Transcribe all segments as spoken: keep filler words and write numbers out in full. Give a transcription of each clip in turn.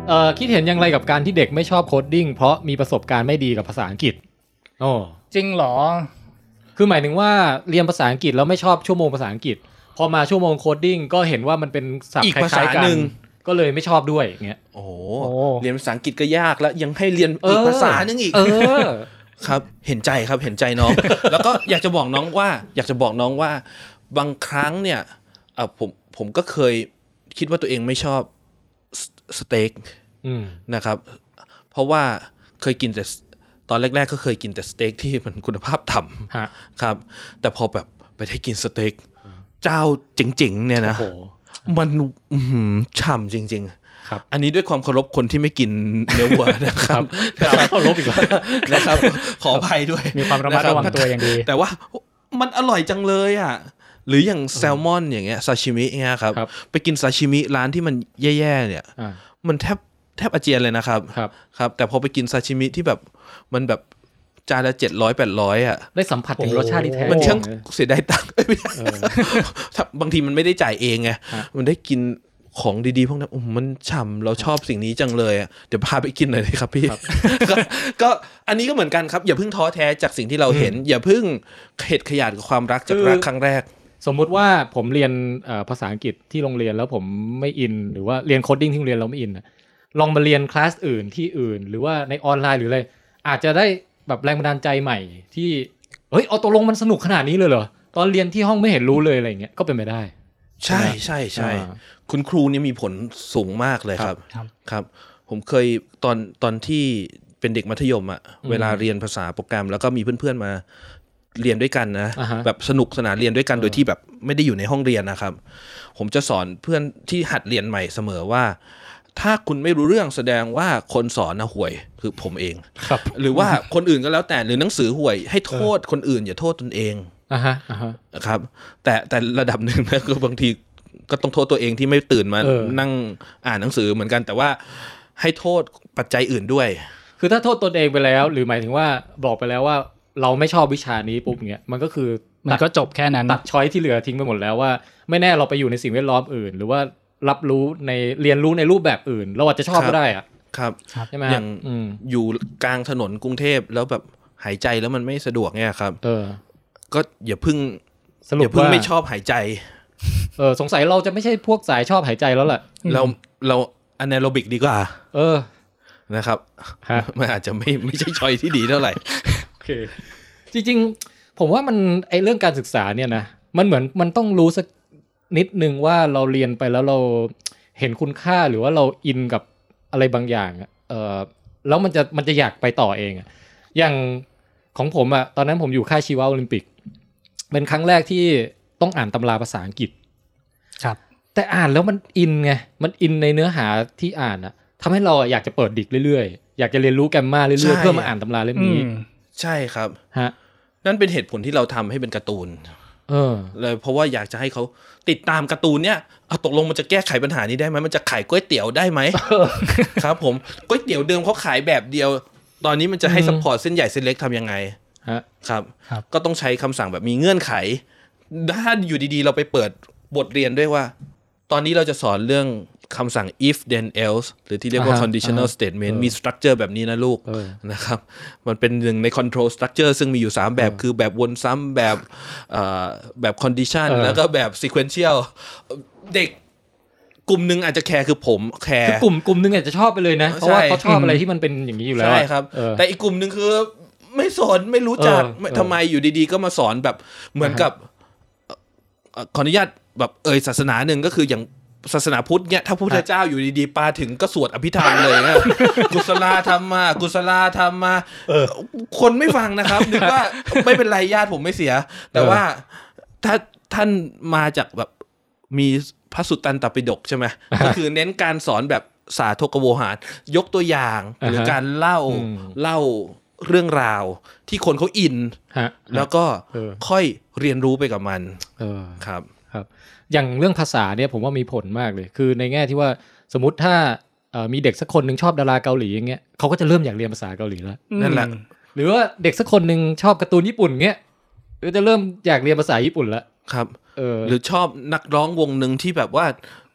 เอ่อคิดเห็นอย่างไรกับการที่เด็กไม่ชอบโคดดิ้งเพราะมีประสบการณ์ไม่ดีกับภาษาอังกฤษโอ้จริงเหรอคือหมายถึงว่าเรียนภาษาอังกฤษแล้วไม่ชอบชั่วโมงภาษาอังกฤษพอมาชั่วโมงโคดดิ้งก็เห็นว่ามันเป็นศัพท์คล้ายๆกันก็เลยไม่ชอบด้วยอย่างเงี้ยโอ้โหเรียนภาษาอังกฤษก็ยากแล้วยังให้เรียนอีกภาษานึงอีกเออครับเห็นใจครับเห็นใจน้อง แล้วก็อยากจะบอกน้องว่าอยากจะบอกน้องว่าบางครั้งเนี่ยเอ่อผมผมก็เคยคิดว่าตัวเองไม่ชอบสเต็กนะครับเพราะว่าเคยกินแต่ตอนแรกๆก็เคยกินแต่สเต็กที่มันคุณภาพต่ำครับแต่พอแบบไปได้กินสเต็กเจ้าเจ๋งๆเนี่ยนะมันฉ่ำจริงๆครับอันนี้ด้วยความเคารพคนที่ไม่กินเนื้อวัวนะครับเคารพอีกแล้วนะครับขออภัยด้วยมีความระมัดระวังตัวอย่างดีแต่ว่ามันอร่อยจังเลยอ่ะหรืออย่างแซลมอนอย่างเงี้ยซาชิมิเงี้ยครับไปกินซาชิมิร้านที่มันแย่ๆเนี่ยมันแทบแทบอาเจียนเลยนะครับครับแต่พอไปกินซาชิมิที่แบบมันแบบจานละเจ็ดร้อย แปดร้อยอ่ะได้สัมผัสถึงรสชาติที่แท้มันช่างเสียดายตังค์บางทีมันไม่ได้จ่ายเองไงมันได้กินของดีๆพวกนั้นมันฉ่ำเราชอบสิ่งนี้จังเลยอ่ะเดี๋ยวพาไปกินหน่อยครับพี่ก็อันนี้ก็เหมือนกันครับอย่าเพิ่งท้อแท้จากสิ่งที่เราเห็นอย่าเพิ่งเข็ดขยาดกับความรักจากรักครั้งแรกสมมุติว่าผมเรียนภาษาอังกฤษที่โรงเรียนแล้วผมไม่อินหรือว่าเรียนโคดดิ้งที่โรงเรียนเราไม่อินลองมาเรียนคลาสอื่นที่อื่นหรือว่าในออนไลน์หรืออะไรอาจจะได้แบบแรงบันดาลใจใหม่ที่เฮ้ยเอาตกลงมันสนุกขนาดนี้เลยเหรอตอนเรียนที่ห้องไม่เห็นรู้เลยอะไรอย่างเงี้ยก็เป็นไปได้ใช่ใช่ใช่คุณครูนี่มีผลสูงมากเลยครับครับผมเคยตอนตอนที่เป็นเด็กมัธยมอ่ะเวลาเรียนภาษาโปรแกรมแล้วก็มีเพื่อนๆมาเรียนด้วยกันนะแบบสนุกสนานเรียนด้วยกันโดยที่แบบไม่ได้อยู่ในห้องเรียนนะครับผมจะสอนเพื่อนที่หัดเรียนใหม่เสมอว่าถ้าคุณไม่รู้เรื่องแสดงว่าคนสอนนะห่วยคือผมเองหรือว่าคนอื่นก็แล้วแต่หรือหนังสือห่วยให้โทษคนอื่นอย่าโทษตนเองอ่าฮะอ่าฮะครับแต่แต่ระดับหนึ่งนะคือบางทีก็ต้องโทษตัวเองที่ไม่ตื่นมานั่งอ่านหนังสือเหมือนกันแต่ว่าให้โทษปัจจัยอื่นด้วยคือถ้าโทษตนเองไปแล้วหรือหมายถึงว่าบอกไปแล้วว่าเราไม่ชอบวิชานี้ปุ๊บเงี้ยมันก็คือมันก็จบแค่นั้นตัดช้อยที่เหลือทิ้งไปหมดแล้วว่าไม่แน่เราไปอยู่ในสิ่งแวดล้อมอื่นหรือว่ารับรู้ในเรียนรู้ในรูปแบบอื่นเราอาจจะชอบก็ได้อ่ะครับใช่ไหมอย่างอยู่กลางถนนกรุงเทพแล้วแบบหายใจแล้วมันไม่สะดวกเนี่ยครับเออก็อย่าพึ่งอย่าพึ่งไม่ชอบหายใจเออสงสัยเราจะไม่ใช่พวกสายชอบหายใจแล้วแหละเราเราอนาโรบิกดีกว่าเออนะครับมันอาจจะไม่ไม่ใช่ชอยที่ดีเท่าไหร่โอเคจริงๆผมว่ามันไอเรื่องการศึกษาเนี่ยนะมันเหมือนมันต้องรู้สักนิดนึงว่าเราเรียนไปแล้วเราเห็นคุณค่าหรือว่าเราอินกับอะไรบางอย่างอ่ะเออแล้วมันจะมันจะอยากไปต่อเองอ่ะอย่างของผมอ่ะตอนนั้นผมอยู่ค่ายชีวะโอลิมปิกเป็นครั้งแรกที่ต้องอ่านตำราภาษาอังกฤษครับแต่อ่านแล้วมันอินไงมันอินในเนื้อหาที่อ่านอ่ะทำให้เราอยากจะเปิดดิกเรื่อยๆอยากจะเรียนรู้แกรมมาเรื่อยๆเพื่อมาอ่านตำราเล่มนี้ใช่ครับฮะนั่นเป็นเหตุผลที่เราทำให้เป็นการ์ตูนเออเลยเพราะว่าอยากจะให้เขาติดตามการ์ตูนเนี่ยเอาตกลงมันจะแก้ไขปัญหานี้ได้ไหมมันจะขายก๋วยเตี๋ยวได้ไหม ครับผมก๋วยเตี๋ยวเดิมเขาขายแบบเดียวตอนนี้มันจะให้ซัพพอร์ตเส้นใหญ่เส้นเล็กทำยังไงครับก็ต้องใช้คำสั่งแบบมีเงื่อนไขถ้าอยู่ดีๆเราไปเปิดบทเรียนด้วยว่าตอนนี้เราจะสอนเรื่องคำสั่ง if then else หรือที่เรียกว่า conditional statement มี structure แบบนี้นะลูกนะครับมันเป็นหนึ่งใน control structure ซึ่งมีอยู่สามแบบคือแบบวนซ้ำแบบแบบ condition แล้วก็แบบ sequential เด็กกลุ่มนึงอาจจะแคร์คือผมแคร์คือกลุ่มกลุ่มนึงอาจจะชอบไปเลยนะเพราะว่าเขาชอบอะไรที่มันเป็นอย่างนี้อยู่แล้วใช่ครับแต่อีกกลุ่มนึงคือไม่สอนไม่รู้จักทำไมอยู่ดีๆก็มาสอนแบบเหมือนกับขออนุญาตแบบเอ่ยศาสนาหนึ่งก็คืออย่างศาสนาพุทธเนี่ยถ้าพระพุทธเจ้าอยู่ดีๆปาถึงก็สวดอภิธรรมเลยนะกุศลธรรมมากุศลธรรมมาคนไม่ฟังนะครับนึกว่าไม่เป็นไรญาติผมไม่เสียแต่ว่าถ้าท่านมาจากแบบมีพระสุตตันตปิฎกใช่ไหมก็คือเน้นการสอนแบบสาธกโวหารยกตัวอย่างหรือการเล่าเล่าเรื่องราวที่คนเขาอินแล้วก็ค่อยเรียนรู้ไปกับมันครับครับอย่างเรื่องภาษาเนี่ยผมว่ามีผลมากเลยคือในแง่ที่ว่าสมมติถ้ามีเด็กสักคนนึงชอบดาราเกาหลีอย่างเงี้ยเขาก็จะเริ่มอยากเรียนภาษาเกาหลีแล้วนั่นแหละหรือว่าเด็กสักคนนึงชอบการ์ตูนญี่ปุ่นเงี้ยก็จะเริ่มอยากเรียนภาษาญี่ปุ่นแล้วครับเออหรือชอบนักร้องวงนึงที่แบบว่า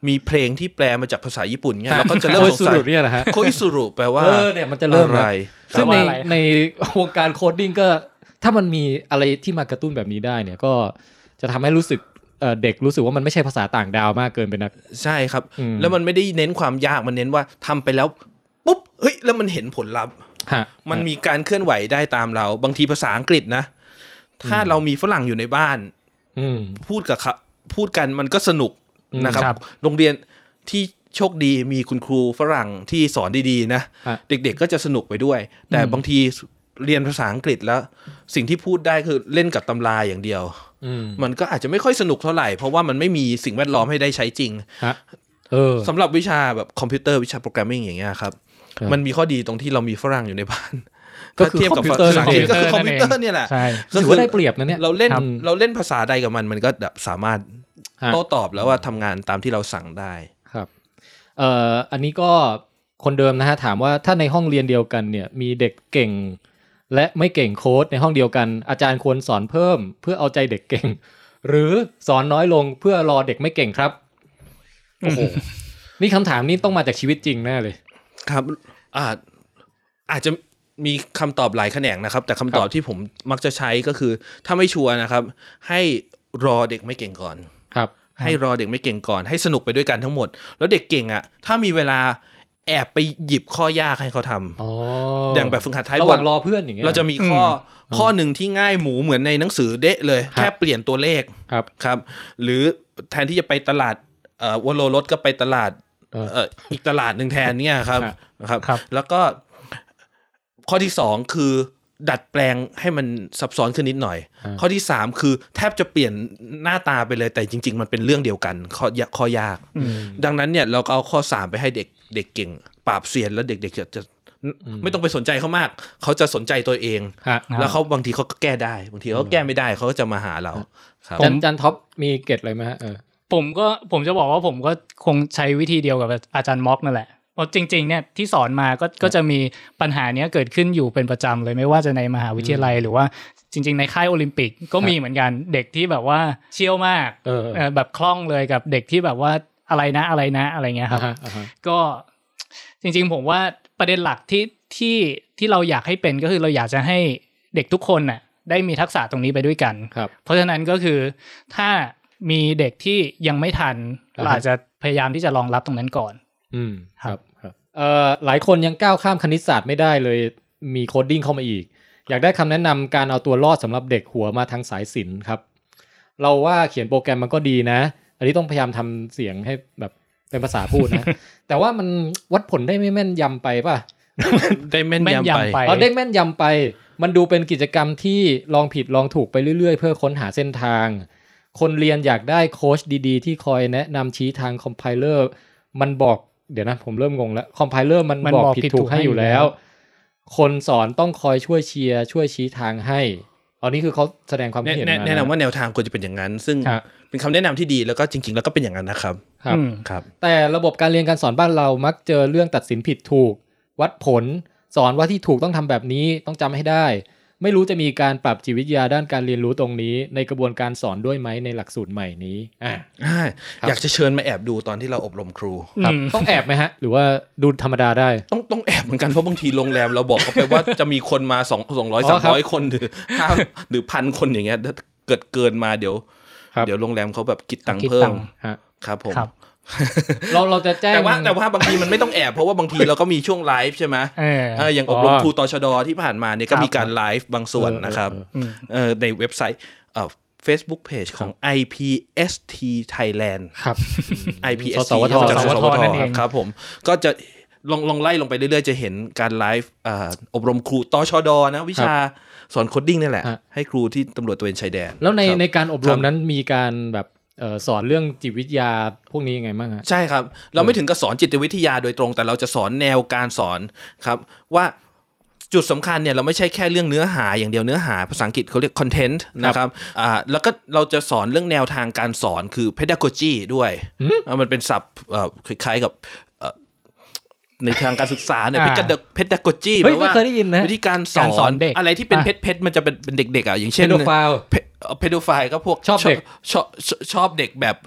มีเพลงที่แปลมาจากภาษาญี่ปุ่นเนี่ยเราก็จะเริ่มสงสัยเนี่ยแหละฮะโคอิสุรุแปลว่าเออเนี่ยมันจะเริ่มอะไรซึ่งในในวงการโคดดิ้งก็ถ้ามันมีอะไรที่มากระตุ้นแบบนี้ได้เนี่ยก็จะทำให้รู้สึกเด็กรู้สึกว่ามันไม่ใช่ภาษาต่างดาวมากเกินไปนักใช่ครับแล้วมันไม่ได้เน้นความยากมันเน้นว่าทำไปแล้วปุ๊บเฮ้ยแล้วมันเห็นผลลัพธ์มันมีการเคลื่อนไหวได้ตามเราบางทีภาษาอังกฤษนะถ้าเรามีฝรั่งอยู่ในบ้านพูดกับพูดกันมันก็สนุกนะครับโรงเรียนที่โชคดีมีคุณครูฝรั่งที่สอนดีๆนะเด็กๆก็จะสนุกไปด้วยแต่บางทีเรียนภาษาอังกฤษแล้วสิ่งที่พูดได้คือเล่นกับตำราอย่างเดียวมันก็อาจจะไม่ค่อยสนุกเท่าไหร่เพราะว่ามันไม่มีสิ่งแวดล้อมให้ได้ใช้จริงสำหรับวิชาแบบคอมพิวเตอร์วิชาโปรแกรมมิ่งอย่างเงี้ยครับมันมีข้อดีตรงที่เรามีฝรั่งอยู่ในบ้านก็คือคอมพิวเตอร์ก็คือคอมพิวเตอร์เนี่ยแหละก็คือได้เปรียบนะเนี่ยเราเล่นเราเล่นภาษาใดกับมันมันก็แบบสามารถโต้ตอบแล้วว่าทำงานตามที่เราสั่งได้ครับเอ่ออันนี้ก็คนเดิมนะฮะถามว่าถ้าในห้องเรียนเดียวกันเนี่ยมีเด็กเก่งและไม่เก่งโค้ดในห้องเดียวกันอาจารย์ควรสอนเพิ่มเพื่อเอาใจเด็กเก่งหรือสอนน้อยลงเพื่อรอเด็กไม่เก่งครับโอ้โหนี่คำถามนี้ต้องมาจากชีวิตจริงแน่เลยครับอาจอาจจะมีคำตอบหลายแขนงนะครับแต่คำตอบที่ผมมักจะใช้ก็คือถ้าไม่ชัวร์นะครับให้รอเด็กไม่เก่งก่อนครับให้รอเด็กไม่เก่งก่อนให้สนุกไปด้วยกันทั้งหมดแล้วเด็กเก่งอ่ะถ้ามีเวลาแอบไปหยิบข้อยากให้เขาทำอ, อย่างแบบฝึกหัดท้ายบอลรอเพื่อนอย่างเงี้ยเราจะมีข้อข้อหนึ่งที่ง่ายหมูเหมือนในหนังสือเดะเลยแค่เปลี่ยนตัวเลขครับครับหรือแทนที่จะไปตลาดเอ่อวโรรสก็ไปตลาดเอ่ออีกตลาดนึงแทนเนี่ยครับนะครับแล้วก็ข้อที่สองคือดัดแปลงให้มันซับซ้อนขึ้นนิดหน่อยข้อที่สามคือแทบจะเปลี่ยนหน้าตาไปเลยแต่จริงๆมันเป็นเรื่องเดียวกันข้อยากข้อยากดังนั้นเนี่ยเราก็เอาข้อสามไปให้เด็กเด็กเก่งปราบเซียนแล้วเด็กๆจะจะไม่ต้องไปสนใจเขามากเขาจะสนใจตัวเองแล้วเขาบางทีเขาก็แก้ได้บางทีเขาแก้ไม่ได้เขาก็จะมาหาเราครับอาจารย์ท็อปมีเกร็ดอะไรไหมฮะผมก็ผมจะบอกว่าผมก็คงใช้วิธีเดียวกับอาจารย์ม็อกนั่นแหละเพราะจริงๆเนี่ยที่สอนมาก็ก็จะมีปัญหาเนี้ยเกิดขึ้นอยู่เป็นประจำเลยไม่ว่าจะในมหาวิทยาลัยหรือว่าจริงๆในค่ายโอลิมปิกก็มีเหมือนกันเด็กที่แบบว่าเชี่ยวมากแบบคล่องเลยกับเด็กที่แบบว่าอะไรนะอะไรนะอะไรเงี้ยครับก็จริงๆผมว่าประเด็นหลักที่ที่ที่เราอยากให้เป็นก็คือเราอยากจะให้เด็กทุกคนน่ะได้มีทักษะตรงนี้ไปด้วยกันเพราะฉะนั้นก็คือถ้ามีเด็กที่ยังไม่ทันเราอาจจะพยายามที่จะรองรับตรงนั้นก่อนอืมครับครับเอ่อหลายคนยังก้าวข้ามคณิตศาสตร์ไม่ได้เลยมีโคดดิ้งเข้ามาอีกอยากได้คำแนะนำการเอาตัวรอดสำหรับเด็กหัวมาทางสายศิลป์ครับเราว่าเขียนโปรแกรมมันก็ดีนะอันนี้ต้องพยายามทำเสียงให้แบบเป็นภาษาพูดนะ แต่ว่ามันวัดผลได้ไม่แม่นยำไปป่ะได้แม่นยำไปเอาได้แม่นยำไปมันดูเป็นกิจกรรมที่ลองผิดลองถูกไปเรื่อยๆเพื่อค้นหาเส้นทางคนเรียนอยากได้โค้ชดีๆที่คอยแนะนำชี้ทางคอมไพเลอร์มันบอกเดี๋ยวนะผมเริ่มงงแล้วคอมไพเลอร์มันบอกผิดถูกให้อยู่แล้วคนสอนต้องคอยช่วยเชียร์ช่วยชี้ทางให้อันนี้คือเขาแสดงความเห็นแนะนำว่าแนวทางควรจะเป็นอย่างนั้นซึ่งเป็นคำแนะนำที่ดีแล้วก็จริงๆแล้วก็เป็นอย่างนั้นนะครับครับครับแต่ระบบการเรียนการสอนบ้านเรามักเจอเรื่องตัดสินผิดถูกวัดผลสอนว่าที่ถูกต้องทำแบบนี้ต้องจำให้ได้ไม่รู้จะมีการปรับจิตวิทยาด้านการเรียนรู้ตรงนี้ในกระบวนการสอนด้วยไหมในหลักสูตรใหม่นี้อ่าอยากจะเชิญมาแอบดูตอนที่เราอบรมครูครับต้องแอบไหมฮะหรือว่าดูธรรมดาได้ต้องต้องแอบเหมือนกันเพราะบางทีโรงแรมเราบอกเขาไปว่าจะมีคนมาสอง สองร้อย สามร้อยคนหรือห้าหรือพันคนอย่างเงี้ยถ้าเกิดเกินมาเดี๋ยวเดี๋ยวโรงแรมเขาแบบคิดตังค์เพิ่มครับผมเราเราจะแจ้งแต่ว่าแต่ว่าบางทีมันไม่ต้องแอบเพราะว่าบางทีเราก็มีช่วงไลฟ์ใช่ไหมเอออย่างอบรมครูตชดที่ผ่านมาเนี่ยก็มีการไลฟ์บางส่วนนะครับเออในเว็บไซต์เอ่อ Facebook Page ของ ไอ พี เอส ที Thailand ครับไอ พี เอส ที จากสวทครับผมก็จะลองลองไล่ลงไปเรื่อยๆจะเห็นการไลฟ์อ่าอบรมครูตชดนะวิชาสอนโคดดิ้งนี่แหละให้ครูที่ตำรวจตระเวนชายแดนแล้วในในการอบรมนั้นมีการแบบเอ่อสอนเรื่องจิตวิทยาพวกนี้ยังไงบ้างฮะใช่ครับเราไม่ถึงกับสอนจิตวิทยาโดยตรงแต่เราจะสอนแนวการสอนครับว่าจุดสำคัญเนี่ยเราไม่ใช่แค่เรื่องเนื้อหาอย่างเดียวเนื้อหาภาษาอังกฤษเขาเรียก content นะครับอ่าแล้วก็เราจะสอนเรื่องแนวทางการสอนคือ pedagogy ด้วยมันเป็นศัพท์เอ่อคล้ายๆกับในทางการศึกษาเนี่ยเพดโกจีแปลว่าวิธีการสอนอะไรที่เป็นเพชรเพชรมันจะเป็นเป็นเด็กๆอ่ะอย่างเช่นเพโดไฟล์เพโดไฟล์ก็พวกชอบเด็กชอบชอบเด็กแบบ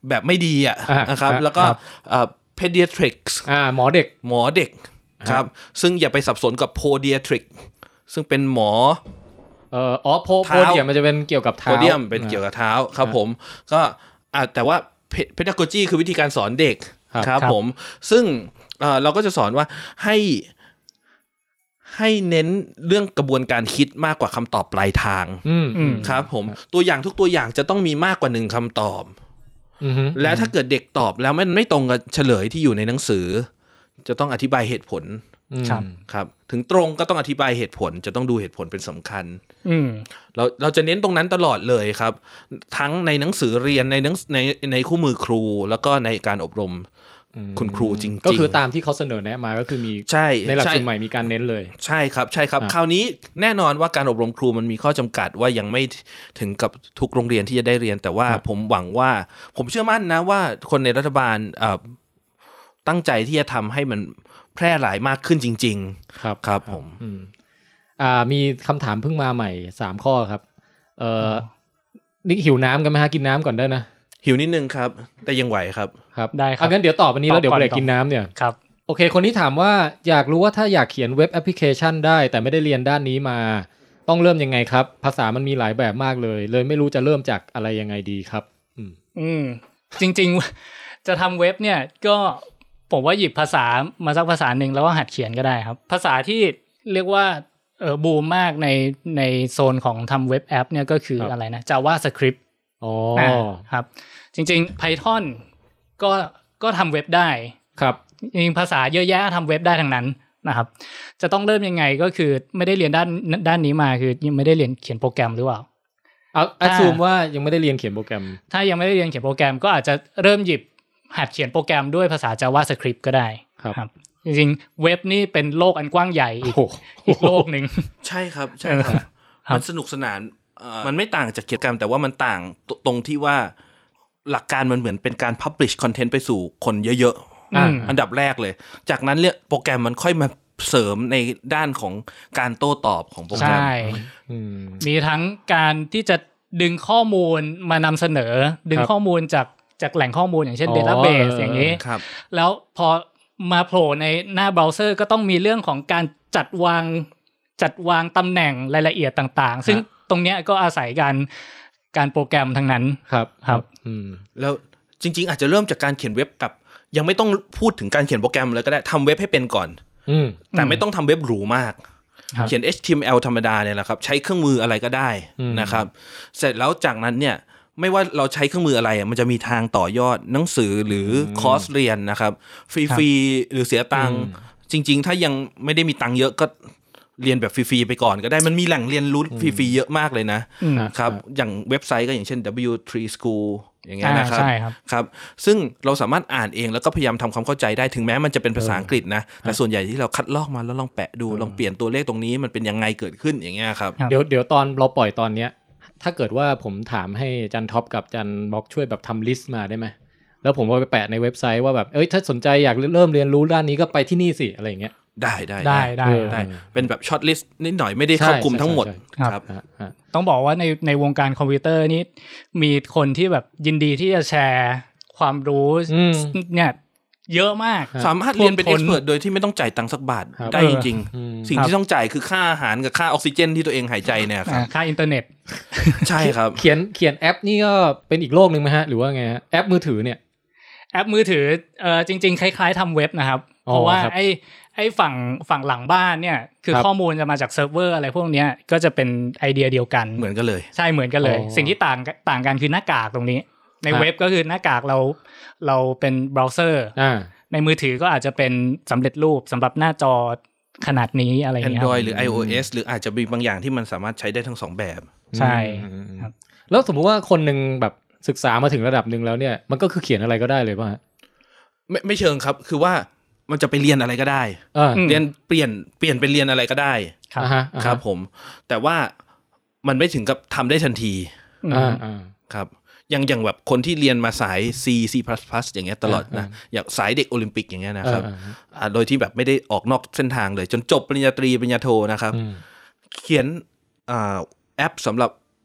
แบบไม่ดีอ่ะอ่ะนะครับอ่ะแล้วก็ครับเอ่อ pediatrics อ่าหมอเด็กหมอเด็กครับซึ่งอย่าไปสับสนกับ podiatric ซึ่งเป็นหมอเอ่ออ๋อโพโพเท้าเดียมมันจะเป็นเกี่ยวกับเท้าโพเดียมเป็นเกี่ยวกับเท้าครับผมก็อ่ะแต่ว่า pedagogy คือวิธีการสอนเด็กครับครับผมซึ่งเอ่อเราก็จะสอนว่าให้ให้เน้นเรื่องกระบวนการคิดมากกว่าคำตอบปลายทางอืมอืมครับผมตัวอย่างทุกตัวอย่างจะต้องมีมากกว่าหนึ่งคำตอบอืมและถ้าเกิดเด็กตอบแล้วมันไม่ตรงกับเฉลยที่อยู่ในหนังสือ จะต้องอธิบายเหตุผลครับครับถึงตรงก็ต้องอธิบายเหตุผลจะต้องดูเหตุผลเป็นสำคัญอืมเราเราจะเน้นตรงนั้นตลอดเลยครับ ทั้งในหนังสือเรียนในหนังในในคู่มือครูแล้วก็ในการอบรมคุณครูจริงๆก็คือตามที่เขาเสนอแนะมาก็คือมีใช่ในหลักใช่สูตรใหม่มีการเน้นเลยใช่ครับใช่ครับครับคราวนี้แน่นอนว่าการอบรมครูมันมีข้อจำกัดว่ายังไม่ถึงกับทุกโรงเรียนที่จะได้เรียน แต่ว่าผมหวังว่าผมเชื่อมั่นนะว่าคนในรัฐบาลเอ่อตั้งใจที่จะทำให้มันแพร่หลายมากขึ้นจริงๆครับครับผมอืมอ่ามีคำถามเพิ่งมาใหม่สามข้อครับเอ่อนี่หิวน้ำกันไหมฮะกินน้ำก่อนได้นะหิวนิดนึงครับแต่ยังไหวครับครับได้ครับเอางั้นเดี๋ยวตอบอันนี้แล้วเดี๋ยวตอบก่อนเบรกกินน้ำเนี่ยครับโอเคคนนี้ถามว่าอยากรู้ว่าถ้าอยากเขียนเว็บแอปพลิเคชันได้แต่ไม่ได้เรียนด้านนี้มาต้องเริ่มยังไงครับภาษามันมีหลายแบบมากเลยเลยไม่รู้จะเริ่มจากอะไรยังไงดีครับอืมอืมจริงๆ จะทำเว็บเนี่ยก็ผมว่าหยิบภาษามาสักภาษาหนึ่งแล้วก็หัดเขียนก็ได้ครับภาษาที่เรียกว่าเออบูมมากในในโซนของทำเว็บแอปเนี่ยก็คือครับอะไรนะ JavaScript อ๋ออ่าครับจริงๆ Python ก็ก็ทำเว็บได้ครับจริงๆภาษาเยอะแยะทำเว็บได้ทั้งนั้นนะครับจะต้องเริ่มยังไงก็คือไม่ได้เรียนด้านด้านนี้มาคือยังไม่ได้เรียนเขียนโปรแกรมหรือเปล่าเอาแอดซูมว่ายังไม่ได้เรียนเขียนโปรแกรมถ้ายังไม่ได้เรียนเขียนโปรแกรมก็อาจจะเริ่มหยิบหัดเขียนโปรแกรมด้วยภาษา JavaScript ก็ได้ครับครับจริงๆเว็บนี่เป็นโลกอันกว้างใหญ่อีกโอ้โหอีกโลกหนึ่งใช่ครับใช่ครับครับมันสนุกสนานเอ่อมันไม่ต่างจากกิจกรรมแต่ว่ามันต่างตตรงที่ว่าหลักการมันเหมือนเป็นการ publish content ไปสู่คนเยอะอืมๆอันดับแรกเลย จากนั้นเนี่ยโปรแกรมมันค่อยมาเสริมในด้านของการโต้ตอบของโปรแกรมใช่อืมมีทั้งการที่จะดึงข้อมูลมานำเสนอ ดึงครับข้อมูลจากจากแหล่งข้อมูลอย่างเช่นอ๋อ database เอออย่างนี้ครับแล้วพอมาโผล่ในหน้าเบราว์เซอร์ก็ต้องมีเรื่องของการจัดวางจัดวางตำแหน่งรายละเอียดต่างๆ ซึ่งตรงเนี้ยก็อาศัยการการโปรแกรมทั้งนั้นครับครับอืมแล้วจริงๆ อาจจะเริ่มจากการเขียนเว็บกับยังไม่ต้องพูดถึงการเขียนโปรแกรมเลยก็ได้ทำเว็บให้เป็นก่อนอืมแต่ไม่ต้องทำเว็บหรูมากครับเขียน เอช ที เอ็ม แอล ธรรมดาเนี่ยแหละครับใช้เครื่องมืออะไรก็ได้อืมนะครับ เสร็จแล้วจากนั้นเนี่ยไม่ว่าเราใช้เครื่องมืออะไรอ่ะมันจะมีทางต่อยอดหนังสือหรือคอร์สเรียนนะครับฟรีๆหรือเสียตังค์จริงๆ ถ้ายังไม่ได้มีตังค์เยอะก็เรียนแบบฟรีๆไปก่อนก็ได้มันมีแหล่งเรียนรู้ฟรีๆเยอะมากเลยนะอืมครับอย่างเว็บไซต์ก็อย่างเช่น ดับเบิลยู ทรี School อย่างเงี้ยนะครับอ่าใช่ครับครับซึ่งเราสามารถอ่านเองแล้วก็พยายามทำความเข้าใจได้ถึงแม้มันจะเป็นภาษาอังกฤษนะแต่ส่วนใหญ่ที่เราคัดลอกมาแล้วลองแปะดูลองเปลี่ยนตัวเลขตรงนี้มันเป็นยังไงเกิดขึ้นอย่างเงี้ยครับครับเดี๋ยวเดี๋ยวตอนเราปล่อยตอนเนี้ย ถ้าเกิดว่าผมถามให้จันท็อปกับจันบล็อกช่วยแบบทำลิสต์มาได้ไหมแล้วผมเอาไปแปะในเว็บไซต์ว่าแบบเอ้ยถ้าสนใจอยากเริ่มเรียนรู้ด้านนี้ก็ไปที่นี่สิอะไรอย่างเงี้ยได้ได้ได้ได้เออได้เป็นแบบช็อตลิสต์นิดหน่อยไม่ได้ครอบคลุมทั้งหมดใช่ใช่ครับฮะฮะต้องบอกว่าในในวงการคอมพิวเตอร์นี่มีคนที่แบบยินดีที่จะแชร์ความรู้อืมเนี่ยเยอะมากสามารถเรียนเป็นท่เอ็วมกท้นซ์เพรสโดยที่ไม่ต้องจ่ายตังค์สักบาทครับได้จริงอืมๆ สิ่งที่ต้องจ่ายคือค่าอาหารกับค่าออกซิเจนที่ตัวเองหายใจเนี่ยครับอ่าค่าอินเทอร์เน็ตใช่ครับเขียนเขียนแอปนี่ก็เป็นอีกโลกหนึ่งไหมฮะหรือว่าไงฮะแอปมือถือเนี่ยแอปมือถือเอ่อจริงๆ คล้ายๆทำเว็บนะครับอ๋อเพราะว่าครับไอ้ไอ้ฝั่งฝั่งหลังบ้านเนี่ยคือครับข้อมูลจะมาจากเซิร์ฟเวอร์อะไรพวกเนี้ยก็จะเป็นไอเดียเดียวกันเหมือนกันเลยใช่เหมือนกันเลยอ๋อสิ่งที่ต่างต่างกันคือหน้ากากตรงนี้ ในครับเว็บก็คือหน้ากากเราเราเป็นเบราว์เซอร์อ่าในมือถือก็อาจจะเป็นสำเร็จรูปสำหรับหน้าจอขนาดนี้อะไรอย่างเงี้ยครับ Android หรือ iOS หรืออาจจะมีบางอย่างที่มันสามารถใช้ได้ทั้งสองแบบใช่อืมครับแล้วสมมุติว่าคนหนึ่งแบบศึกษามาถึงระดับหนึ่งแล้วเนี่ยมันก็คือเขียนอะไรก็ได้เลยป่ะฮะไม่ไม่เชิงครับ คือว่ามันจะไปเรียนอะไรก็ได้อ่าอืมเรียนเปลี่ยนเปลี่ยนเป็นเรียนอะไรก็ได้ครับอ่าฮะอ่าฮะครับผม แต่ว่ามันไม่ถึงกับทำได้ทันทีอืมอ่าอ่าครับอย่างอย่างแบบคนที่เรียนมาสาย C C++ อย่างเงี้ยตลอดนะอ่าอย่างสายเด็กโอลิมปิกอย่างเงี้ยนะครับอ่าอ่าอ่าโดยที่แบบไม่ได้ออกนอกเส้นทางเลย จนจบปริญญาตรีปริญญาโทนะครับอืมเขียนอ่าแอปสำหรับ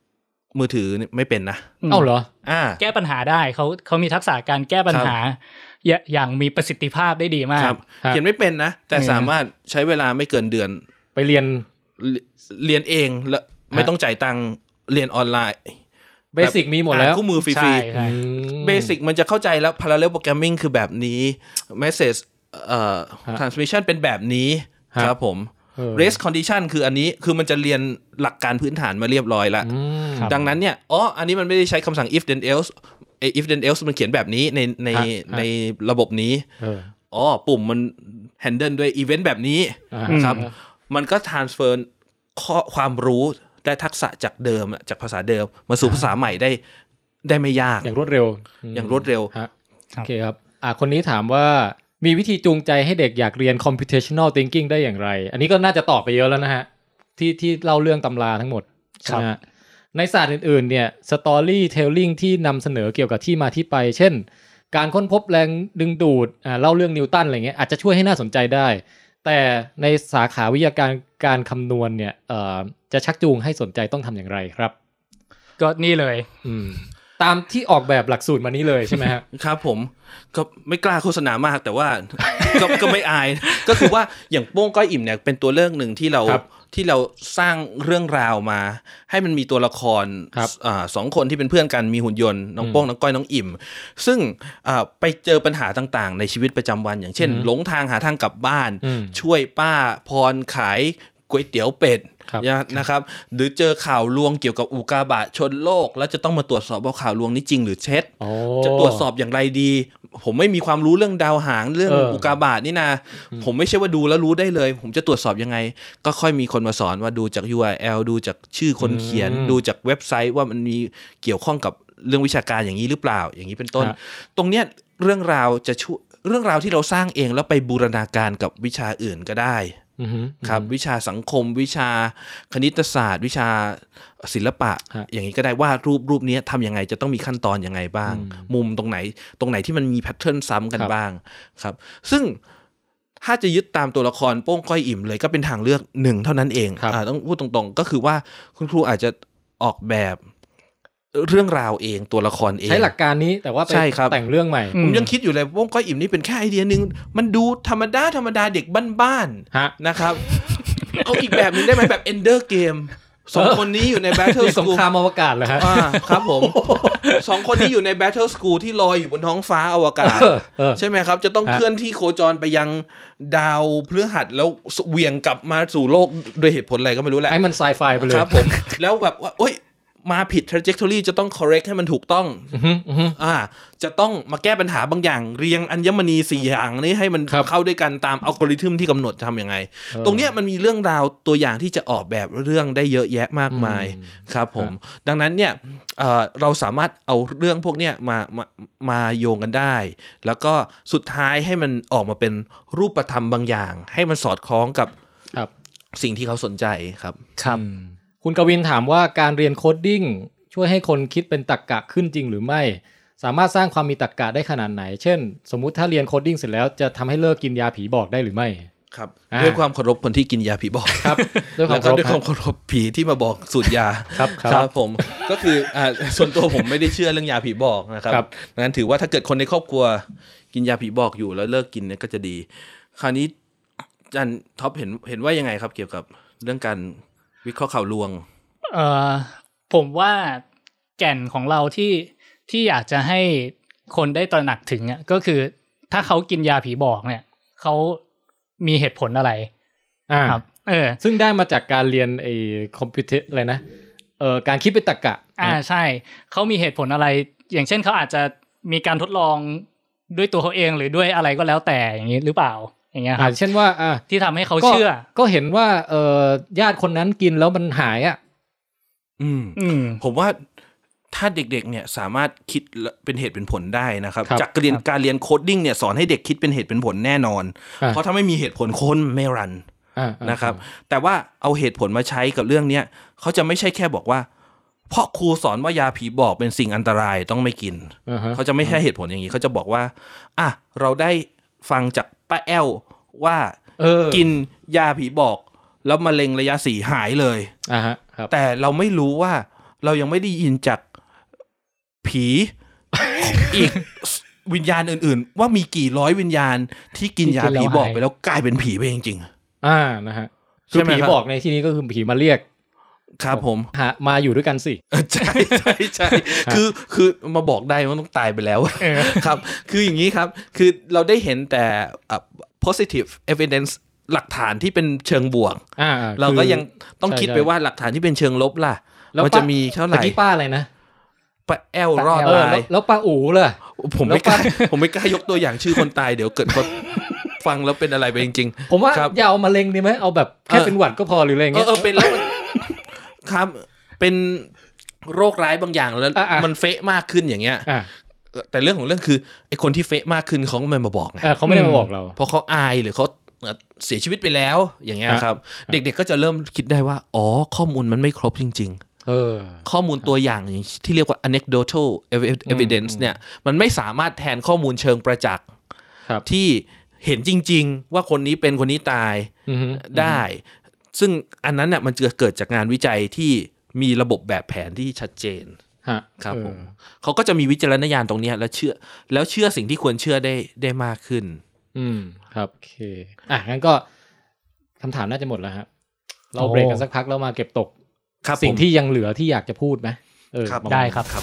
มือถือไม่เป็นนะเอ้าเหรออ่าแก้ปัญหาได้เขาเขามีทักษะการแก้ปัญหาอย่างมีประสิทธิภาพได้ดีมากเขียนไม่เป็นนะแต่สามารถใช้เวลาไม่เกินเดือนไปเรียนเรียนเองแล้วไม่ต้องจ่ายตังค์เรียนออนไลน์เบสิกมีหมดแล้วคู่มือฟรีๆเบสิกมันจะเข้าใจแล้ว parallel programming คือแบบนี้ message เอ่อ transmission เป็นแบบนี้ครับผม race condition คืออันนี้คือมันจะเรียนหลักการพื้นฐานมาเรียบร้อยแล้วดังนั้นเนี่ยอ๋ออันนี้มันไม่ได้ใช้คำสั่ง if then else if then else มันเขียนแบบนี้ในในในระบบนี้อ๋อปุ่มมัน handle ด้วย event แบบนี้ครับมันก็ transfer ข้อความรู้ได้ทักษะจากเดิมจากภาษาเดิมมาสู่ภาษาใหม่ได้ได้ไม่ยากอย่างรวดเร็วอย่างรวดเร็วโอเคครับอ่าคนนี้ถามว่ามีวิธีจูงใจให้เด็กอยากเรียน computational thinking ได้อย่างไรอันนี้ก็น่าจะตอบไปเยอะแล้วนะฮะที่ที่เล่าเรื่องตำราทั้งหมดนะฮะในศาสตร์อื่นๆเนี่ย storytelling ที่นำเสนอเกี่ยวกับที่มาที่ไปเช่นการค้นพบแรงดึงดูดอ่าเล่าเรื่องนิวตันอะไรเงี้ยอาจจะช่วยให้น่าสนใจได้แต่ในสาขาวิทยาการการคำนวณเนี่ยเอ่อจะชักจูงให้สนใจต้องทำอย่างไรครับก็นี่เลยอืมตามที่ออกแบบหลักสูตรมานี้เลยใช่ไหมฮะครับผมก็ไม่กล้าโฆษณามากแต่ว่า ก็ก็ไม่อายก็คือว่าอย่างโป้งก้อยอิ่มเนี่ยเป็นตัวเลือกหนึ่งที่เราที่เราสร้างเรื่องราวมาให้มันมีตัวละครอ่าสองคนที่เป็นเพื่อนกันมีหุ่นยนต์น้องโป้งน้องก้อยน้องอิ่มซึ่งอ่าไปเจอปัญหาต่างๆในชีวิตประจำวันอย่างเช่นหลงทางหาทางกลับบ้านช่วยป้าพรขายก๋วยเตี๋ยวเป็ดนะครับหรือเจอข่าวลวงเกี่ยวกับอุกาบาตชนโลกแล้วจะต้องมาตรวจสอบว่าข่าวลวงนี้จริงหรือเท็จจะตรวจสอบอย่างไรดีผมไม่มีความรู้เรื่องดาวหางเรื่องอุกาบาตนี่นะผมไม่ใช่ว่าดูแล้วรู้ได้เลยผมจะตรวจสอบยังไงก็ค่อยมีคนมาสอนว่าดูจาก ยู อาร์ แอล ดูจากชื่อคนเขียนดูจากเว็บไซต์ว่ามันมีเกี่ยวข้องกับเรื่องวิชาการอย่างนี้หรือเปล่าอย่างนี้เป็นต้นตรงเนี้ยเรื่องราวจะช่วยเรื่องราวที่เราสร้างเองแล้วไปบูรณาการกับวิชาอื่นก็ได้ครับวิชาสังคมวิชาคณิตศาสตร์วิชาศิลปะอย่างนี้ก็ได้ว่ารูปรูปนี้ทำยังไงจะต้องมีขั้นตอนยังไงบ้างมุมตรงไหนตรงไหนที่มันมีแพทเทิร์นซ้ำกันบ้างครับซึ่งถ้าจะยึดตามตัวละครโป้งก้อยอิ่มเลยก็เป็นทางเลือกหนึ่งเท่านั้นเองต้องพูดตรงๆก็คือว่าคุณครูอาจจะออกแบบเรื่องราวเองตัวละครเองใช้หลักการนี้แต่ว่าไปแต่งเรื่องใหม่ผมยังคิดอยู่เลยว่าก้อยอิ่มนี่เป็นแค่ไอเดียนึงมันดูธรรมดาธรรมดาเด็กบ้านๆนะครับเอาอีกแบบนึงได้ไหมแบบ Ender Game สองคนนี้อยู่ใน Battle School สงครามอวกาศเหรอฮะครับผมสองคนนี้อยู่ใน Battle School ที่ลอยอยู่บนท้องฟ้าอวกาศใช่ไหมครับจะต้องเคลื่อนที่โคจรไปยังดาวพฤหัสแล้วเหวี่ยงกลับมาสู่โลกโดยเหตุผลอะไรก็ไม่รู้แหละให้มันไซไฟไปเลยครับผมแล้วแบบว่าโอ๊ยมาผิด trajectory จะต้อง correct ให้มันถูกต้องอ่าจะต้องมาแก้ปัญหาบางอย่างเรียงอัญมณีสี่อย่างนี้ให้มันเข้าด้วยกันตามอัลกอริทึมที่กำหนดทำยังไงตรงเนี้ยมันมีเรื่องราวตัวอย่างที่จะออกแบบเรื่องได้เยอะแยะมากมายครับผมดังนั้นเนี่ย เอ่อ เราสามารถเอาเรื่องพวกเนี้ยมามามาโยงกันได้แล้วก็สุดท้ายให้มันออกมาเป็นรูปธรรมบางอย่างให้มันสอดคล้องกับสิ่งที่เขาสนใจครับครับคุณกวินถามว่าการเรียนโคดดิ้งช่วยให้คนคิดเป็นตรรกะขึ้นจริงหรือไม่สามารถสร้างความมีตรรกะได้ขนาดไหนเช่นสมมุติถ้าเรียนโคดดิ้งเสร็จแล้วจะทำให้เลิกกินยาผีบอกได้หรือไม่ครับด้วยความเคารพคนที่กินยาผีบอกครับแล้วก็ด้วยความเคารพผีที่มาบอกสูตรยาครับครับผมก็คืออ่าส่วนตัวผมไม่ได้เชื่อเรื่องยาผีบอกนะครับงั้นถือว่าถ้าเกิดคนในครอบครัวกินยาผีบอกอยู่แล้วเลิกกินเนี่ยก็จะดีคราวนี้อาจารย์ท็อปเห็นเห็นว่ายังไงครับเกี่ยวกับเรื่องการวิเคราะห์ข่าวลวงเอ่อผมว่าแก่นของเราที่ที่อยากจะให้คนได้ตระหนักถึงอ่ะก็คือถ้าเขากินยาผีบอกเนี่ยเขามีเหตุผลอะไรอ่าครับเออซึ่งได้มาจากการเรียนไอ้คอมพิวเตอร์อะไรนะเอ่อการคิดเป็นตรรกะอ่าใช่เขามีเหตุผลอะไรอย่างเช่นเขาอาจจะมีการทดลองด้วยตัวเขาเองหรือด้วยอะไรก็แล้วแต่อย่างนี้หรือเปล่าอย่างเงี้ยครับเช่นว่าอ่าที่ทำให้เขาเชื่อก็เห็นว่าเอ่อญาติคนนั้นกินแล้วมันหายอ่ะอืมอืมผมว่าถ้าเด็กๆเนี่ยสามารถคิดเป็นเหตุเป็นผลได้นะครับจากเรียนการเรียนโคดดิ้งเนี่ยสอนให้เด็กคิดเป็นเหตุเป็นผลแน่นอนเพราะถ้าไม่มีเหตุผลคนไม่รันนะครับแต่ว่าเอาเหตุผลมาใช้กับเรื่องเนี้ยเขาจะไม่ใช่แค่บอกว่าเพราะครูสอนว่ายาผีบอกเป็นสิ่งอันตรายต้องไม่กินเขาจะไม่ใช่เหตุผลอย่างนี้เขาจะบอกว่าอ่ะเราได้ฟังจากป้าแอลว่ากินยาผีบอกแล้วมะเร็งระยะสี่หายเลยอ่าฮะครับแต่เราไม่รู้ว่าเรายังไม่ได้ยินจากผีอีกวิญญาณอื่นๆว่ามีกี่ร้อยวิญญาณที่กินยาผีบอกไปแล้วกลายเป็นผีไปจริงๆอ่านะฮะคือผีบอกในที่นี้ก็คือผีมาเรียกครับผมหามาอยู่ด้วยกันสิใช่ใช่ใช่คือคือมาบอกได้ว่าต้องตายไปแล้วครับคืออย่างนี้ครับคือเราได้เห็นแต่ positive evidence หลักฐานที่เป็นเชิงบวกเราก็ยังต้องคิดไปว่าหลักฐานที่เป็นเชิงลบล่ะมันจะมีเท่าไหร่ที่ป้าอะไรนะป้าแอลรอดตายแล้วป้าอู๋เลยผมไม่กล้าผมไม่กล้ายกตัวอย่างชื่อคนตายเดี๋ยวเกิดเขาฟังแล้วเป็นอะไรไปจริงๆผมว่าอย่าเอามะเร็งดีไหมเอาแบบแค่เป็นหวัดก็พอหรืออะไรเงี้ยเออเป็นแล้วครับเป็นโรคร้ายบางอย่างแล้วมันเฟะมากขึ้นอย่างเงี้ยแต่เรื่องของเรื่องคือไอ้คนที่เฟะมากขึ้นเขาก็ไม่มาบอกไงเขาไม่ได้มาบอกเราเพราะเขาอายหรือเขาเสียชีวิตไปแล้วอย่างเงี้ยครับเด็กๆก็จะเริ่มคิดได้ว่าอ๋อข้อมูลมันไม่ครบจริงๆเออข้อมูลตัวอย่างที่เรียกว่า anecdotal evidence เนี่ยมันไม่สามารถแทนข้อมูลเชิงประจักษ์ที่เห็นจริงๆว่าคนนี้เป็นคนนี้ตายได้ซึ่งอันนั้นเนี่ยมันจะเกิดจากงานวิจัยที่มีระบบแบบแผนที่ชัดเจนครับผมเขาก็จะมีวิจารณญาณตรงนี้แล้วเชื่อแล้วเชื่อสิ่งที่ควรเชื่อได้ได้มากขึ้นอืมครับโอเคอ่ะงั้นก็คำถามน่าจะหมดแล้วครับเราเบรกกันสักพักแล้วมาเก็บตกสิ่งที่ยังเหลือที่อยากจะพูดไหมเออได้ครับครับ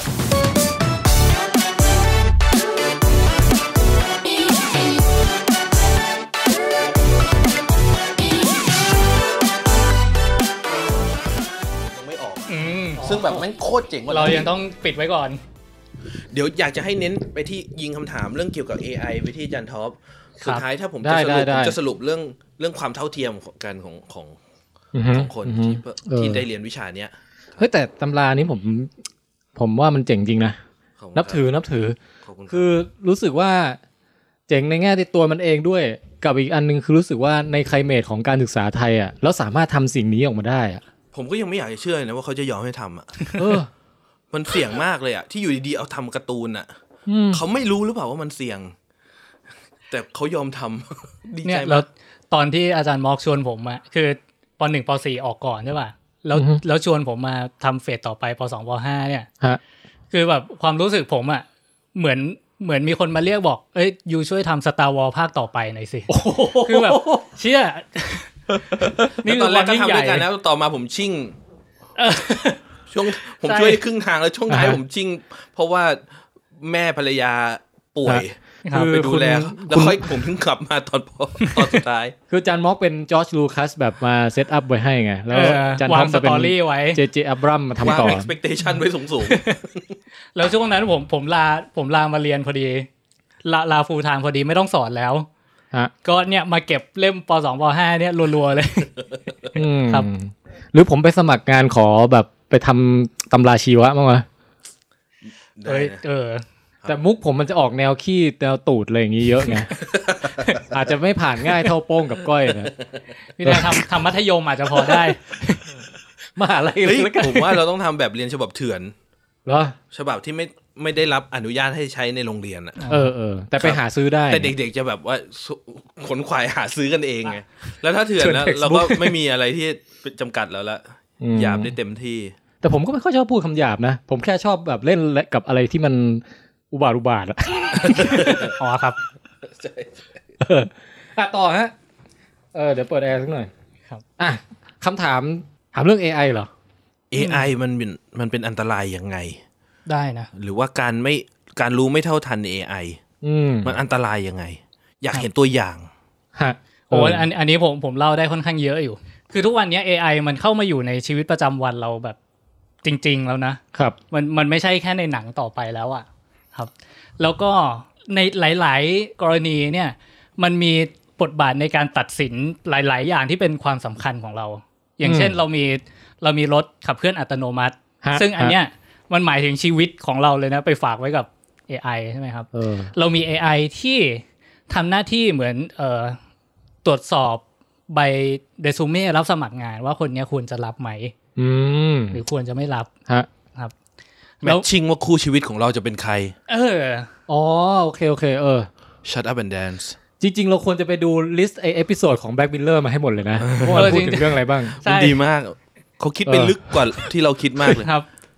ซึ่งแบบแม่งโคตรเจ๋งเรายังต้องปิดไว้ก่อนเดี๋ยวอยากจะให้เน้นไปที่ยิงคำถามเรื่องเกี่ยวกับ เอ ไอ ไปที่อาจารย์ท็อปสุดท้ายถ้าผมจะสรุปผมจะสรุปเรื่องเรื่องความเท่าเทียมกันของของของคนที่ที่ได้เรียนวิชาเนี้ยเฮ้ยแต่ตำรานี้ผมผมว่ามันเจ๋งจริงนะนับถือนับถือคือรู้สึกว่าเจ๋งในแง่ที่ตัวมันเองด้วยกับอีกอันนึงคือรู้สึกว่าในไคลเมทของการศึกษาไทยอ่ะแล้วสามารถทำสิ่งนี้ออกมาได้อ่ะผมก็ยังไม่อยากจะเชื่อนะว่าเขาจะยอมให้ทำอ่ะเออมันเสี่ยงมากเลยอ่ะที่อยู่ดีๆเอาทำการ์ตูนอ่ะเขาไม่รู้หรือเปล่าว่ามันเสี่ยงแต่เขายอมทำดีใจมากแล้วตอนที่อาจารย์มอกชวนผมอ่ะคือป.หนึ่ง ป.สี่ ออกก่อนใช่ป่ะแล้วแล้วชวนผมมาทำเฟสต่อไปป.สอง ป.ห้าเนี่ยคือแบบความรู้สึกผมอ่ะเหมือนเหมือนมีคนมาเรียกบอกเอ้ยยูช่วยทำ Star Wars ภาคต่อไปหน่อยสิคือแบบเชี่ยนี่ตอนแรกก็ทำด้วยกันแล้วต่อมาผมชิ่งช่วงผมช่วยครึ่งทางแล้วช่วงท้ายผมชิ่งเพราะว่าแม่ภรรยาป่วยไปดูแลแล้วค่อยผมถึงกลับมาตอนตอนสุดท้ายคือจานม็อกเป็นจอร์จลูคัสแบบมาเซตอัพไว้ให้ไงแล้วจานท็อปจะเป็นเจเจอับรัมมาทำต่อ expectation ไว้สูงๆแล้วช่วงนั้นผมผมลาผมลามาเรียนพอดีลาลาฟูลไทม์พอดีไม่ต้องสอนแล้วก็เนี่ยมาเก็บเล่มป.สอง ป.ห้าเนี่ยรัวๆเลยครับหรือผมไปสมัครงานขอแบบไปทำตำราชีวะมั้งวะเอ้ยเออแต่มุกผมมันจะออกแนวขี้แนวตูดอะไรอย่างงี้เยอะไงอาจจะไม่ผ่านง่ายเท่าโป้งกับก้อยนะพี่นายทำทำมัธยมอาจจะพอได้มหาลัยผมว่าเราต้องทำแบบเรียนฉบับเถื่อนเหรอฉบับที่ไม่ไม่ได้รับอนุญาตให้ใช้ในโรงเรียนอ่ะเออเออแต่ไปหาซื้อได้แต่เด็กๆจะแบบว่าขนขวายหาซื้อกันเองไงแล้วถ้าเถื่อนนะเราก็ไม่มีอะไรที่จำกัดแล้วละหยาบได้เต็มที่แต่ผมก็ไม่ค่อยชอบพูดคำหยาบนะผมแค่ชอบแบบเล่นกับอะไรที่มันอุบาทอุบาทอ่ะอ๋อครับใช่อ่ะต่อฮะเออเดี๋ยวเปิดแอร์สักหน่อยครับอ่ะคำถามถามเรื่อง เอ ไอ เหรอเอ ไอ มันเป็นมันเป็นอันตรายยังไงได้นะหรือว่าการไม่การรู้ไม่เท่าทัน เอ ไออืมมันอันตรายยังไงอยากเห็นตัวอย่างฮะโอ้อันอันนี้ผมผมเล่าได้ค่อนข้างเยอะอยู่คือทุกวันนี้ เอ ไอ มันเข้ามาอยู่ในชีวิตประจำวันเราแบบจริงๆแล้วนะครับมันมันไม่ใช่แค่ในหนังต่อไปแล้วอ่ะครับแล้วก็ในหลายๆกรณีเนี่ยมันมีบทบาทในการตัดสินหลายๆอย่างที่เป็นความสำคัญของเราอย่างเช่นเรามีเรามีรถขับเคลื่อนอัตโนมัติซึ่งอันเนี้ยมันหมายถึงชีวิตของเราเลยนะไปฝากไว้กับ เอ ไอ ใช่ไหมครับเออเรามี เอ ไอ ที่ทำหน้าที่เหมือนเอ่อตรวจสอบใบเรซูเม่รับสมัครงานว่าคนนี้ควรจะรับไหมอืมหรือควรจะไม่รับฮะครับแมทชิ่งว่าคู่ชีวิตของเราจะเป็นใครเอออ๋อโอเคโอเคเออ Shut up and dance จริงๆเราควรจะไปดูลิสต์ไอ้เอพิโซดของ Black Mirror มาให้หมดเลยนะว่าพูดถึงเรื่องอะไรบ้างมันดีมากเขาคิดไปลึกกว่าที่เราคิดมากเลยครับ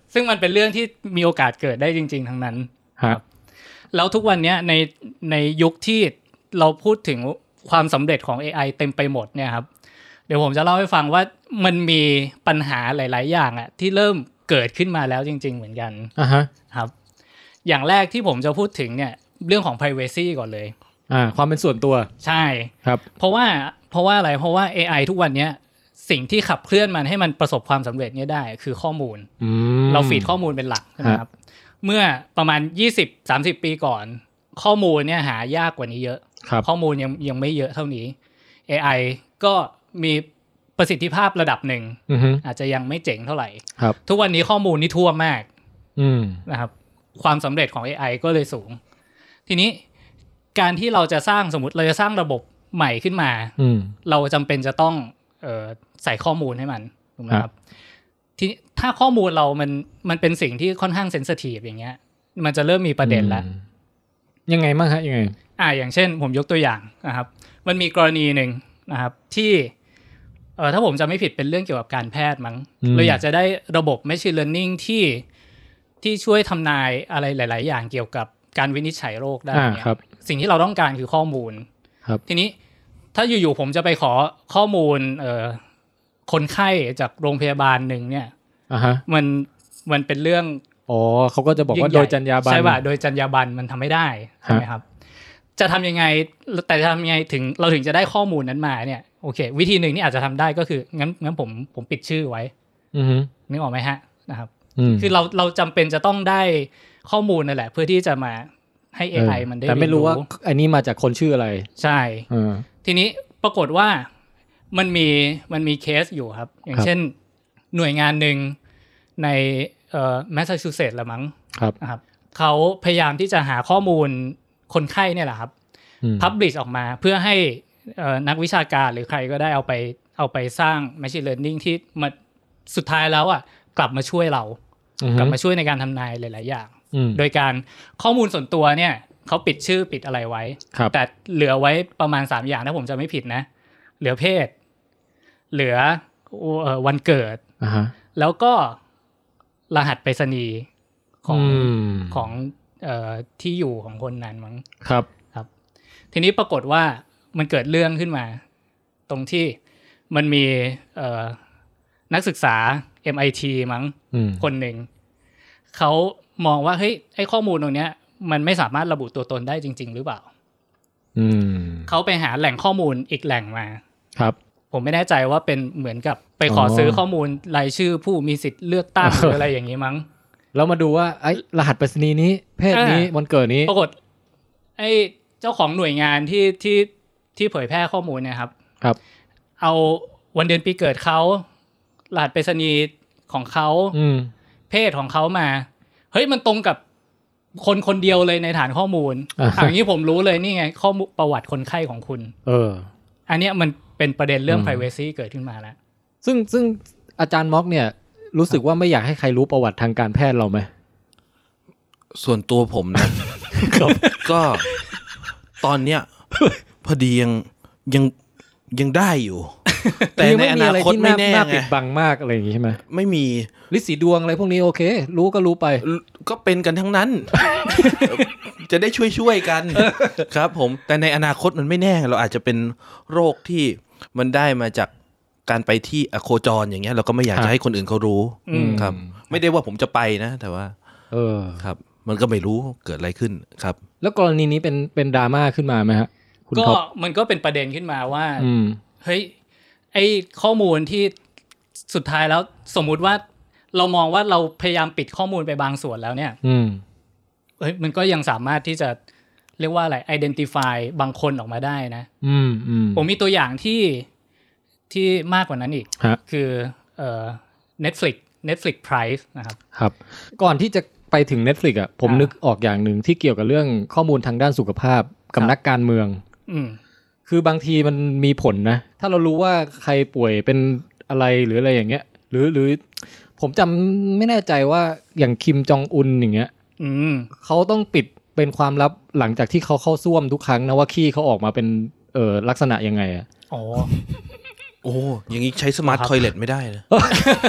ซึ่งมันเป็นเรื่องที่มีโอกาสเกิดได้จริงๆทั้งนั้นครับแล้วทุกวันนี้ในในยุคที่เราพูดถึงความสำเร็จของ เอ ไอ เต็มไปหมดเนี่ยครับเดี๋ยวผมจะเล่าให้ฟังว่ามันมีปัญหาหลายๆอย่างอ่ะที่เริ่มเกิดขึ้นมาแล้วจริงๆเหมือนกันอ่าฮะครับอย่างแรกที่ผมจะพูดถึงเนี่ยเรื่องของ privacy ก่อนเลยอ่าความเป็นส่วนตัวใช่ครับเพราะว่าเพราะว่าอะไรเพราะว่า เอ ไอ ทุกวันนี้สิ่งที่ขับเคลื่อนมันให้มันประสบความสำเร็จเนี่ยได้คือข้อมูลเราฟีดข้อมูลเป็นหลักใช่ไหมครับเมื่อประมาณ ยี่สิบถึงสามสิบ ปีก่อนข้อมูลเนี่ยหายากกว่านี้เยอะข้อมูลยังยังไม่เยอะเท่านี้ เอ ไอ ก็มีประสิทธิภาพระดับหนึ่ง อาจจะยังไม่เจ๋งเท่าไหร่ทุกวันนี้ข้อมูลนี่ทั่วมากนะครับความสำเร็จของ เอ ไอ ก็เลยสูงทีนี้การที่เราจะสร้างสมมติเราจะสร้างระบบใหม่ขึ้นมาเราจำเป็นจะต้องเอ่อใส่ข้อมูลให้มันถูกไหมครับที่ถ้าข้อมูลเรามันมันเป็นสิ่งที่ค่อนข้างเซนซิทีฟอย่างเงี้ยมันจะเริ่มมีประเด็นแล้วยังไงบ้างฮะยังไงอ่าอย่างเช่นผมยกตัวอย่างนะครับมันมีกรณีหนึ่งนะครับที่เอ่อถ้าผมจำไม่ผิดเป็นเรื่องเกี่ยวกับการแพทย์มั้งเราอยากจะได้ระบบ machine learning ที่ที่ช่วยทำนายอะไรหลายๆอย่างเกี่ยวกับการวินิจฉัยโรคได้เนี่ยสิ่งที่เราต้องการคือข้อมูลทีนี้ถ้าอยู่ๆผมจะไปขอข้อมูลเอ่อคนไข้จากโรงพยาบาลหนึ่งเนี่ยอ่าฮะมันมันเป็นเรื่องอ๋อเขาก็จะบอกว่าโดยจรรยาบรรณใช่ป่ะโดยจรรยาบรรณมันทำไม่ได้ใช่ไหมครับจะทำยังไงแต่จะทำยังไงถึงเราถึงจะได้ข้อมูลนั้นมาเนี่ยโอเควิธีหนึ่งที่อาจจะทำได้ก็คืองั้นงั้นผมผมปิดชื่อไว้อือฮึนึกออกไหมฮะนะครับคือเราเราจำเป็นจะต้องได้ข้อมูลนั่นแหละเพื่อที่จะมาให้ เอ ไอ มันได้แต่ไม่รู้ว่าอันนี้มาจากคนชื่ออะไรใช่ทีนี้ปรากฏว่ามันมีมันมีเคสอยู่ครับอย่างเช่นหน่วยงานหนึ่งในเอ่อแมสซาชูเซตส์ละมั้งนะครับเขาพยายามที่จะหาข้อมูลคนไข้เนี่ยแหละครับพับลิชออกมาเพื่อให้เอ่อนักวิชาการหรือใครก็ได้เอาไปเอาไปสร้าง machine learning ที่มาสุดท้ายแล้วอ่ะกลับมาช่วยเรากลับมาช่วยในการทำนายหลายๆอย่างโดยการข้อมูลส่วนตัวเนี่ยเขาปิดชื่อปิดอะไรไว้แต่เหลือไว้ประมาณสามอย่างถ้าผมจำไม่ผิดนะเหลือเพศเหลือวันเกิด uh-huh. แล้วก็รหัสไปรษณีย์ของของเอ่อที่อยู่ของคนนั้นมั้งครับครับทีนี้ปรากฏว่ามันเกิดเรื่องขึ้นมาตรงที่มันมีเอ่อนักศึกษา เอ็ม ไอ ที มั้งคนหนึ่งเขามองว่าเฮ้ยไอ้ข้อมูลตรงเนี้ยมันไม่สามารถระบุตัวตนได้จริงๆหรือเปล่าอืมเขาไปหาแหล่งข้อมูลอีกแหล่งมาครับผมไม่แน่ใจว่าเป็นเหมือนกับไปขอซื้อข้อมูลรายชื่อผู้มีสิทธิ์เลือกตั้งหรืออะไรอย่างนี้มั้งแล้วมาดูว่าไอ้รหัสไปรษณีย์นี้เพศนี้วันเกิดนี้ปรากฏไอ้เจ้าของหน่วยงานที่ที่ที่เผยแพร่ข้อมูลเนี่ยครับครับเอาวันเดือนปีเกิดเขารหัสไปรษณีย์ของเขาเพศของเขามาเฮ้ยมันตรงกับคนคนเดียวเลยในฐานข้อมูลอย่างนี้ผมรู้เลยนี่ไงข้อมูลประวัติคนไข้ของคุณเอออันเนี้ยมันเป็นประเด็นเรื่อง privacy เกิดขึ้นมาแล้วซึ่งซึ่งอาจารย์ม็อกเนี่ยรู้สึกว่าไม่อยากให้ใครรู้ประวัติทางการแพทย์เราไหมส่วนตัวผมนะ ก็ตอนเนี้ยพอดียังยังยังได้อยู่แต่ในอนาคตไม่แน่ไงปิดบังมากอะไรอย่างงี้ใช่ไหมไม่มีฤทธิ์สีดวงอะไรพวกนี้โอเครู้ก็รู้ไปก็เป็นกันทั้งนั้น จะได้ช่วยๆกันครับผมแต่ในอนาคตมันไม่แน่เราอาจจะเป็นโรคที่มันได้มาจากการไปที่อโคจรอย่างเงี้ยเราก็ไม่อยากจะให้คนอื่นเขารู้ครับไม่ได้ว่าผมจะไปนะแต่ว่าเออครับมันก็ไม่รู้เกิดอะไรขึ้นครับแล้วกรณีนี้เป็นเป็นดราม่าขึ้นมาไหมฮะก็มันก็เป็นประเด็นขึ้นมาว่าเฮ้ยไอ้ข้อมูลที่สุดท้ายแล้วสมมุติว่าเรามองว่าเราพยายามปิดข้อมูลไปบางส่วนแล้วเนี่ยเฮ้ยมันก็ยังสามารถที่จะเรียกว่าอะไร identify บางคนออกมาได้นะผมมีตัวอย่างที่ที่มากกว่านั้นอีกคือเอ่อ Netflix Netflix Price นะครับครับก่อนที่จะไปถึง Netflix อ่ะผมนึกออกอย่างหนึ่งที่เกี่ยวกับเรื่องข้อมูลทางด้านสุขภาพกับนักการเมืองคือบางทีมันมีผลนะถ้าเรารู้ว่าใครป่วยเป็นอะไรหรืออะไรอย่างเงี้ยหรือหรือผมจำไม่แน่ใจว่าอย่างคิมจองอุนอย่างเงี้ยเขาต้องปิดเป็นความลับหลังจากที่เขาเข้าซ่วมทุกครั้งนะว่าขี้เขาออกมาเป็นเอ่อลักษณะยังไงอ่ะอ๋อโอ้อย่างงี้ใช้สมาร์ททอยเลทไม่ได้นะ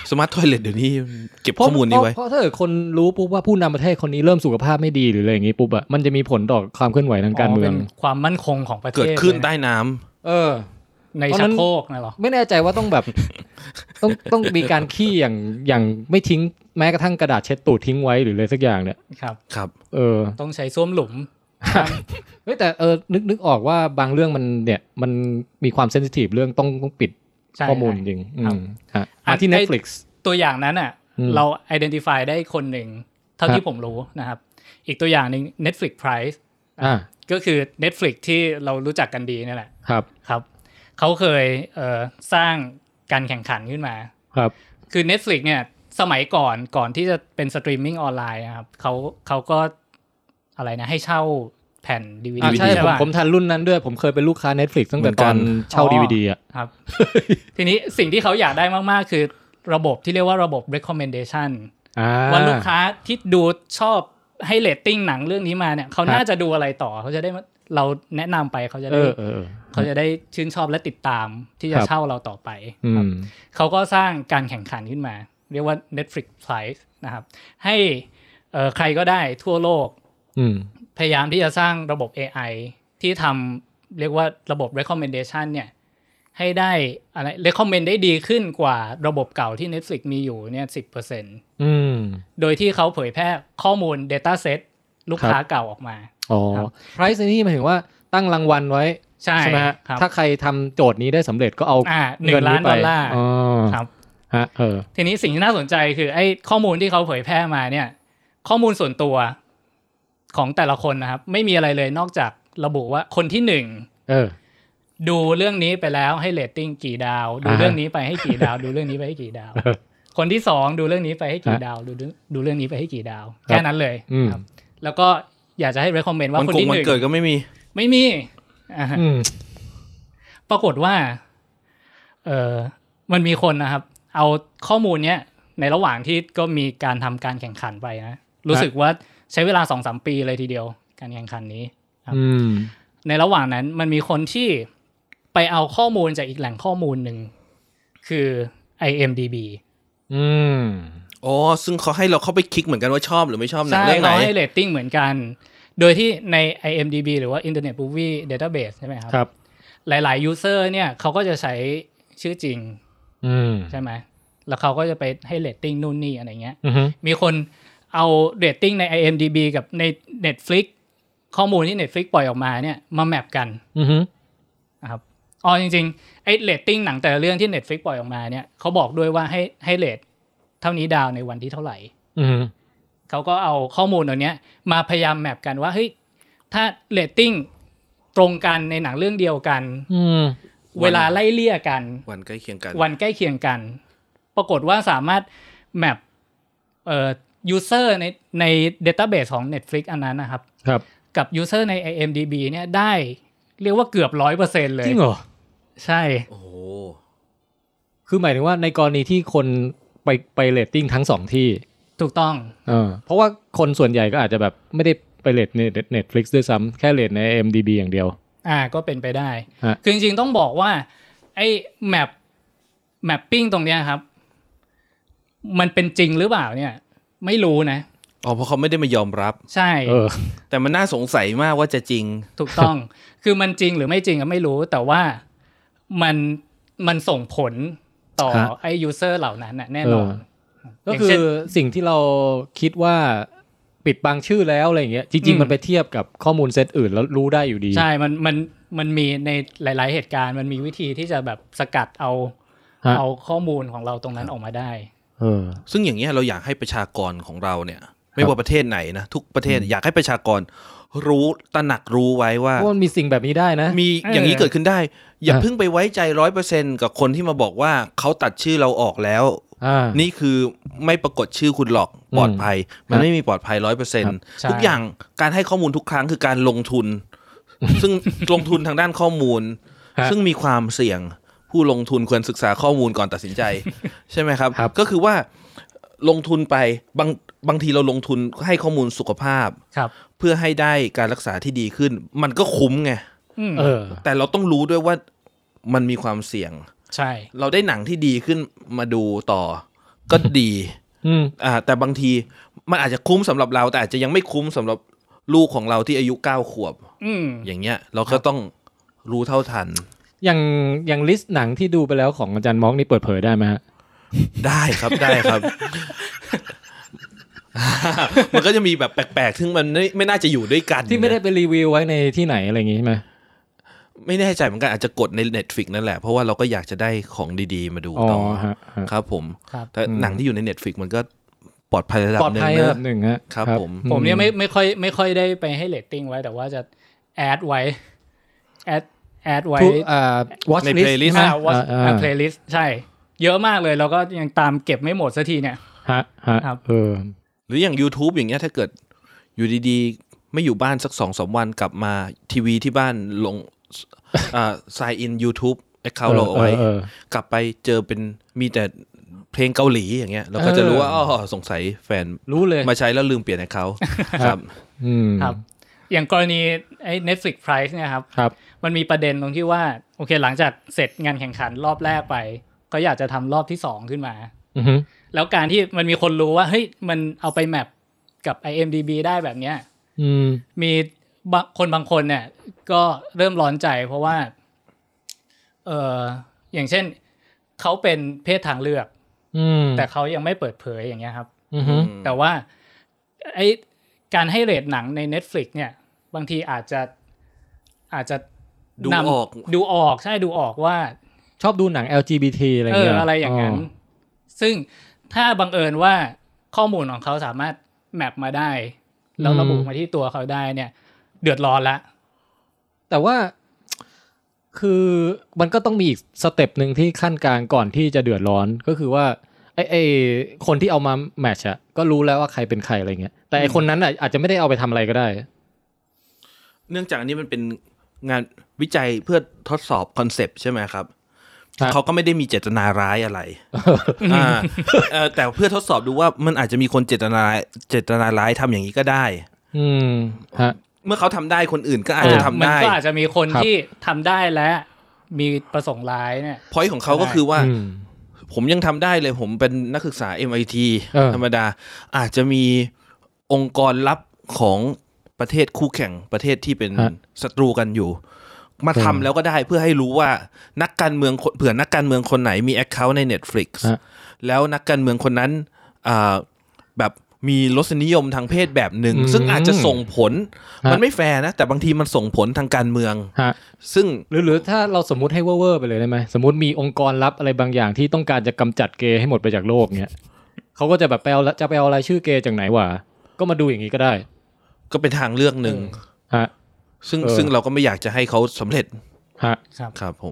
สมาร์ททอยเลทเดี๋ยวนี้เก็บข้อมูลนี้ไว้เพราะถ้าเกิดคนรู้ปุ๊บว่าผู้นำประเทศคนนี้เริ่มสุขภาพไม่ดีหรืออะไรอย่างงี้ปุ๊บอะมันจะมีผลต่อความเคลื่อนไหวทางการเมืองเป็นความมั่นคงของประเทศเกิดขึ้นใต้น้ำเออในชักโครกนะหรอไม่แน่ใจว่าต้องแบบต้องต้องมีการขี้อย่างอย่างไม่ทิ้งแม้กระทั่งกระดาษเช็ดตูดทิ้งไว้หรืออะไรสักอย่างเนี่ยครับครับเออต้องใช้ส้วมหลุมเฮ้ยแต่เออนึกนึกออกว่าบางเรื่องมันเนี่ยมันมีความเซนซิทีฟเรื่องต้องต้องปิดข้อมูลจริงอืมฮะอ่ะที่ Netflix ตัวอย่างนั้นอ่ะเรา identify ได้คนหนึ่งเท่าที่ผมรู้นะครับอีกตัวอย่างนึง Netflix Prize อ่าก็คือ Netflix ที่เรารู้จักกันดีนี่แหละครับครับเขาเคยเอ่อสร้างการแข่งขันขึ้นมาครับคือ Netflix เนี่ยสมัยก่อนก่อนที่จะเป็นสตรีมมิ่งออนไลน์ครับเขาเขาก็อะไรนะให้เช่าแผ่น ดี วี ดีใช่ผมผมทันรุ่นนั้นด้วยผมเคยเป็นลูกค้า Netflix ตั้งแต่ตอนเช่า ดี วี ดี อ่ะครับ ทีนี้สิ่งที่เขาอยากได้มากๆคือระบบที่เรียกว่าระบบ recommendation ว่าลูกค้าที่ดูชอบให้เรตติ้งหนังเรื่องนี้มาเนี่ยเขาน่าจะดูอะไรต่อเขาจะได้เราแนะนำไปเขาจะได้เขาจะได้ชื่นชอบและติดตามที่จะเช่าเราต่อไปครับเขาก็สร้างการแข่งขันขึ้นมาเรียกว่า Netflix Prize นะครับให้ใครก็ได้ทั่วโลกพยายามที่จะสร้างระบบ เอ ไอ ที่ทำเรียกว่าระบบ recommendation เนี่ยให้ได้อะไร recommend ได้ดีขึ้นกว่าระบบเก่าที่ Netflix มีอยู่เนี่ย สิบเปอร์เซ็นต์ อืมโดยที่เขาเผยแพร่ข้อมูล data set ลูกค้าเก่าออกมาอ๋อ price นี่หมายถึงว่าตั้งรางวัลไว้ใช่ไหมฮะถ้าใครทำโจทย์นี้ได้สำเร็จก็เอาเงินนี้ไปหนึ่งล้านดอลลาร์ครับฮะเออทีนี้สิ่งที่น่าสนใจคือไอ้ข้อมูลที่เขาเผยแพร่มาเนี่ยข้อมูลส่วนตัวของแต่ละคนนะครับไม่มีอะไรเลยนอกจากระบุว่าคนที่หนึ่งเออดูเรื่องนี้ไปแล้วให้เรตติ้งกี่ดาวดูเรื่องนี้ไปให้กี่ดาวดูเรื่องนี้ไปให้กี่ดาวคนที่สองดูเรื่องนี้ไปให้กี่ดาวดูดูเรื่องนี้ไปให้กี่ดาวแค่นั้นเลยครับแล้วก็อยากจะให้ recommend ว่าคนที่หนึ่งวันเกิดก็ไม่มีไม่มีปรากฏว่าเออมันมีคนนะครับเอาข้อมูลเนี้ยในระหว่างที่ก็มีการทำการแข่งขันไปนะรู้สึกว่าใช้เวลา สองถึงสาม ปีเลยทีเดียวการแข่งขันนี้ครับในระหว่างนั้นมันมีคนที่ไปเอาข้อมูลจากอีกแหล่งข้อมูลหนึ่งคือ ไอ เอ็ม ดี บีอืมอ๋อซึ่งเขาให้เราเข้าไปคลิกเหมือนกันว่าชอบหรือไม่ชอบหนังเรื่องไหนใช่เขาให้เรตติ้งเหมือนกันโดยที่ใน ไอ เอ็ม ดี บี หรือว่า Internet Movie Database ใช่ไหมครับครับหลายๆ user เนี่ยเขาก็จะใช้ชื่อจริงใช่ไหมแล้วเขาก็จะไปให้เรตติ้งนู่นนี่อะไรเงี้ยมีคนเอาเรตติ้งใน ไอ เอ็ม ดี บี กับใน Netflix ข้อมูลที่ Netflix ปล่อยออกมาเนี่ยมาแมปกันนะครับอ๋อจริงๆไอ้เรตติ้งหนังแต่ละเรื่องที่ Netflix ปล่อยออกมาเนี่ยเขาบอกด้วยว่าให้ให้เรตเท่านี้ดาวในวันที่เท่าไหร่เขาก็เอาข้อมูลตรงนี้มาพยายามแมปกันว่าเฮ้ยถ้าเรตติ้งตรงกันในหนังเรื่องเดียวกันเวลาไล่เลี่ยกันวันใกล้เคียงกันวันใกล้เคียงกันปรากฏว่าสามารถแมปเอ่อ user ในใน database ของ Netflix อันนั้นนะครับครับกับ user ใน ไอ เอ็ม ดี บี เนี่ยได้เรียกว่าเกือบ ร้อยเปอร์เซ็นต์ เลยจริงเหรอใช่โอ้โหคือหมายถึงว่าในกรณีที่คนไปไปเรตติ้งทั้งสองที่ถูกต้องเออเพราะว่าคนส่วนใหญ่ก็อาจจะแบบไม่ได้ไปเรตใน Netflix ด้วยซ้ำแค่เรตใน ไอ เอ็ม ดี บี อย่างเดียวอ่าก็เป็นไปได้คือจริงๆต้องบอกว่าไอ้แมปแมปปิ้งตรงเนี้ยครับมันเป็นจริงหรือเปล่าเนี่ยไม่รู้นะอ๋อเพราะเขาไม่ได้มายอมรับใช่เออแต่มันน่าสงสัยมากว่าจะจริงถูกต้องคือมันจริงหรือไม่จริงก็ไม่รู้แต่ว่ามันมันส่งผลต่อไอ้ยูเซอร์เหล่านั้นน่ะแน่นอนก็คือสิ่งที่เราคิดว่าปิดบังชื่อแล้วอะไรอย่างเงี้ยจริงๆมันไปเทียบกับข้อมูลเซตอื่นแล้วรู้ได้อยู่ดีใช่มันมันมันมีในหลายๆเหตุการณ์มันมีวิธีที่จะแบบสกัดเอาเอาข้อมูลของเราตรงนั้นออกมาได้เออซึ่งอย่างเงี้ยเราอยากให้ประชากรของเราเนี่ยไม่ว่าประเทศไหนนะทุกประเทศอยากให้ประชากรรู้ตระหนักรู้ไว้ว่าว่ามีสิ่งแบบนี้ได้นะมีอย่างนี้เกิดขึ้นได้อย่าเพิ่งไปไว้ใจ ร้อยเปอร์เซ็นต์ กับคนที่มาบอกว่าเขาตัดชื่อเราออกแล้วนี่คือไม่ปรากฏชื่อคุณหรอกปลอดภัยมันไม่มีปลอดภัย ร้อยเปอร์เซ็นต์ ทุกอย่างการให้ข้อมูลทุกครั้งคือการลงทุนซึ่งลงทุนทางด้านข้อมูลซึ่งมีความเสี่ยงผู้ลงทุนควรศึกษาข้อมูลก่อนตัดสินใจใช่ไหมครับก็คือว่าลงทุนไปบางบางทีเราลงทุนให้ข้อมูลสุขภาพเพื่อให้ได้การรักษาที่ดีขึ้นมันก็คุ้มไงแต่เราต้องรู้ด้วยว่ามันมีความเสี่ยงใช่เราได้หนังที่ดีขึ้นมาดูต่อก็ดีอืมอ่าแต่บางทีมันอาจจะคุ้มสำหรับเราแต่อาจจะยังไม่คุ้มสำหรับลูกของเราที่อายุเก้าขวบอย่างเงี้ยเราก็ต้องรู้เท่าทันอย่างอย่างลิสต์หนังที่ดูไปแล้วของอาจารย์ม็อกนี่เปิดเผยได้ไหมฮะได้ครับได้ครับ มันก็จะมีแบบแปลกๆซึ่งมันไม่ไม่น่าจะอยู่ด้วยกันที่ไม่ได้ไปรีวิวไว้ในที่ไหนอะไรอย่างงี้ใช่ไหมไม่แน่ใจเหมือนกันอาจจะกดใน Netflix นั่นแหละเพราะว่าเราก็อยากจะได้ของดีๆมาดูต่อครับผมแต่หนังที่อยู่ใน Netflix มันก็ปลอดภัยระดับนึงนะระดับนึงฮะครับผมผมเนี่ยไม่ไม่ค่อยไม่ค่อยได้ไปให้เรตติ้งไว้แต่ว่าจะแอดไว้แอดแอดไว้อ่า watch list อ่า watch playlist ใช่เยอะมากเลยแล้วก็ยังตามเก็บไม่หมดสักทีเนี่ยฮะฮะเออหรืออย่าง YouTube อย่างเงี้ยถ้าเกิดอยู่ดีๆไม่อยู่บ้านสัก สองสาม วันกลับมาทีวีที่บ้านลงอ่า sign in YouTube account เราเอาไว้กลับไปเจอเป็นมีแต่เพลงเกาหลีอย่างเงี้ยเราก็จะรู้ว่าอ๋อสงสัยแฟนรู้เลยมาใช้แล้วลืมเปลี่ยนให้เขาครับอืมครับอย่างกรณีไอ้ Netflix Price เนี่ยครับครับมันมีประเด็นตรงที่ว่าโอเคหลังจากเสร็จงานแข่งขันรอบแรกไปก็อยากจะทำรอบที่สองขึ้นมาอือฮึแล้วการที่มันมีคนรู้ว่าเฮ้ยมันเอาไปแมปกับ ไอ เอ็ม ดี บี ได้แบบเนี้ยอืมมีคนบางคนเนี่ยก็เริ่มร้อนใจเพราะว่าเอออย่างเช่นเขาเป็นเพศทางเลือกแต่เขายังไม่เปิดเผยอย่างเงี้ยครับแต่ว่าไอการให้เรทหนังใน Netflix เนี่ยบางทีอาจจะอาจจะดูออกดูออกใช่ดูออกว่าชอบดูหนัง แอล จี บี ที อะไรอย่างเงี้ยเอออะไรอย่างนั้นซึ่งถ้าบังเอิญว่าข้อมูลของเขาสามารถแมปมาได้แล้วระบุมาที่ตัวเขาได้เนี่ยเดือดร้อนละแต่ว่าคือมันก็ต้องมีอีกสเต็ปนึงที่ขั้นกลางก่อนที่จะเดือดร้อนก็คือว่าไอ้ไอ้คนที่เอามาแมทช์อ่ะก็รู้แล้วว่าใครเป็นใครอะไรเงี้ยแต่ไอ้คนนั้นอ่ะอาจจะไม่ได้เอาไปทำอะไรก็ได้เนื่องจากอันนี้มันเป็นงานวิจัยเพื่อทดสอบคอนเซปต์ใช่ไหมครับเขาก็ไม่ได้มีเจตนาร้ายอะไรอ่าแต่เพื่อทดสอบดูว่ามันอาจจะมีคนเจตนาเจตนาร้ายทำอย่างนี้ก็ได้อืมฮะเมื่อเขาทำได้คนอื่นก็อาจจะทำได้มันก็อาจจะมีคนที่ทำได้และมีประสงค์ร้ายเนี่ยพอยต์ของเขาก็คือว่าผมยังทำได้เลยผมเป็นนักศึกษา เอ็ม ไอ ที ธรรมดาอาจจะมีองค์กรลับของประเทศคู่แข่งประเทศที่เป็นศัตรูกันอยู่มาทำแล้วก็ได้เพื่อให้รู้ว่านักการเมืองเผื่อนักการเมืองคนไหนมี account ใน Netflix แล้วนักการเมืองคนนั้นแบบมีรสนิยมทางเพศแบบหนึ่งซึ่งอาจจะส่งผลมันไม่แฟร์นะแต่บางทีมันส่งผลทางการเมืองซึ่งหรือหรือถ้าเราสมมุติให้เว่อร์ๆไปเลยได้ไหมสมมุติมีองค์กรลับอะไรบางอย่างที่ต้องการจะกำจัดเกย์ให้หมดไปจากโลกเงี้ยเขาก็จะแบบไปเอาจะไปเอารายชื่อเกย์จากไหนวะก็มาดูอย่างนี้ก็ได้ก็เป็นทางเลือกหนึ่งฮะซึ่งซึ่งเราก็ไม่อยากจะให้เขาสำเร็จฮะครับผม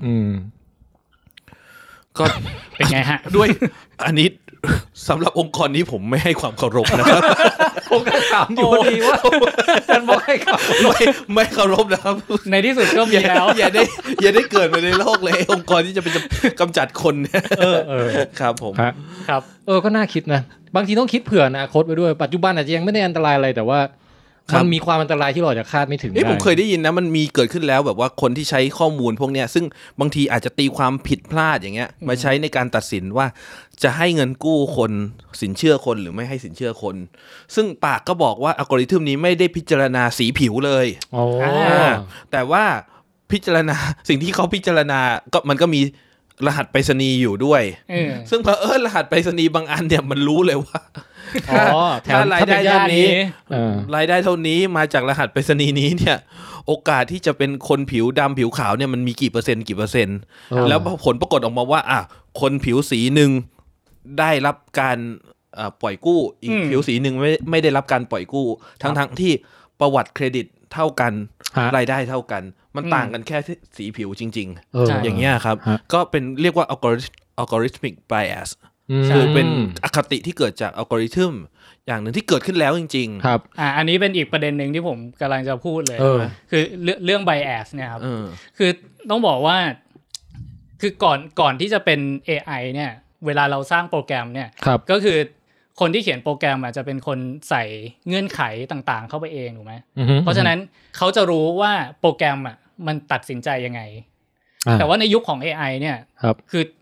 ก็เป็นไงฮะด้วยอันนี้สำหรับองค์กรนี้ผมไม่ให้ความเคารพนะครับผมก็ถามอยู่ดีว่าฉันบอกให้เขาไม่ไม่เคารพนะครับในที่สุดก็มีแล้วอย่าได้อย่าได้เกิดมาในโลกเลยองค์กรที่จะเป็นกำจัดคนเออเออครับผมครับเออก็น่าคิดนะบางทีต้องคิดเผื่ออนาคตไว้ด้วยปัจจุบันอาจจะยังไม่ได้อันตรายอะไรแต่ว่ามันมีความอันตรายที่เราจะคาดไม่ถึงได้ผมเคยได้ยินนะมันมีเกิดขึ้นแล้วแบบว่าคนที่ใช้ข้อมูลพวกเนี้ยซึ่งบางทีอาจจะตีความผิดพลาดอย่างเงี้ยมาใช้ในการตัดสินว่าจะให้เงินกู้คนสินเชื่อคนหรือไม่ให้สินเชื่อคนซึ่งปากก็บอกว่าอัลกอริทึมนี้ไม่ได้พิจารณาสีผิวเลยอ๋อแต่ว่าพิจารณาสิ่งที่เขาพิจารณาก็มันก็มีรหัสไปรษณีย์อยู่ด้วยซึ่งเผอิญรหัสไปรษณีย์บางอันเนี่ยมันรู้เลยว่าอ๋อถ้ารายได้เท่านี้รายได้เท่านี้มาจากรหัสไปรษณีย์นี้เนี่ยโอกาสที่จะเป็นคนผิวดำผิวขาวเนี่ยมันมีกี่เปอร์เซ็นต์กี่เปอร์เซ็นต์แล้วผลปรากฏออกมาว่าอ่ะคนผิวสีหนึ่งได้รับการปล่อยกู้อีกผิวสีหนึ่งไม่ไม่ได้รับการปล่อยกู้ทั้งทั้งที่ประวัติเครดิตเท่ากันรายได้เท่ากันมันต่างกันแค่สีผิวจริงๆอย่างเงี้ยครับก็เป็นเรียกว่า algorithmic bias คือเป็นอคติที่เกิดจากอัลกอริทึมอย่างหนึ่งที่เกิดขึ้นแล้วจริงๆครับอ่าอันนี้เป็นอีกประเด็นหนึ่งที่ผมกำลังจะพูดเลยคือเรื่อง bias เนี่ยครับคือต้องบอกว่าคือก่อนก่อนที่จะเป็น เอ ไอ เนี่ยเวลาเราสร้างโปรแกรมเนี่ยก็คือคนที่เขียนโปรแกรมอาจจะเป็นคนใส่เงื่อนไขต่างๆเข้าไปเองถูกไหมเพราะฉะนั้นเขาจะรู้ว่าโปรแกรมอ่ะมันตัดสินใจยังไงแต่ว่าในยุคของ เอ ไอ เนี่ยคือ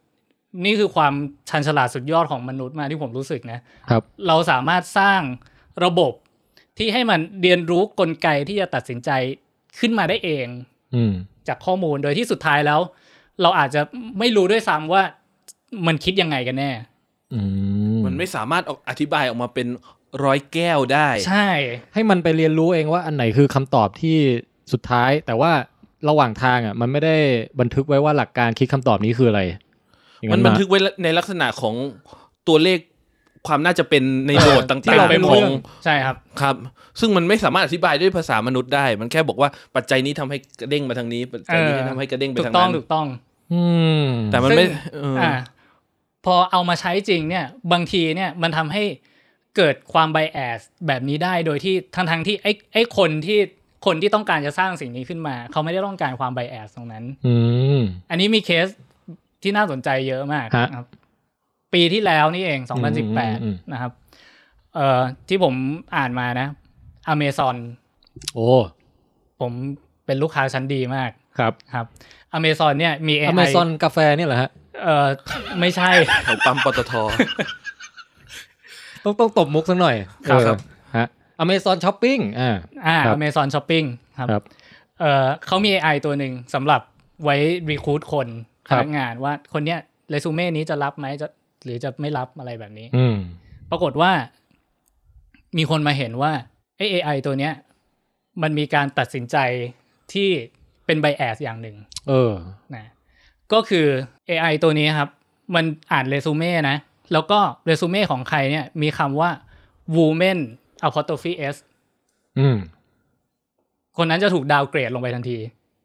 นี่คือความชันฉลาดสุดยอดของมนุษย์มาที่ผมรู้สึกนะครับเราสามารถสร้างระบบที่ให้มันเรียนรู้กลไกที่จะตัดสินใจขึ้นมาได้เองจากข้อมูลโดยที่สุดท้ายแล้วเราอาจจะไม่รู้ด้วยซ้ำว่ามันคิดยังไงกันแน่มันไม่สามารถอธิบายออกมาเป็นร้อยแก้วได้ใช่ให้มันไปเรียนรู้เองว่าอันไหนคือคำตอบที่สุดท้ายแต่ว่าระหว่างทางอ่ะมันไม่ได้บันทึกไว้ว่าหลักการคิดคำตอบนี้คืออะไรมันบันทึกไว้ในลักษณะของตัวเลขความน่าจะเป็นในโหมดต่างๆเป็นของใช่ครับครับซึ่งมันไม่สามารถอธิบายด้วยภาษามนุษย์ได้มันแค่บอกว่าปัจจัยนี้ทำให้กระเด้งมาทางนี้ปัจจัยนี้ทำให้กระเด้งไปทางนั้นถูกต้องถูกต้องแต่มันไม่อ่าพอเอามาใช้จริงเนี่ยบางทีเนี่ยมันทำให้เกิดความไบแอสแบบนี้ได้โดยที่ทั้งๆที่ไอ้ไอ้คนที่คนที่ต้องการจะสร้างสิ่งนี้ขึ้นมาเขาไม่ได้ต้องการความไบแอสตรงนั้นอันนี้มีเคสที่น่าสนใจเยอะมากครับปีที่แล้วนี่เองสองพันสิบแปดนะครับเอ่อที่ผมอ่านมานะ Amazon โอ้ผมเป็นลูกค้าชั้นดีมากครับครับ Amazon เนี่ยมี เอ ไอ Amazon กาแฟนี่เหรอฮะเอ่อไม่ใช่แถวปั๊มปตทต้องต้องตบมุกสักหน่อยครับฮะ Amazon Shopping อ่าอ่า Amazon Shopping ครับเอ่อเขามี เอ ไอ ตัวหนึ่งสำหรับไว้รีครูทคนพนักงานว่าคนเนี้ยเรซูเม่นี้จะรับไหมจะหรือจะไม่รับอะไรแบบนี้ปรากฏว่ามีคนมาเห็นว่าไอ้ เอ ไอ ตัวเนี้ยมันมีการตัดสินใจที่เป็นไบแอสอย่างหนึ่งเออนะก็คือ เอ ไอ ตัวนี้ครับมันอ่านเรซูเม่นะแล้วก็เรซูเม่ของใครเนี่ยมีคำว่า woman apostrophe s อืมคนนั้นจะถูกดาวเกรดลงไปทันที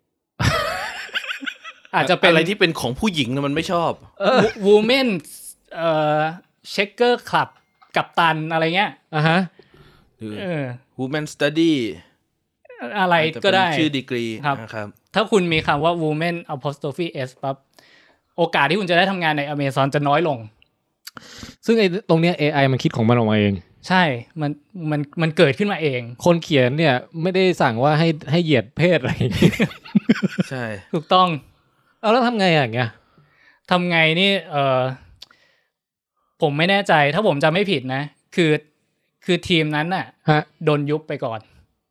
อาจจะเป็นอะไรที่เป็นของผู้หญิงนะมันไม่ชอบ woman เอ่อ checker club กัปตันอะไรเงี้ยอ่าฮะเออ woman study อะไรก็ได้ชื่อดีกรีครับถ้าคุณมีคำว่า woman apostrophe s ปั๊บโอกาสที่คุณจะได้ทำงานใน Amazon จะน้อยลงซึ่งไอ้ตรงเนี้ย เอ ไอ มันคิดของมันออกมาเองใช่มันมันมันเกิดขึ้นมาเองคนเขียนเนี่ยไม่ได้สั่งว่าให้ให้เหยียดเพศอะไรใช่ถูกต้องเอาแล้วทำไงอย่างเงี้ยทำไงนี่เออผมไม่แน่ใจถ้าผมจำไม่ผิดนะคือคือทีมนั้นน่ะโดนยุบไปก่อน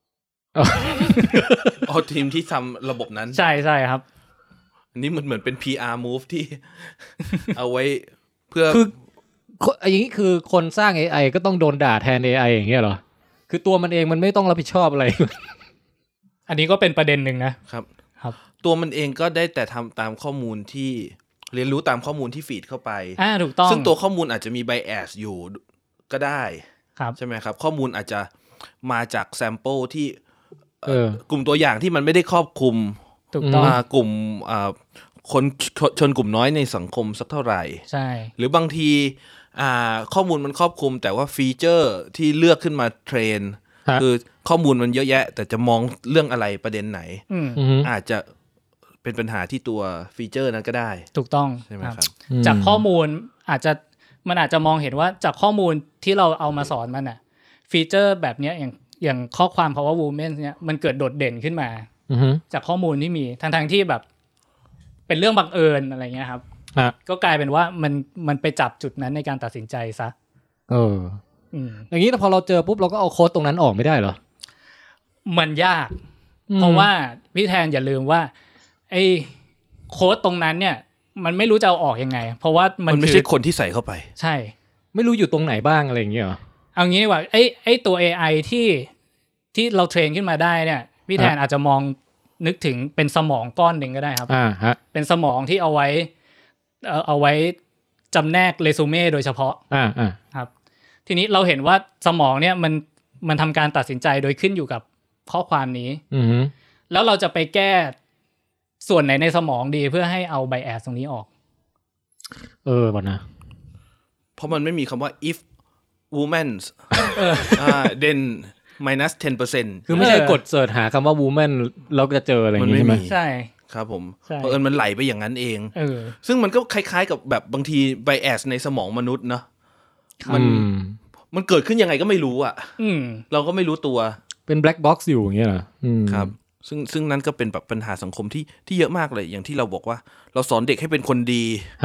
อ๋อทีมที่ทำระบบนั้นใช่ใช่ครับอันนี้มันเหมือนเป็น พี อาร์ move ที่ เอาไว้เพื่อคืออย่างนี้คือคนสร้าง เอ ไอ ก็ต้องโดนด่าแทน เอ ไอ อย่างเงี้ยเหรอคือตัวมันเองมันไม่ต้องรับผิดชอบอะไรอันนี้ก็เป็นประเด็นหนึ่งนะครับครับตัวมันเองก็ได้แต่ทำตามข้อมูลที่เรียนรู้ตามข้อมูลที่ฟีดเข้าไปอ่าถูกต้องซึ่งตัวข้อมูลอาจจะมี bias อยู่ก็ได้ครับใช่ไหมครับข้อมูลอาจจะมาจากแซมเปิลที่กลุ่มตัวอย่างที่มันไม่ได้ครอบคลุมถูกต้องกลุ่มคนชนกลุ่มน้อยในสังคมสักเท่าไหร่ใช่หรือบางทีข้อมูลมันครอบคลุมแต่ว่าฟีเจอร์ที่เลือกขึ้นมาเทรนคือข้อมูลมันเยอะแยะแต่จะมองเรื่องอะไรประเด็นไหนอาจจะเป็นปัญหาที่ตัวฟีเจอร์นั้นก็ได้ถูกต้องใช่ไหมครับจากข้อมูลอาจจะมันอาจจะมองเห็นว่าจากข้อมูลที่เราเอามาสอนมันน่ะฟีเจอร์แบบนี้อย่างอย่างข้อความ power woman เนี่ยมันเกิดโดดเด่นขึ้นมาจากข้อมูลที่มีทั้งๆที่แบบเป็นเรื่องบังเอิญอะไรเงี้ยครับก็กลายเป็นว่ามันมันไปจับจุดนั้นในการตัดสินใจซะเอออย่างนี้พอเราเจอปุ๊บเราก็เอาโค้ดตรงนั้นออกไม่ได้เหรอมันยากเพราะว่าพี่แทนอย่าลืมว่าไอ้โค้ดตรงนั้นเนี่ยมันไม่รู้จะเอาออกยังไงเพราะว่ามันไม่ใช่คนที่ใส่เข้าไปใช่ไม่รู้อยู่ตรงไหนบ้างอะไรอย่างเงี้ยเหรอเอางี้ว่าไอ้ไอ้ตัว เอ ไอ ที่ที่เราเทรนขึ้นมาได้เนี่ยพี่แทนอาจจะมองนึกถึงเป็นสมองก้อนหนึ่งก็ได้ครับอ่าฮะเป็นสมองที่เอาไว้เอาไว้จำแนกเรซูเม่โดยเฉพาะอ่าอ่าครับทีนี้เราเห็นว่าสมองเนี่ยมันมันทำการตัดสินใจโดยขึ้นอยู่กับข้อความนี้อือแล้วเราจะไปแก้ส่วนไหนในสมองดีเพื่อให้เอาไบแอสตรงนี้ออกเออป่ะนะเพราะมันไม่มีคำว่า if women อ่า then minus สิบเปอร์เซ็นต์คือไม่ใช่กดเสิร์ชหาคำว่า woman เราจะเจออะไรอย่างงี้ใช่ไหมใช่ครับผมเพราะเอิญมันไหลไปอย่างนั้นเองเออซึ่งมันก็คล้ายๆกับแบบบางที bias ในสมองมนุษย์เนาะมันมันเกิดขึ้นยังไงก็ไม่รู้อ่ะเราก็ไม่รู้ตัวเป็น black box อยู่อย่างเงี้ยเหรอครับซึ่งซึ่งนั้นก็เป็นแบบปัญหาสังคมที่ที่เยอะมากเลยอย่างที่เราบอกว่าเราสอนเด็กให้เป็นคนดี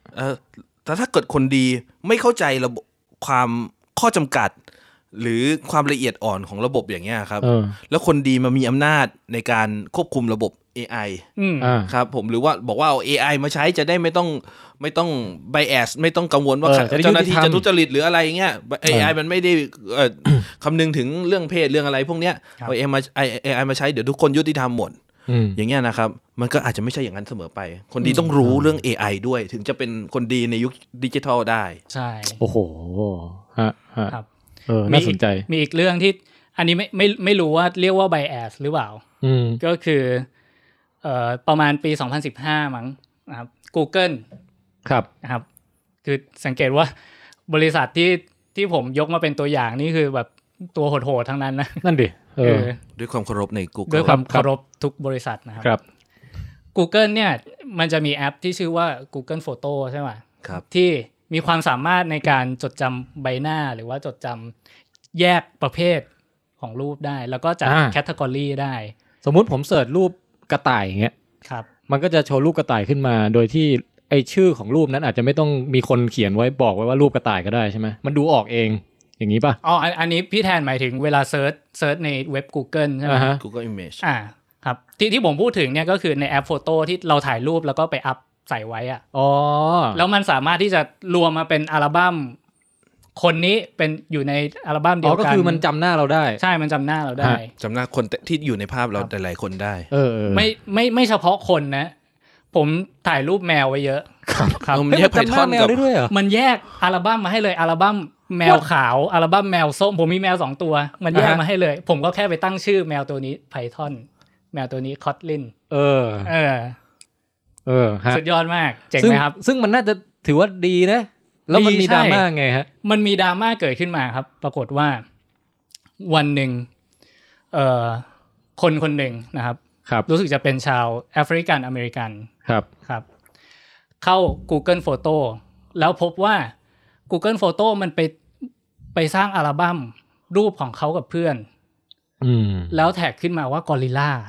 เออแต่ถ้าเกิดคนดีไม่เข้าใจระบบความข้อจำกัดหรือความละเอียดอ่อนของระบบอย่างเงี้ยครับแล้วคนดีมามีอำนาจในการควบคุมระบบ เอ ไออืมครับผมหรือว่าบอกว่าเอา เอ ไอ มาใช้จะได้ไม่ต้องไม่ต้อง bias ไม่ต้องกังวลว่าเจ้าหน้าที่จะทุจริตหรืออะไรเงี้ย เอ ไอ มันไม่ได้คำนึงถึงเรื่องเพศเรื่องอะไรพวกเนี้ยเอา เอ ไอ มา เอ ไอ มาใช้เดี๋ยวทุกคนยุติธรรมหมดอย่างเงี้ยนะครับมันก็อาจจะไม่ใช่อย่างนั้นเสมอไปคนดีต้องรู้เรื่อง เอ ไอ ด้วยถึงจะเป็นคนดีในยุคดิจิทัลได้ใช่โอ้โหฮะฮะครับเออน่าสนใจมีอีกเรื่องที่อันนี้ไม่ไม่ไม่รู้ว่าเรียกว่า bias หรือเปล่าก็คือเอ่อประมาณปีสองพันสิบห้ามั้งนะครับ Google ครับนะครับคือสังเกตว่าบริษัทที่ที่ผมยกมาเป็นตัวอย่างนี่คือแบบตัวโหดๆทั้งนั้นนะนั่นดิเออด้วยความเคารพใน Google ด้วยความเคารพทุกบริษัทนะครับครับ Google เนี่ยมันจะมีแอปที่ชื่อว่า Google Photo ใช่ไหมครับที่มีความสามารถในการจดจำใบหน้าหรือว่าจดจำแยกประเภทของรูปได้แล้วก็จัดแคตตากรีได้สมมุติผมเสิร์ชรูปกระต่ายอย่างเงี้ยครับมันก็จะโชว์รูปกระต่ายขึ้นมาโดยที่ไอชื่อของรูปนั้นอาจจะไม่ต้องมีคนเขียนไว้บอกไว้ว่ารูปกระต่ายก็ได้ใช่ไหมมันดูออกเองอย่างนี้ป่ะอ๋ออันนี้พี่แทนหมายถึงเวลาเซิร์ชเซิร์ชในเว็บ Google ใช่ไหม uh-huh. Google Image อ่าครับที่ที่ผมพูดถึงเนี่ยก็คือในแอปโฟโต้ที่เราถ่ายรูปแล้วก็ไปอัพใส่ไว้อ่ะอ๋อแล้วมันสามารถที่จะรวมมาเป็นอัลบั้มคนนี้เป็นอยู่ในอัลบั้มเดียวกันอ๋อก็คือมันจำหน้าเราได้ใช่มันจำหน้าเราได้จำหน้าคนที่อยู่ในภาพเราหลายๆคนได้เออไม่ไม่ไม่เฉพาะคนนะผมถ่ายรูปแมวไว้เยอะครับมันแยกไพทอนกับมันแยกอัลบั้มมาให้เลยอัลบั้มแมวขาวอัลบั้มแมวส้มผมมีแมวสองตัวมันแยกมาให้เลยผมก็แค่ไปตั้งชื่อแมวตัวนี้ไพทอนแมวตัวนี้คอตลินเออเออเออฮะสุดยอดมากเจ๋งไหมครับซึ่งมันน่าจะถือว่าดีนะแล้วมันมีดราม่าไงฮะมันมีดราม่าเกิดขึ้นมาครับปรากฏว่าวันหนึ่งเอ่อคนคนหนึ่งนะครับรู้สึกจะเป็นชาวแอฟริกันอเมริกันครับครับเข้า Google Photo แล้วพบว่า Google Photo มันไปไปสร้างอัลบั้มรูปของเขากับเพื่อนอืมแล้วแท็กขึ้นมาว่ากอริลลา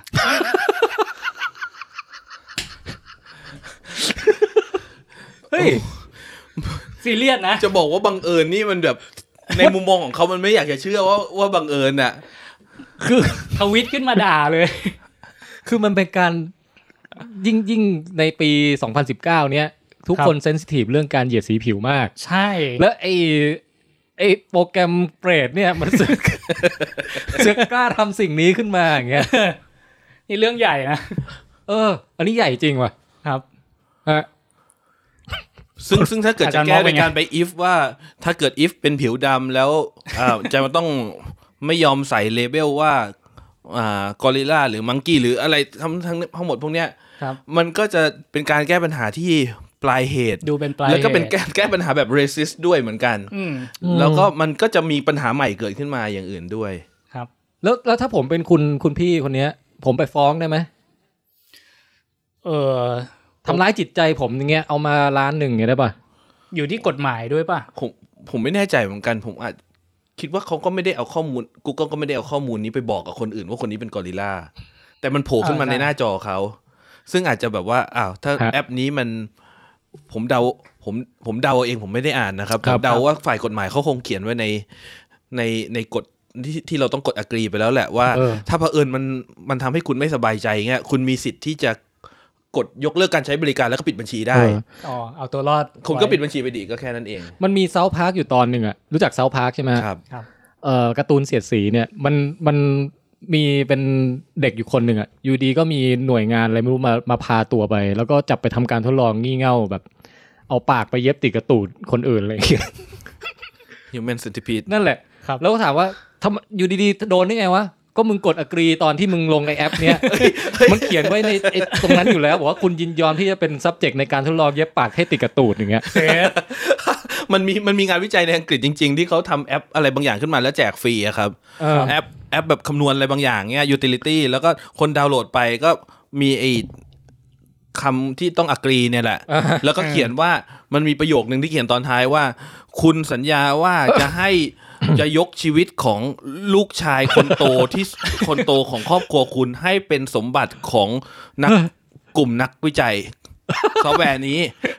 เฮ้ยซีเรียสนะจะบอกว่าบังเอิญนี่มันแบบในมุมมองของเขามันไม่อยากจะเชื่อว่าว่าบังเอิญน่ะคือทวิตขึ้นมาด่าเลยคือมันเป็นการยิ่งยิ่งในปีสองพันสิบเก้าเนี้ยทุกคนเซนซิทีฟเรื่องการเหยียดสีผิวมากใช่แล้วไอ้ไอ้โปรแกรมเปรตเนี่ยมันสึกจะกล้าทำสิ่งนี้ขึ้นมาอย่างเงี้ยนี่เรื่องใหญ่นะเอออันนี้ใหญ่จริงว่ะครับฮะซึ่งซึ่งถ้าเกิดจะแก้ในการไป if ว่าถ้าเกิด if เป็นผิวดำแล้วอ่าจะมาต้องไม่ยอมใส่เลเบลว่าอ่ากอริลลาหรือมังกี้หรืออะไรทั้งทั้งทั้งหมดพวกเนี้ยมันก็จะเป็นการแก้ปัญหาที่ปลายเหตุดูเป็นปลายแล้วก็เป็นแก้แก้ปัญหาแบบ racist ด้วยเหมือนกันแล้วก็มันก็จะมีปัญหาใหม่เกิดขึ้นมาอย่างอื่นด้วยครับแล้วแล้วถ้าผมเป็นคุณคุณพี่คนนี้ผมไปฟ้องได้ไหมเออทำร้ายจิตใจผมอย่างเงี้ยเอามาล้านหนึ่งอย่างเงี้ยได้ป่ะอยู่ที่กฎหมายด้วยป่ะผมผมไม่แน่ใจเหมือนกันผมอาจคิดว่าเขาก็ไม่ได้เอาข้อมูล Google ก็ไม่ได้เอาข้อมูลนี้ไปบอกกับคนอื่นว่าคนนี้เป็นกอริลลาแต่มันโผล่ขึ้นมาในหน้าจอเขาซึ่งอาจจะแบบว่าอ้าวถ้าแอปนี้มันผมเดาผมผมเดาเองผมไม่ได้อ่านนะครับผมเดาว่าฝ่ายกฎหมายเขาคงเขียนไว้ในในในกฎที่ที่เราต้องกด agree ไปแล้วแหละว่าถ้าเผอิญมันมันทำให้คุณไม่สบายใจเงี้ยคุณมีสิทธิ์ที่จะกดยกเลิกการใช้บริการแล้วก็ปิดบัญชีได้อ๋อเอาตัวรอดคุณก็ปิดบัญชีไปดีก็แค่นั้นเองมันมีเซาท์พาร์คอยู่ตอนนึงอ่ะรู้จักเซาท์พาร์คใช่ไหมครับครับเอ่อการ์ตูนเสียดสีเนี่ยมันมันมีเป็นเด็กอยู่คนหนึ่งอ่ะอยู่ดีก็มีหน่วยงานอะไรไม่รู้มามาพาตัวไปแล้วก็จับไปทำการทดลองงี่เง่าแบบเอาปากไปเย็บติดกระตูดคนอื่นอะไรอย่างเงี้ย Human Centipede นั่นแหละครับแล้วก็ถามว่าทำอยู่ดีๆโดนได้ไงวะก็มึงกด agree ตอนที่มึงลงไอ้แอปเนี้ยมันเขียนไว้ในตรงนั้นอยู่แล้วบอกว่าคุณยินยอมที่จะเป็น subject ในการทดลองเย็บปากให้ติดกระตูดอย่างเงี้ยมันมีมันมีงานวิจัยในอังกฤษจริงๆที่เขาทำแอปอะไรบางอย่างขึ้นมาแล้วแจกฟรีอะครับแอปแอปแบบคำนวณอะไรบางอย่างเงี้ย utility แล้วก็คนดาวน์โหลดไปก็มีไอ้คำที่ต้อง agree เนี่ยแหละแล้วก็เขียนว่ามันมีประโยคนึงที่เขียนตอนท้ายว่าคุณสัญญาว่าจะให้จะยกชีวิตของลูกชายคนโตที่คนโตของครอบครัวคุณให้เป็นสมบัติของนักกลุ่มนักวิจัยซอฟต์แวร์นี้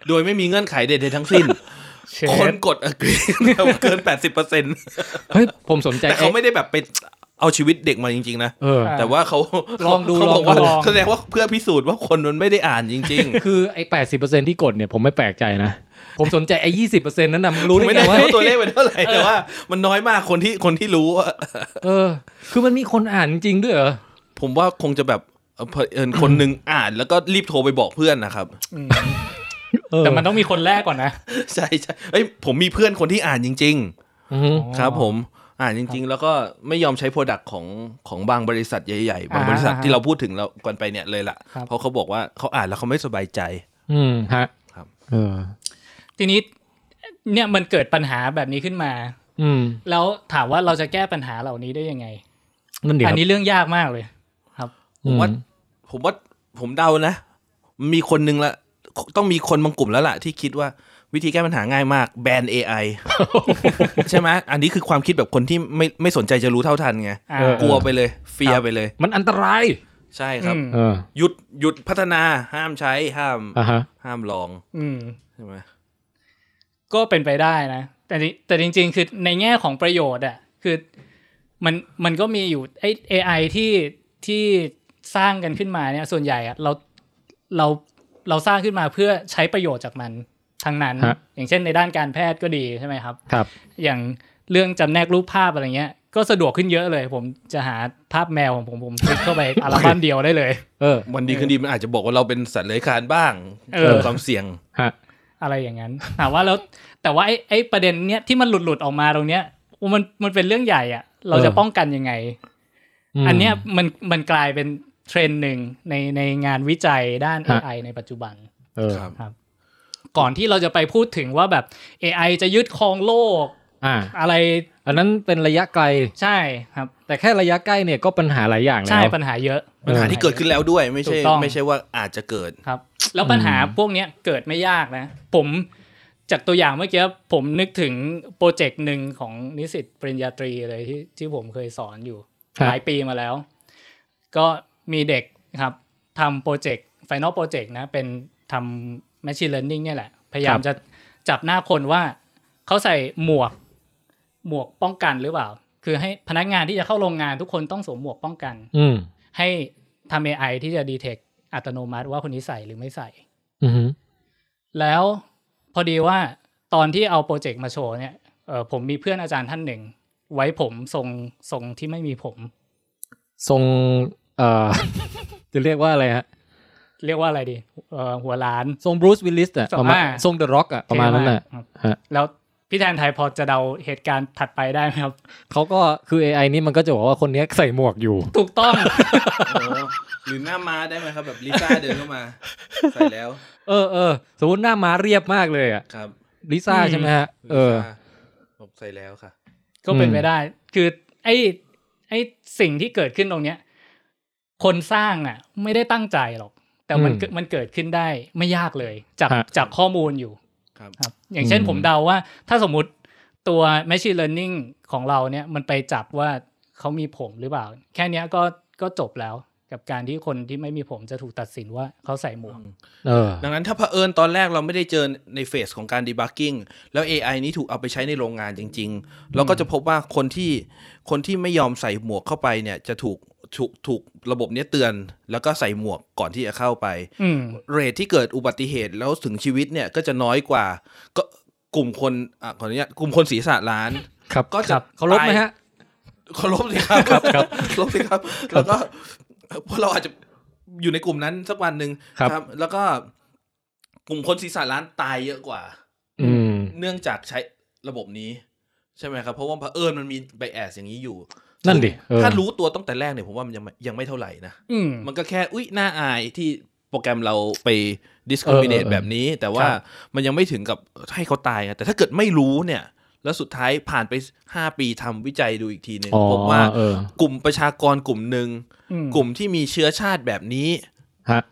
โดยไม่มีเงื่อนไขใดๆทั้งสิ้นคนกด agree เกิน แปดสิบเปอร์เซ็นต์เฮ้ยผมสนใจแต่เขาไม่ได้แบบไปเอาชีวิตเด็กมาจริงๆนะเออแต่ว่าเขาลองดูลองดูแสดงว่าเพื่อพิสูจน์ว่าคนมันไม่ได้อ่านจริงๆคือไอ้ แปดสิบเปอร์เซ็นต์ ที่กดเนี่ยผมไม่แปลกใจนะผมสนใจไอ้ ยี่สิบเปอร์เซ็นต์ นั้นน่ะมึงรู้ได้ไงว่าตัวเลขเป็นเท่าไหร่แต่ว่ามันน้อยมากคนที่คนที่รู้เออคือมันมีคนอ่านจริงด้วยเหรอผมว่าคงจะแบบเอิญคนนึงอ่านแล้วก็รีบโทรไปบอกเพื่อนนะครับแต่มันต้องมีคนแรกก่อนนะใช่ใช่เอ้ยผมมีเพื่อนคนที่อ่านจริงๆครับผมอ่านจริงๆแล้วก็ไม่ยอมใช้โปรดักต์ของของบางบริษัทใหญ่ๆบางบริษัทที่เราพูดถึงเราก่อนไปเนี่ยเลยล่ะเพราะเขาบอกว่าเขาอ่านแล้วเขาไม่สบายใจอืมฮะครับเออทีนี้เนี่ยมันเกิดปัญหาแบบนี้ขึ้นมาอืมแล้วถามว่าเราจะแก้ปัญหาเหล่านี้ได้ยังไงนั่นดิอันนี้เรื่องยากมากเลยครับผมว่าผมว่าผมเดานะมีคนนึงละต้องมีคนบางกลุ่มแล้วล่ะที่คิดว่าวิธีแก้ปัญหาง่ายมากแบน เอ ไอ ใช่ไหมอันนี้คือความคิดแบบคนที่ไม่ไม่สนใจจะรู้เท่าทันไงกลัวไปเลยเฟียไปเลยมันอันตรายใช่ครับหยุดหยุดพัฒนาห้ามใช้ห้ามห้ามลองใช่ไหมก็เป็นไปได้นะแต่แต่จริงๆคือในแง่ของประโยชน์อ่ะคือมันมันก็มีอยู่ไอ้ เอ ไอ ที่ที่สร้างกันขึ้นมาเนี่ยส่วนใหญ่อ่ะเราเราเราสร้างขึ้นมาเพื่อใช้ประโยชน์จากมันทั้งนั้นอย่างเช่นในด้านการแพทย์ก็ดีใช่ไหมครับครับอย่างเรื่องจำแนกรูปภาพอะไรเงี้ยก็สะดวกขึ้นเยอะเลยผมจะหาภาพแมวของผมผมคลิกเข้าไปอัลบั้มเดียวได้เลยเออวันดีคืนดีมันอาจจะบอกว่าเราเป็นสัตว์เลื้อยคลานบ้างเพิ่มความเสี่ยงฮะอะไรอย่างนั้นถามว่าแล้วแต่ว่าไอ้ไอ้ประเด็นเนี้ยที่มันหลุดหลุดออกมาตรงเนี้ยมันมันเป็นเรื่องใหญ่อ่ะเราจะป้องกันยังไงอันเนี้ยมันมันกลายเป็นเทรนด์หนึ่งในในงานวิจัยด้าน เอ ไอ ในปัจจุบันเออครับก่อนที่เราจะไปพูดถึงว่าแบบ เอ ไอ จะยึดครองโลกอ่าอะไรอันนั้นเป็นระยะไกลใช่ครับแต่แค่ระยะใกล้เนี่ยก็ปัญหาหลายอย่างแล้วใช่ปัญหาเยอะปัญหาที่เกิดขึ้นแล้วด้วยไม่ใช่ไม่ใช่ว่าอาจจะเกิดครับแล้วปัญหาพวกนี้เกิดไม่ยากนะผมจากตัวอย่างเมื่อกี้ผมนึกถึงโปรเจกต์หนึ่งของนิสิตปริญญาตรีเลยที่ที่ผมเคยสอนอยู่หลายปีมาแล้วก็มีเด็กครับทำโปรเจกต์ Final Project นะเป็นทำ Machine Learning เนี่ยแหละพยายามจะจับหน้าคนว่าเขาใส่หมวกหมวกป้องกันหรือเปล่าคือให้พนักงานที่จะเข้าโรงงานทุกคนต้องสวมหมวกป้องกันให้ทำ เอ ไอ ที่จะ detect อัตโนมัติว่าคนนี้ใส่หรือไม่ใส่แล้วพอดีว่าตอนที่เอาโปรเจกต์มาโชว์เนี่ยเออผมมีเพื่อนอาจารย์ท่านหนึ่งไว้ผมทรงทรงที่ไม่มีผมทรงเอ่อ จะเรียกว่าอะไรฮะเรียกว่าอะไรดีเอ่อหัวล้านทรงบรูซวิลลิสอ่ะประมาณทรงเดอะร็อกอ่ะประมาณนั้นแหละแล้วพี่แทนไทยพอจะเดาเหตุการณ์ถัดไปได้ไหมครับเขาก็คือ เอ ไอ นี่มันก็จะบอกว่าคนนี้ใส่หมวกอยู่ถูกต้องหรือหน้าม้าได้ไหมครับแบบลิซ่าเดินเข้ามาใส่แล้วเออเออสมมติหน้าม้าเรียบมากเลยอ่ะครับลิซ่าใช่ไหมฮะเออผมใส่แล้วค่ะก็เป็นไปได้คือไอ้ไอ้สิ่งที่เกิดขึ้นตรงเนี้ยคนสร้างอ่ะไม่ได้ตั้งใจหรอกแต่มันมันเกิดขึ้นได้ไม่ยากเลยจากจากข้อมูลอยู่ครับอย่างเช่นผมเดาว่าถ้าสมมุติตัว machine learning ของเราเนี่ยมันไปจับว่าเขามีผมหรือเปล่าแค่นี้ก็ก็จบแล้วกับการที่คนที่ไม่มีผมจะถูกตัดสินว่าเขาใส่หมวกดังนั้นถ้าเผอิญตอนแรกเราไม่ได้เจอในเฟสของการ debugging แล้ว เอ ไอ นี้ถูกเอาไปใช้ในโรงงานจริงๆเราก็จะพบว่าคนที่คนที่ไม่ยอมใส่หมวกเข้าไปเนี่ยจะถูกถูกถูกระบบนี้เตือนแล้วก็ใส่หมวกก่อนที่จะเข้าไปเรทที่เกิดอุบัติเหตุแล้วถึงชีวิตเนี่ยก็จะน้อยกว่าก็กลุ่มคนอ่ะขออนุญาตกลุ่มคนศีรษะล้านก็จะเคารพไหมฮะเคารพสิครับครับครับเคารพสิครับแล้วก็พวกเราอาจจะอยู่ในกลุ่มนั้นสักวันนึงครับแล้วก็กลุ่มคนศีรษะล้านตายเยอะกว่าเนื่องจากใช้ระบบนี้ใช่ไหมครับเพราะว่าเผอิญมันมีไบแอสอย่างนี้อยู่นั่นดิถ้ารู้ตัวตั้งแต่แรกเนี่ยผมว่ามันยังยังไม่เท่าไหร่นะมันก็แค่อุ๊ยน่าอายที่โปรแกรมเราไป discriminate แบบนี้แต่ว่ามันยังไม่ถึงกับให้เขาตายแต่ถ้าเกิดไม่รู้เนี่ยแล้วสุดท้ายผ่านไปห้าปีทำวิจัยดูอีกทีนึงพบว่ากลุ่มประชากรกลุ่มนึงกลุ่มที่มีเชื้อชาติแบบนี้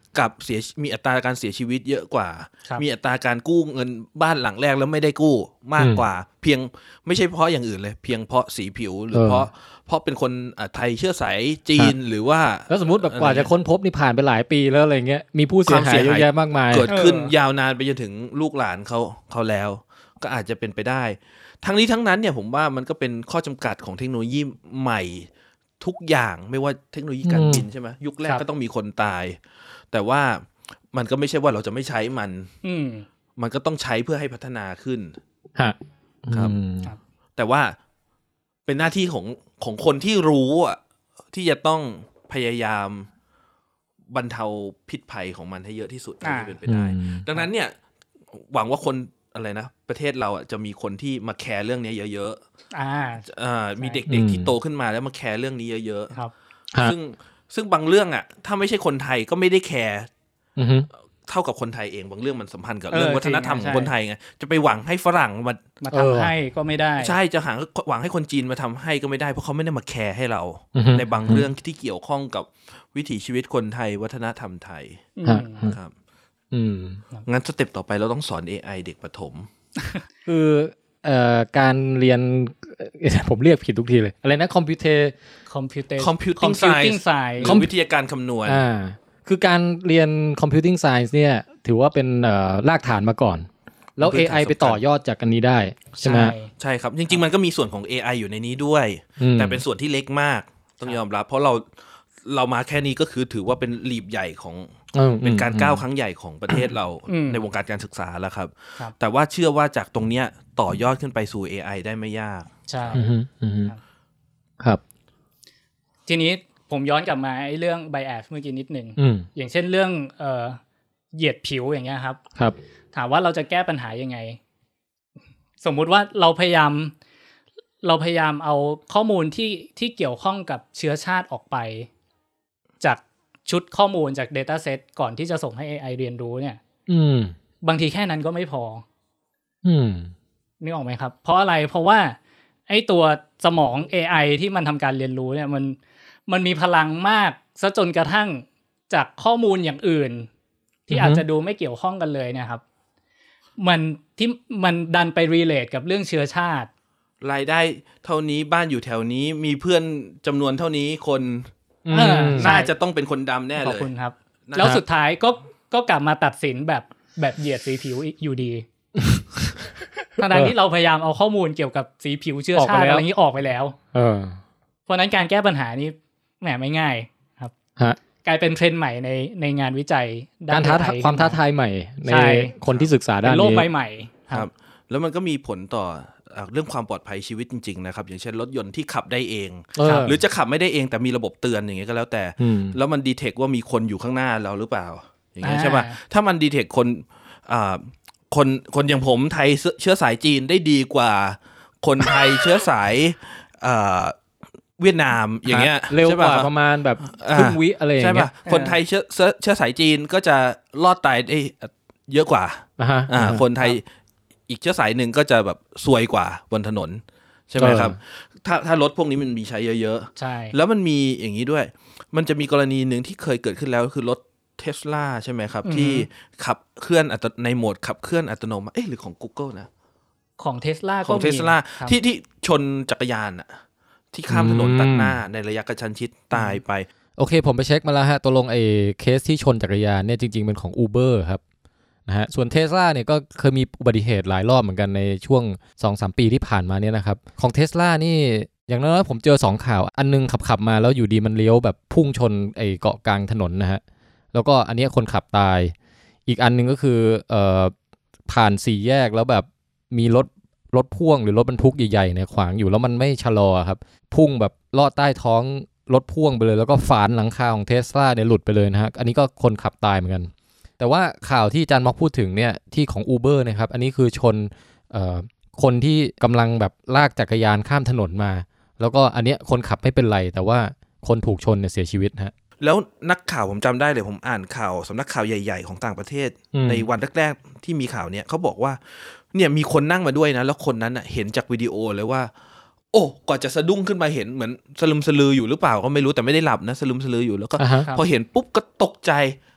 กับเสียมีอัตราการเสียชีวิตเยอะกว่าครับมีอัตราการกู้เงินบ้านหลังแรกแล้วไม่ได้กู้มากกว่า เพียงไม่ใช่เพราะอย่างอื่นเลยเพียงเพราะสีผิวหรือเออเพราะเพราะเป็นคนอ่ะไทยเชื้อสายจีนหรือว่าแล้วสมมติแบบกว่าจะค้นพบนี่ผ่านไปหลายปีแล้วอะไรเงี้ยมีผู้เสียหายเยอะแยะมากมายเกิดขึ้นยาวนานไปจนถึงลูกหลานเขาเขาแล้ว ก็อาจจะเป็นไปได้ ทั้งนี้ทั้งนั้นเนี่ยผมว่ามันก็เป็นข้อจำกัดของเทคโนโลยีใหม่ทุกอย่างไม่ว่าเทคโนโลยีการบินใช่ไหมยุคแรกก็ต้องมีคนตาย แต่ว่ามันก็ไม่ใช่ว่าเราจะไม่ใช้มันอืมมันก็ต้องใช้เพื่อให้พัฒนาขึ้นฮะครับอืมครับแต่ว่าเป็นหน้าที่ของของคนที่รู้อ่ะที่จะต้องพยายามบรรเทาพิษภัยของมันให้เยอะที่สุดเท่าที่เป็นไปได้ ดังนั้นเนี่ยหวังว่าคนอะไรนะประเทศเราอ่ะจะมีคนที่มาแคร์เรื่องนี้เยอะอ่าๆอ่ามีเด็กๆที่โตขึ้นมาแล้วมาแคร์เรื่องนี้เยอะครับฮะๆซึ่งซึ่งบางเรื่องอ่ะถ้าไม่ใช่คนไทยก็ไม่ได้แคร์อือฮึเท่ากับคนไทยเองบางเรื่องมันสัมพันธ์กับเออเรื่องวัฒนธรรมจริงของใช่คนไทยไงจะไปหวังให้ฝรั่งมามาเออทำให้ก็ไม่ได้ใช่จะหาหวังให้คนจีนมาทำให้ก็ไม่ได้เพราะเขาไม่ได้มาแคร์ให้เราอือฮึในบางเรื่องที่เกี่ยวข้องกับวิถีชีวิตคนไทยวัฒนธรรมไทยอืฮะมครับอืมงั้นสเต็ปต่อไปเราต้องสอน เอ ไอ เด็กประถมคือเอ่อการเรียนเอ่อผมเรียกผิดทุกทีเลยอะไรนะคอมพิวเตอร์คอมพิวเตอร์ Computing Computing Science Science หรือวิทยาการคำนวณอ่าคือการเรียน Computing Science เนี่ยถือว่าเป็นเอ่อรากฐานมาก่อน แล้วพื้เอนฐานไอ ไปต่อยอดจากกันนี้ได้ใช่ไหมใช่ครับจริงๆมันก็มีส่วนของ เอ ไอ อยู่ในนี้ด้วยอืมแต่เป็นส่วนที่เล็กมากต้องยอมรับ เพราะเราเรามาแค่นี้ก็คือถือว่าเป็นลีบใหญ่ของอืมเป็นการก้าวอืมครั้งใหญ่ของประเทศเราอืมในวงการการศึกษาแล้วครับครับแต่ว่าเชื่อว่าจากตรงเนี้ยต่อยอดขึ้นไปสู่ เอ ไอ ได้ไม่ยากใช่อืมอืมครับทีนี้ผมย้อนกลับมาไอ้เรื่อง bias เมื่อกี้นิดหนึ่งอืมอย่างเช่นเรื่องเอ่อเหยียดผิวอย่างเงี้ยครับครับถามว่าเราจะแก้ปัญหายังไง สมมุติว่าเราพยายามเราพยายามเอาข้อมูลที่ที่เกี่ยวข้องกับเชื้อชาติออกไป จากชุดข้อมูลจาก dataset ก่อนที่จะส่งให้ เอ ไอ เรียนรู้เนี่ยอืมบางทีแค่นั้นก็ไม่พออืมนึกออกไหมครับ เพราะอะไรเพราะว่าไอ้ตัวสมอง เอ ไอ ที่มันทำการเรียนรู้เนี่ยมันมันมีพลังมากซะจนกระทั่งจากข้อมูลอย่างอื่น ที่อือฮึอาจจะดูไม่เกี่ยวข้องกันเลยเนี่ยครับ มันที่มันดันไปรีเลทกับเรื่องเชื้อชาติรายได้เท่านี้บ้านอยู่แถวนี้มีเพื่อนจำนวนเท่านี้คนอืมเออน่าจะต้องเป็นคนดำแน่ขเลอบยคุณครับนะแล้วสุดท้ายก็ก็กลับมาตัดสินแบบแบบเหยียดสีผิวอยู่ดีทั้งๆที่เราพยายามเอาข้อมูลเกี่ยวกับสีผิวเชื้อชาติอะไรอย่างนี้ออกไปแล้วเออเพราะฉะนั้นการแก้ปัญหานี้แหมไม่ง่ายครับฮะกลายเป็นเทรนด์ใหม่ในในงานวิจัยด้การท้าไทยความท้าทายใหม่ในใช่คนที่ศึกษาเป็ด้านนโลกนี้ใบใหม่คครับ รับแล้วมันก็มีผลต่อเอ่อเรื่องความปลอดภัยชีวิตจริงๆนะครับอย่างเช่นรถยนต์ที่ขับได้เองเออหรือจะขับไม่ได้เองแต่มีระบบเตือนอย่างเงี้ยก็แล้วแต่อืมแล้วมันดีเทคว่ามีคนอยู่ข้างหน้าเราหรือเปล่าอย่างเงี้ยอ่าใช่ป่ะถ้ามันดีเทคคนอ่าคนคนอย่างผมไทยเชื้อสายจีนได้ดีกว่าคนไทยเชื้อสายอ่าเวียดนามอย่างเงี้ยเร็วใช่กป่ะว่าครับประมาณแบบอ่าครึ่งวิอะไรอย่างใช่เงี้ป่ะยคนไทยเชื้อเชื้อเชื้อสายจีนก็จะรอดตายได้เยอะกว่าอ่าฮะอ่าคนไทยอีกเชื้อสายหนึ่งก็จะแบบซวยกว่าบนถนนใช่ไหมครับถ้าถ้ารถพวกนี้มันมีใช้เยอะใช่ๆแล้วมันมีอย่างนี้ด้วย มันจะมีกรณีหนึ่งที่เคยเกิดขึ้นแล้วคือรถเทสลาใช่ไหมครับที่ขับเคลื่อนอัตในโหมดขับเคลื่อนอัตโนมัติเอ๊ะหรือของ Google นะของเทสลาของเทสลาที่ที่ชนจักรยานอะที่ข้ามถนนตัดหน้าในระยะกระชั้นชิดตายไปโอเคผมไปเช็คมาแล้วฮะตัวลงไอ้เคสที่ชนจักรยานเนี่ยจริงๆเป็นของ Uber ครับนะฮะส่วน Tesla เนี่ยก็เคยมีอุบัติเหตุหลายรอบเหมือนกันในช่วง สองถึงสาม ปีที่ผ่านมาเนี่ยนะครับของ Tesla นี่อย่างน้อยๆผมเจอสองข่าวอันนึงขับๆมาแล้วอยู่ดีมันเลี้ยวแบบพุ่งชนไอ้เกาะกลางถนนนะฮะแล้วก็อันเนี้ยคนขับตายอีกอันนึงก็คือเอ่อผ่านสี่แยกแล้วแบบมีรถรถพ่วงหรือรถบรรทุกใหญ่ๆเนี่ยขวางอยู่แล้วมันไม่ชะลอครับพุ่งแบบลอดใต้ท้องรถพ่วงไปเลยแล้วก็ฝานหลังคาของ Tesla เนี่ยหลุดไปเลยนะฮะอันนี้ก็คนขับตายเหมือนกันแต่ว่าข่าวที่อาจารย์ม็อกพูดถึงเนี่ยที่ของ Uber นะครับอันนี้คือชนเอ่อคนที่กำลังแบบลากจักรยานข้ามถนนมาแล้วก็อันเนี้ยคนขับไม่เป็นไรแต่ว่าคนถูกชนเนี่ยเสียชีวิตฮะแล้วนักข่าวผมจำได้เลยผมอ่านข่าวสำนักข่าวใหญ่ๆของต่างประเทศในวันแรกๆที่มีข่าวเนี้ยเขาบอกว่าเนี่ยมีคนนั่งมาด้วยนะแล้วคนนั้นอ่ะเห็นจากวิดีโอเลยว่าโอ้กว่าจะสะดุ้งขึ้นมาเห็นเหมือนสลึมสลืออยู่หรือเปล่าก็ไม่รู้แต่ไม่ได้หลับนะสลึมสลืออยู่แล้วก็อ่าฮะพอเห็นปุ๊บก็ตกใจ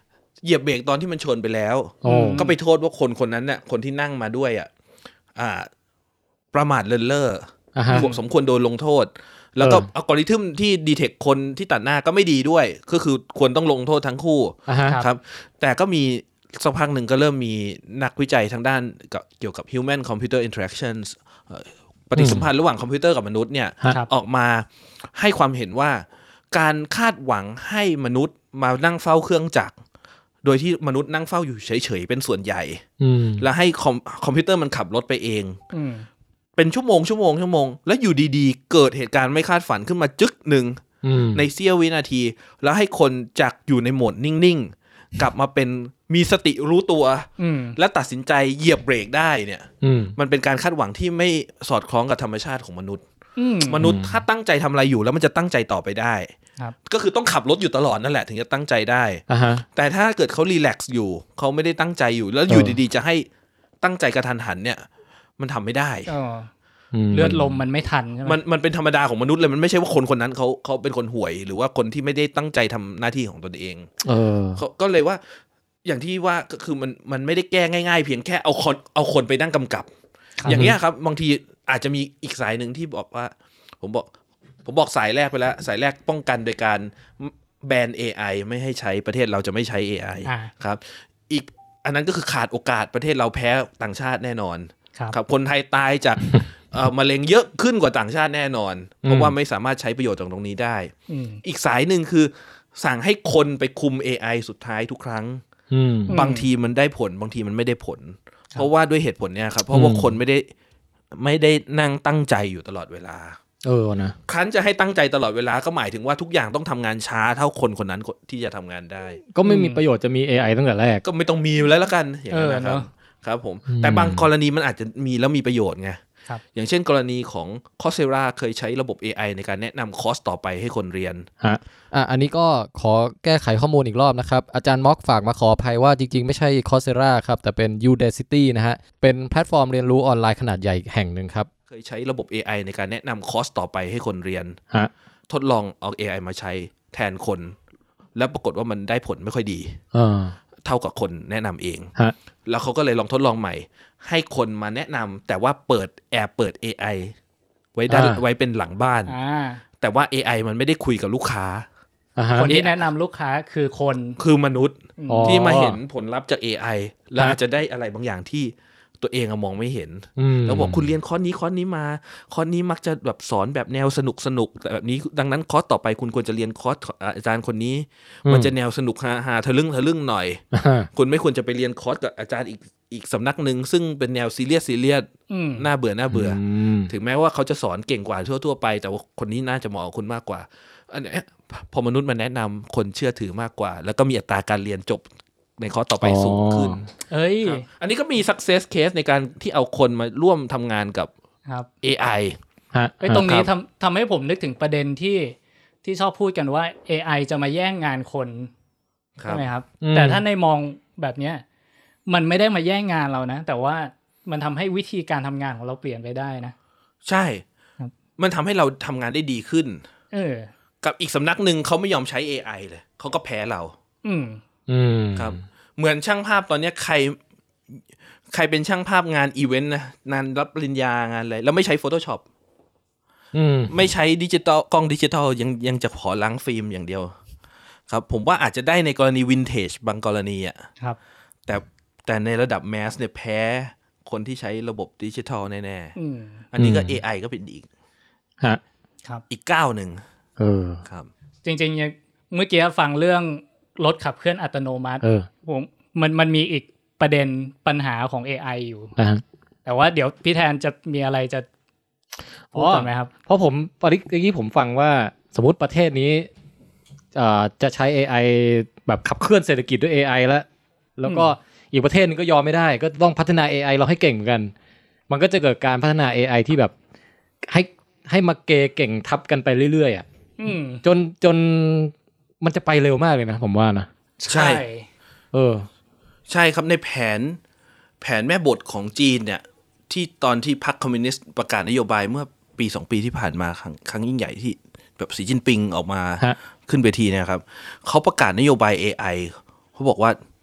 เหยียบเบรกตอนที่มันชนไปแล้วก็ไปโทษว่าคนคนนั้นน่ะคนที่นั่งมาด้วยอ่ะอ่าประมาทเลินเล่อสมควรโดนลงโทษแล้วก็อัลกอริทึมที่ดีเทคคนที่ตัดหน้าก็ไม่ดีด้วยก็คือควรต้องลงโทษทั้งคู่ครับแต่ก็มีสักพักหนึ่งก็เริ่มมีนักวิจัยทางด้านเกี่ยวกับ human computer interactions ปฏิสัมพันธ์ระหว่างคอมพิวเตอร์กับมนุษย์เนี่ยออกมาให้ความเห็นว่าการคาดหวังให้มนุษย์มานั่งเฝ้าเครื่องจักรโดยที่มนุษย์นั่งเฝ้าอยู่เฉยๆเป็นส่วนใหญ่แล้วให้คอมคอมพิวเตอร์มันขับรถไปเองเป็นชั่วโมงชั่วโมงชั่วโมงแล้วอยู่ดีๆเกิดเหตุการณ์ไม่คาดฝันขึ้นมาจึ๊กหนึ่งในเสี้ยววินาทีแล้วให้คนจากอยู่ในโหมดนิ่งๆกลับมาเป็นมีสติรู้ตัวและตัดสินใจเหยียบเบรกได้เนี่ยมันเป็นการคาดหวังที่ไม่สอดคล้องกับธรรมชาติของมนุษย์มนุษย์ถ้าตั้งใจทำอะไรอยู่แล้วมันจะตั้งใจต่อไปได้ก็คือต้องขับรถอยู่ตลอดนั่นแหละถึงจะตั้งใจได้ uh-huh. แต่ถ้าเกิดเขารีแลกซ์อยู่เขาไม่ได้ตั้งใจอยู่แล้วอยู่ดีๆจะให้ตั้งใจกระทันหันเนี่ยมันทำไม่ได้เลือดลมมันไม่ทันใช่ไหมมันมันเป็นธรรมดาของมนุษย์เลยมันไม่ใช่ว่าคนคนนั้นเขาเขาเป็นคนห่วยหรือว่าคนที่ไม่ได้ตั้งใจทำหน้าที่ของตนเองเออเขาก็เลยว่าอย่างที่ว่าก็คือมันมันไม่ได้แก้ง่ายๆเพียงแค่เอาคนเอาคนไปนั่งกำกับอย่างเงี้ยครับบางทีอาจจะมีอีกสายนึงที่บอกว่าผมบอกผมบอกสายแรกไปแล้วสายแรกป้องกันโดยการแบน เอ ไอ ไม่ให้ใช้ประเทศเราจะไม่ใช้ เอ ไอ ครับอีกอันนั้นก็คือขาดโอกาสประเทศเราแพ้ต่างชาติแน่นอนครับคนไทยตายจากมะเร็งเยอะขึ้นกว่าต่างชาติแน่นอนเพราะว่าไม่สามารถใช้ประโยชน์จากตรงนี้ได้อีกสายนึงคือสั่งให้คนไปคุม เอ ไอ สุดท้ายทุกครั้งบางทีมันได้ผลบางทีมันไม่ได้ผลเพราะว่าด้วยเหตุผลเนี่ยครับเพราะว่าคนไม่ได้ไม่ได้นั่งตั้งใจอยู่ตลอดเวลาเออนะครั้นจะให้ตั้งใจตลอดเวลาก็หมายถึงว่าทุกอย่างต้องทำงานช้าเท่าคนคนนั้นที่จะทำงานได้ก็ไม่มีประโยชน์จะมี เอ ไอ ตั้งแต่แรกก็ไม่ต้องมีแล้วละกันอย่างนั้นนะครับครับผมแต่บางกรณีมันอาจจะมีแล้วมีประโยชน์ไงอย่างเช่นกรณีของ Coursera เคยใช้ระบบ เอ ไอ ในการแนะนำคอร์สต่อไปให้คนเรียนฮะอ่ะอันนี้ก็ขอแก้ไขข้อมูลอีกรอบนะครับอาจารย์ม็อกฝากมาขออภัยว่าจริงๆไม่ใช่ Coursera ครับแต่เป็น Udacity นะฮะเป็นแพลตฟอร์มเรียนรู้ออนไลน์ขนาดใหญ่แห่งหนึ่งครับเคยใช้ระบบ เอ ไอ ในการแนะนำคอร์สต่อไปให้คนเรียนฮะทดลองเอา เอ ไอ มาใช้แทนคนแล้วปรากฏว่ามันได้ผลไม่ค่อยดีเท่ากับคนแนะนำเองแล้วเขาก็เลยลองทดลองใหม่ให้คนมาแนะนำแต่ว่าเปิดแอบเปิด เอ ไอ ไว้ด้านไว้เป็นหลังบ้านแต่ว่า เอ ไอ มันไม่ได้คุยกับลูกค้าคนที่แนะนำลูกค้าคือคนคือมนุษย์ที่มาเห็นผลลัพธ์จาก เอ ไอ แล้วอาจจะได้อะไรบางอย่างที่ตัวเองมองไม่เห็นแล้วบอกคุณเรียนคอร์สนี้คอร์สนี้มาคอร์สนี้มักจะแบบสอนแบบแนวสนุกสนุกแบบนี้ดังนั้นคอร์สต่อไปคุณควรจะเรียนคอร์สอาจารย์คนนี้มันจะแนวสนุกฮาฮาทะลึ่งทะลึ่งหน่อยคุณไม่ควรจะไปเรียนคอร์สกับอาจารย์อีกอีกสำนักนึงซึ่งเป็นแนวซีเรียสซีเรียสน่าเบื่อน่าเบื่อถึงแม้ว่าเขาจะสอนเก่งกว่าทั่วๆไปแต่ว่าคนนี้น่าจะเหมาะกับคุณมากกว่าอันนี้พอมนุษย์มาแนะนำคนเชื่อถือมากกว่าแล้วก็มีอัตราการเรียนจบในคอร์สต่อไปสูงขึ้นเอ้ยอันนี้ก็มี success case ในการที่เอาคนมาร่วมทำงานกับ เอ ไอฮะไอ้ตรงนี้ทำทำให้ผมนึกถึงประเด็นที่ที่ชอบพูดกันว่า เอ ไอ จะมาแย่งงานคนใช่ไหมครับแต่ถ้าในมองแบบเนี้ยมันไม่ได้มาแย่งงานเรานะแต่ว่ามันทำให้วิธีการทำงานของเราเปลี่ยนไปได้นะใช่มันทำให้เราทำงานได้ดีขึ้นเออกับอีกสำนักหนึ่งเขาไม่ยอมใช้ เอ ไอ เลยเขาก็แพ้เราอืมอืมครับเหมือนช่างภาพตอนนี้ใครใครเป็นช่างภาพงานอีเวนต์นะงานรับปริญญางานอะไรแล้วไม่ใช้ Photoshop อืมไม่ใช้ดิจิตอลกล้องดิจิตอลยังยังจะขอล้างฟิล์มอย่างเดียวครับผมว่าอาจจะได้ในกรณีวินเทจบางกรณีอ่ะครับแต่แต่ในระดับแมสเนี่ยแพ้คนที่ใช้ระบบดิจิทัลแน่ๆอันนี้ก็ เอ ไอ ก็เป็นอีกฮะครับอีกก้าวหนึ่งเออครับจริงๆเมื่อกี้ฟังเรื่องรถขับเคลื่อนอัตโนมัติผมมันมันมีอีกประเด็นปัญหาของ เอ ไอ อยู่แต่ว่าเดี๋ยวพี่แทนจะมีอะไรจะพูดก่อนไหมครับเพราะผมตอนนี้ผมฟังว่าสมมุติประเทศนี้จะใช้ เอ ไอ แบบขับเคลื่อนเศรษฐกิจด้วย เอ ไอ แล้วแล้วก็อีกประเทศนึงก็ยอมไม่ได้ก็ต้องพัฒนา เอ ไอ เราให้เก่งเหมือนกันมันก็จะเกิดการพัฒนา เอ ไอ ที่แบบให้ให้มาเกเก่งทับกันไปเรื่อยๆอ่ะจนจนมันจะไปเร็วมากเลยนะผมว่านะใช่เออใช่ครับในแผนแผนแม่บทของจีนเนี่ยที่ตอนที่พรรคคอมมิวนิสต์ประกาศนโยบายเมื่อปีสองปีที่ผ่านมาครั้งครั้งยิ่งใหญ่ที่แบบสีจิ้นปิงออกมาขึ้นเวทีเนี่ยครับเขาประกาศนโยบาย เอ ไอ เขาบอกว่า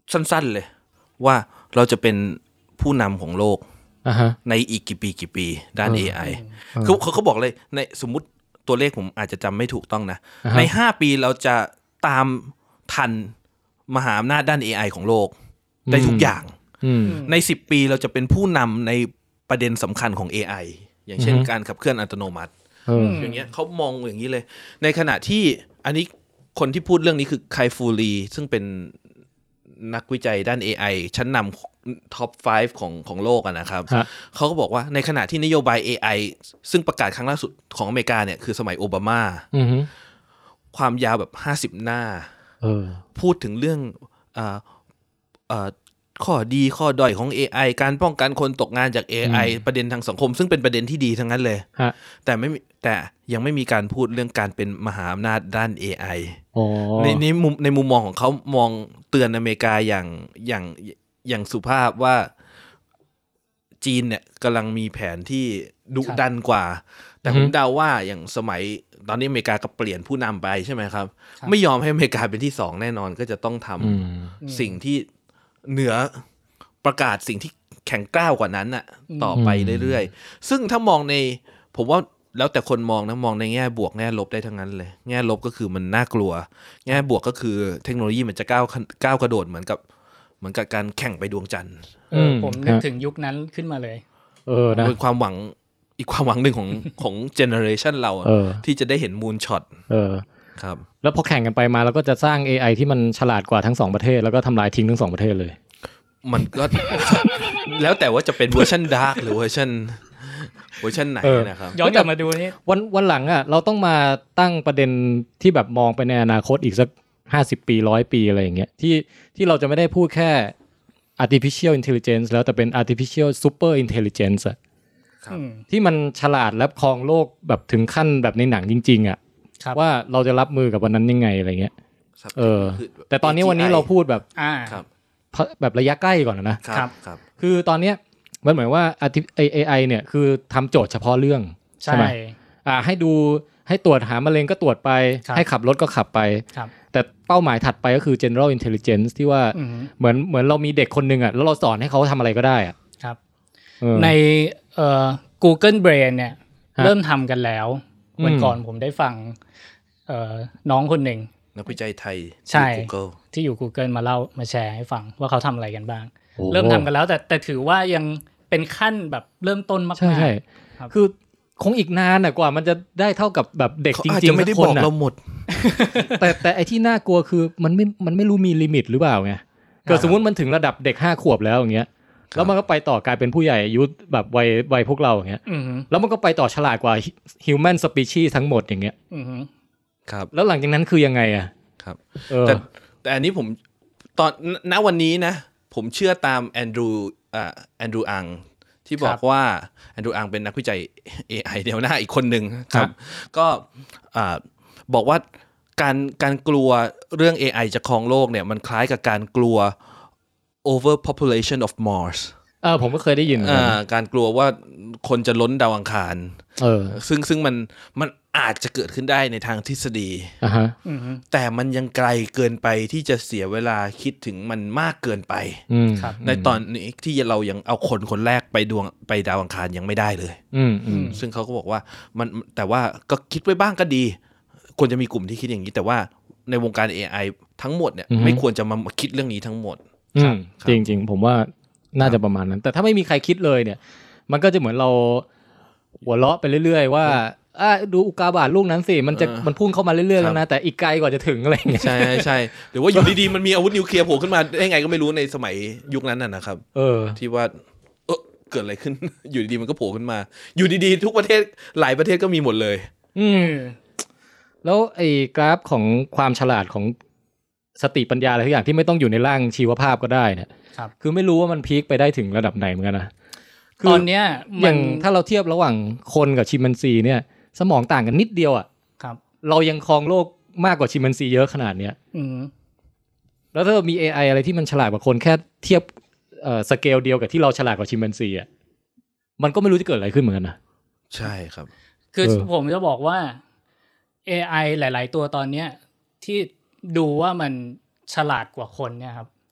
สั้นๆเลยว่าเราจะเป็นผู้นำของโลก uh-huh. ในอีกกี่ปีกี่ปีด้าน เอ ไอ เขาเขาเขาบอกเลยในสมมุติตัวเลขผมอาจจะจำไม่ถูกต้องนะ uh-huh. ในห้าปีเราจะตามทันมหาอำนาจด้าน เอ ไอ ของโลกได้ทุกอย่างในสิบปีเราจะเป็นผู้นำในประเด็นสำคัญของ เอ ไอ อย่างเช่น uh-huh. การขับเคลื่อนอัตโนมัติ uh-huh. อย่างเงี้ยเขามองอย่างนี้เลยในขณะที่อันนี้คนที่พูดเรื่องนี้คือไคฟูรีซึ่งเป็นนักวิจัยด้าน เอ ไอ ชั้นนำท็อปห้าของของโลกนะครับเขาก็บอกว่าในขณะที่นโยบาย เอ ไอ ซึ่งประกาศครั้งล่าสุดของอเมริกาเนี่ยคือสมัยโอบามาความยาวแบบห้าสิบหน้าพูดถึงเรื่องอ่าอ่าข้อดีข้อด้อยของ เอ ไอ การป้องกันคนตกงานจาก เอ ไอ ประเด็นทางสังคมซึ่งเป็นประเด็นที่ดีทั้งนั้นเลยแต่ไม่แต่ยังไม่มีการพูดเรื่องการเป็นมหาอำนาจด้าน เอ ไอ ในนี้มุมในมุมมองของเขามองเตือนอเมริกาอย่างอย่างอย่างสุภาพว่าจีนเนี่ยกำลังมีแผนที่ดุดันกว่าแต่ผมเดาว่าอย่างสมัยตอนนี้อเมริกาก็เปลี่ยนผู้นำไปใช่ไหมครับไม่ยอมให้อเมริกาเป็นที่สองแน่นอนก็จะต้องทำสิ่งที่เหนือประกาศสิ่งที่แข็งกร้าวกว่านั้นน่ะต่อไปเรื่อยๆซึ่งถ้ามองในผมว่าแล้วแต่คนมองนะมองในแง่บวกแง่ลบได้ทั้งนั้นเลยแง่ลบก็คือมันน่ากลัวแง่บวกก็คือเทคโนโลยีมันจะก้าวก้าวกระโดดเหมือนกับเหมือนกับการแข่งไปดวงจันทร์ผมนึกถึงยุคนั้นขึ้นมาเลยเออนะเป็นความหวังอีกความหวังหนึ่งของของเจเนอเรชันเราที่จะได้เห็นมูนช็อตเออครับแล้วพอแข่งกันไปมาแล้วก็จะสร้าง เอ ไอ ที่มันฉลาดกว่าทั้งสองประเทศแล้วก็ทำลายทิ้งทั้งสองประเทศเลยมันก็ แล้วแต่ว่าจะเป็นเวอร์ชันดาร์กหรือเวอร์ชันเวอร์ชันไหนนะครับย้อนกลับมาดูนี่วันวันหลังอ่ะเราต้องมาตั้งประเด็นที่แบบมองไปในอนาคตอีกสักห้าสิบปีหนึ่งร้อยปีอะไรอย่างเงี้ยที่ที่เราจะไม่ได้พูดแค่ artificial intelligence แล้วแต่เป็น artificial super intelligence อ่ะที่มันฉลาดและครองโลกแบบถึงขั้นแบบในหนังจริงๆอ่ะว่าเราจะรับมือกับวันนั้นยังไงอะไรเงี้ยเออแต่ตอนนี้วันนี้เราพูดแบบแบบระยะใกล้ก่อนนะครับคือตอนเนี้ยมันเหมือนว่า เอ ไอ เนี่ยคือทำโจทย์เฉพาะเรื่องใช่ไหมอ่าให้ดูให้ตรวจหามะเร็งก็ตรวจไปให้ขับรถก็ขับไปแต่เป้าหมายถัดไปก็คือ general intelligence ที่ว่าเหมือนเหมือนเรามีเด็กคนนึงอ่ะแล้วเราสอนให้เขาทำอะไรก็ได้อ่ะครับในเอ่อ Google Brain เนี่ยเริ่มทำกันแล้ววันก่อนผมได้ฟังเอ่อน้องคนหนึ่งนักวิจัยไทยที่ Google ที่อยู่ Google มาเล่ามาแชร์ให้ฟังว่าเขาทำอะไรกันบ้างเริ่มทำกันแล้วแต่แต่ถือว่ายังเป็นขั้นแบบเริ่มต้นมากๆใช่ๆคือคงอีกนานน่ะกว่ามันจะได้เท่ากับแบบเด็กจริงๆอาจจะไม่ได้บอกเราหมดแต่แต่ไอ้ที่น่ากลัวคือมันไม่มันไม่รู้มีลิมิตหรือเปล่าไงเกิดสมมุติมันถึงระดับเด็กห้าขวบแล้วอย่างเงี้ยแล้วมันก็ไปต่อกลายเป็นผู้ใหญ่อายุแบบวัยวัยพวกเราอย่างเงี้ยแล้วมันก็ไปต่อฉลาดกว่า human species ทั้งหมดอย่างเงี้ยครับแล้วหลังจากนั้นคือยังไงอ่ะครับแต่แต่อันนี้ผมตอนณวันนี้นะผมเชื่อตามแอนดรูอ่าแอนดรูอังที่บอกว่าแอนดรูอังเป็นนักวิจัย เอ ไอ เดียวหน้าอีกคนหนึ่งครับก็อ่าบอกว่าการการกลัวเรื่อง เอ ไอ จะครองโลกเนี่ยมันคล้ายกับการกลัว overpopulation of Mars เออผมก็เคยได้ยินอ่าการกลัวว่าคนจะล้นดาวอังคารเออซึ่งซึ่งมันมันอาจจะเกิดขึ้นได้ในทางทฤษฎีอ่าฮะแต่มันยังไกลเกินไปที่จะเสียเวลาคิดถึงมันมากเกินไปในตอนนี้ที่เรายังเอาคนคนแรกไปดวงไปดาวอังคารยังไม่ได้เลยซึ่งเขาก็บอกว่ามันแต่ว่าก็คิดไว้บ้างก็ดีควรจะมีกลุ่มที่คิดอย่างนี้แต่ว่าในวงการ เอ ไอ ทั้งหมดเนี่ยไม่ควรจะมาคิดเรื่องนี้ทั้งหมดจริงๆผมว่าน่าจะประมาณนั้นแต่ถ้าไม่มีใครคิดเลยเนี่ยมันก็จะเหมือนเราหัวเราะไปเรื่อยๆว่าอ่ะดูอุกาบาตลูกนั้นสิมันจะมันพุ่งเข้ามาเรื่อยๆแล้วนะแต่อีกไกลกว่าจะถึงอะไรอย่างเงี้ยใช่ใช่หรือว่าอยู่ดีๆมันมีอาวุธนิวเคลียร์โผล่ขึ้นมาได้ไงก็ไม่รู้ในสมัยยุคนั้นน่ะนะครับเออที่ว่าเออเกิดอะไรขึ้นอยู่ดีๆมันก็โผล่ขึ้นมาอยู่ดีๆทุกประเทศหลายประเทศก็มีหมดเลยอืมแล้วไอ้กราฟของความฉลาดของสติปัญญาอะไรทุกอย่างที่ไม่ต้องอยู่ในร่างชีวภาพก็ได้เนี่ยคือไม่รู้ว่ามันพีคไปได้ถึงระดับไหนเหมือนกันนะตอนเนี้ยอย่างถ้าเราเทียบระหว่างคนกับชิมแปนซีเนี่ยสมองต่างกันนิดเดียวอ่ะครับเรายังครองโลกมากกว่าชิมแปนซีเยอะขนาดเนี้ยอือแล้วถ้ามี เอ ไอ อะไรที่มันฉลาดกว่าคนแค่เทียบเอ่อสเกลเดียวกับที่เราฉลาดกว่าชิมแปนซีอ่ะมันก็ไม่รู้จะเกิดอะไรขึ้นเหมือนกันนะใช่ครับคือผมจะบอกว่า เอ ไอ หลายๆตัวตอนเนี้ยที่ดูว่ามันฉลาดกว่าคนเนี่ยครับ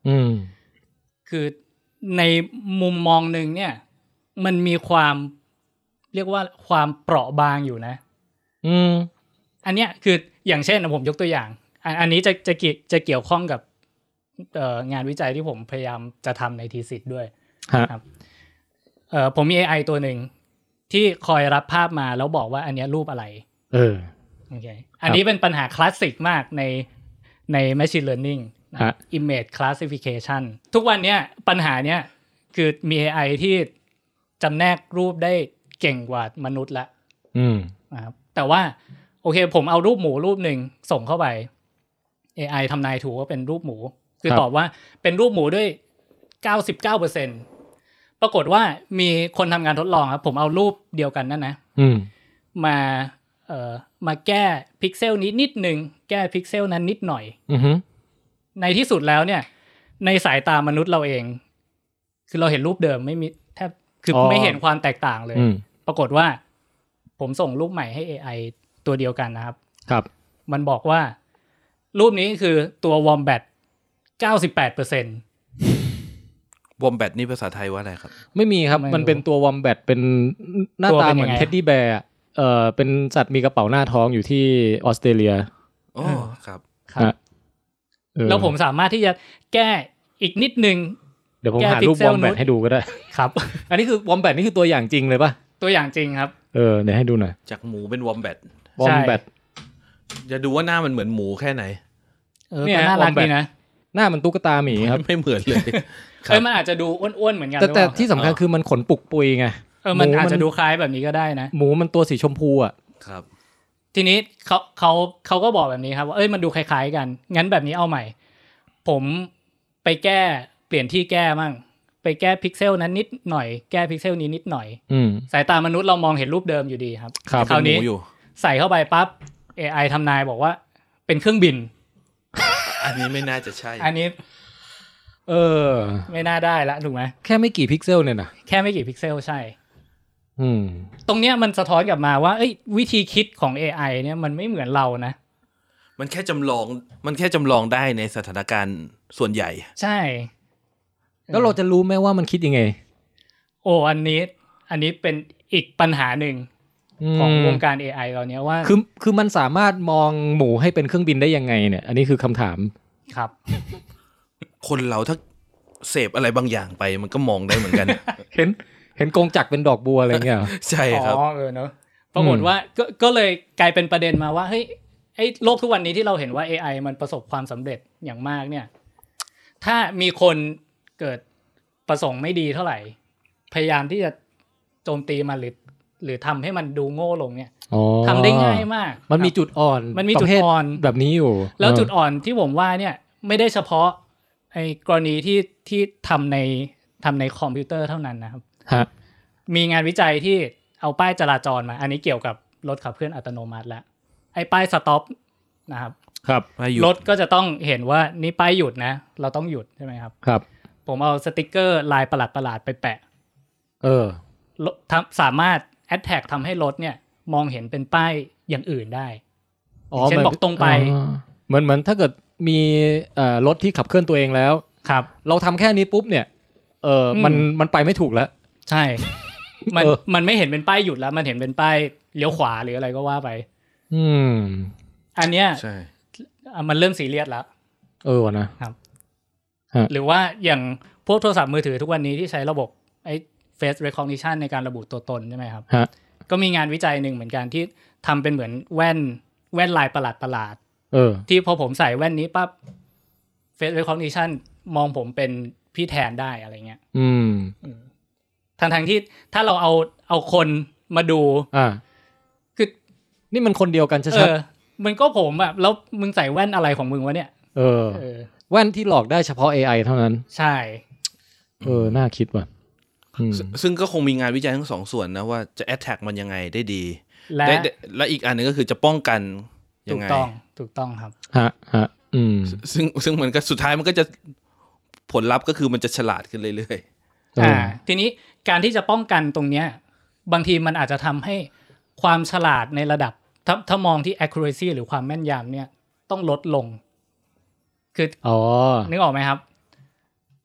อืมคือในมุมมองนึงเนี่ยมันมีความเรียกว่าความเปราะบางอยู่นะอืมอันเนี้ยคืออย่างเช่นผมยกตัวอย่างอันนี้จะจะจะเกี่ยวข้องกับเอ่องานวิจัยที่ผมพยายามจะทำในทีสิทธ์ด้วยครับเอ่อผมมี เอ ไอ ตัวหนึ่งที่คอยรับภาพมาแล้วบอกว่าอันนี้รูปอะไรเออโอเคอันนี้เป็นปัญหาคลาสสิกมากในใน machine learning image classification ทุกวันเนี้ยปัญหาเนี้ยคือมี เอ ไอ ที่จำแนกรูปได้เก่งกว่ามนุษย์ละอืมนะครับแต่ว่าโอเคผมเอารูปหมูรูปหนึ่งส่งเข้าไป เอ ไอ ทำนายถูกว่าเป็นรูปหมูคือตอบว่าเป็นรูปหมูด้วย เก้าสิบเก้าเปอร์เซ็นต์ ปรากฏว่ามีคนทำงานทดลองครับผมเอารูปเดียวกันนั่นนะมาเอ่อมาแก้พิกเซลนี้นิดนึงแก้พิกเซลนั้นนิดหน่อยอือฮึในที่สุดแล้วเนี่ยในสายตามนุษย์เราเองคือเราเห็นรูปเดิมไม่มีแทบคือไม่เห็นความแตกต่างเลยปรากฏว่าผมส่งรูปใหม่ให้ เอ ไอ ตัวเดียวกันนะครับครับมันบอกว่ารูปนี้คือตัว Wombat เก้าสิบแปดเปอร์เซ็นต์ Wombat นี่ภาษาไทยว่าอะไรครับไม่มีครับมันเป็นตัว Wombat เป็นหน้าตาเหมือน Teddy Bear เอ่อเป็นสัตว์มีกระเป๋าหน้าท้องอยู่ที่ออสเตรเลียอ๋อครับครับแล้วผมสามารถที่จะแก้อีกนิดนึงเดี๋ยวผมหารูป Wombat ให้ดูก็ได้ครับอันนี้คือ Wombat นี่คือตัวอย่างจริงเลยป่ะตัวอย่างจริงครับเออเดี๋ยวให้ดูหน่อยจากหมูเป็น Wombat Wombat จะดูว่าหน้ามันเหมือนหมูแค่ไหนเออน่ารักดีนะหน้ามันตุ๊กตาหมีครับไม่เหมือนเลยเอ้ยมันอาจจะดูอ้วนๆเหมือนกันแต่แต่ที่สำคัญคือมันขนปุกปุยไงเออมันอาจจะดูคล้ายแบบนี้ก็ได้นะหมูมันตัวสีชมพูอ่ะครับทีนี้เขาเขาเขาก็บอกแบบนี้ครับว่าเอ้ยมันดูคล้ายๆกันงั้นแบบนี้เอาใหม่ผมไปแก้เปลี่ยนที่แก้มั่งไปแก้พิกเซลนั้นนิดหน่อยแก้พิกเซลนี้นิดหน่อยสายตามนุษย์เรามองเห็นรูปเดิมอยู่ดีครับคราวนี้ใส่เข้าไปปั๊บ เอ ไอ ทำนายบอกว่าเป็นเครื่องบินอันนี้ไม่น่าจะใช่อันนี้เออไม่น่าได้ละถูกไหมแค่ไม่กี่พิกเซลเนี่ยนะแค่ไม่กี่พิกเซลใช่อืมตรงเนี้ยมันสะท้อนกลับมาว่าเอ้ยวิธีคิดของ เอ ไอ เนี่ยมันไม่เหมือนเรานะมันแค่จำลองมันแค่จำลองได้ในสถานการณ์ส่วนใหญ่ใช่แล้วเราจะรู้ไหมว่ามันคิดยังไงโอ้อันนี้อันนี้เป็นอีกปัญหาหนึ่งของวงการ เอ ไอ เราเนี้ยว่าคือคือมันสามารถมองหมูให้เป็นเครื่องบินได้ยังไงเนี่ยอันนี้คือคำถามครับคนเราถ้าเสพอะไรบางอย่างไปมันก็มองได้เหมือนกันเห็นเห็นกงจักรเป็นดอกบัวอะไรเงี้ยใช่ครับอ๋อเออเนอะปรากฏว่าก็ก็เลยกลายเป็นประเด็นมาว่าเฮ้ยไอ้โลกทุกวันนี้ที่เราเห็นว่า เอ ไอ มันประสบความสำเร็จอย่างมากเนี่ยถ้ามีคนเกิดประสงค์ไม่ดีเท่าไหร่พยายามที่จะโจมตีมันหรือหรือทำให้มันดูโง่ลงเนี่ยทำได้ง่ายมากมันมีจุดอ่อนมันมีจุดอ่อนแบบนี้อยู่แล้วจุดอ่อนที่ผมว่าเนี่ยไม่ได้เฉพาะไอ้กรณีที่ที่ทำในทำในคอมพิวเตอร์เท่านั้นนะครับมีงานวิจัยที่เอาป้ายจราจรมาอันนี้เกี่ยวกับรถขับเคลื่อนอัตโนมัติแล้วไอ้ป้ายสต็อปนะครับครับรถก็จะต้องเห็นว่านี่ป้ายหยุดนะเราต้องหยุดใช่ไหมครับครับผมเอาสติกเกอร์ลายประหลาดๆไปแปะเออสามารถแอดแท็กทำให้รถเนี่ยมองเห็นเป็นป้ายอย่างอื่นได้เช่นบอกตรงไปเหมือนเหมือนถ้าเกิดมีรถที่ขับเคลื่อนตัวเองแล้วครับเราทำแค่นี้ปุ๊บเนี่ยเออมันมันไปไม่ถูกแล้วใช่มันมันไม่เห็นเป็นป้ายหยุดแล้วมันเห็นเป็นป้ายเลี้ยวขวาหรืออะไรก็ว่าไปอืมอันเนี้ยใช่มันเริ่มซีเรียสแล้วเออนะครับหรือว่าอย่างพวกโทรศัพท์มือถือทุกวันนี้ที่ใช้ระบบไอ้ face recognition ในการระบุตัวตนใช่ไหมครับก็มีงานวิจัยหนึ่งเหมือนกันที่ทำเป็นเหมือนแว่นแว่นลายประหลาดประหลาดเออที่พอผมใส่แว่นนี้ปั๊บ face recognition มองผมเป็นพี่แทนได้อะไรเงี้ยอืมทั้งทั้งที่ถ้าเราเอาเอาคนมาดูอ่าคือนี่มันคนเดียวกันชัดๆมันก็ผมอ่ะแล้วมึงใส่แว่นอะไรของมึงวะเนี่ยเออแว่นที่หลอกได้เฉพาะ เอ ไอ เท่านั้นใช่เออน่าคิดว่ะซึ่งก็คงมีงานวิจัยทั้งสองส่วนนะว่าจะ attack มันยังไงได้ดีและและอีกอันนึงก็คือจะป้องกันยังไงถูกต้องถูกต้องครับฮะฮะอืมซึ่งซึ่งมันก็สุดท้ายมันก็จะผลลัพธ์ก็คือมันจะฉลาดขึ้นเรื่อยๆอ่าทีนี้การที่จะป้องกันตรงเนี้ยบางทีมันอาจจะทำให้ความฉลาดในระดับถ้าถ้ามองที่ accuracy หรือความแม่นยำเนี่ยต้องลดลงคืออ๋อนึกออกไหมครับ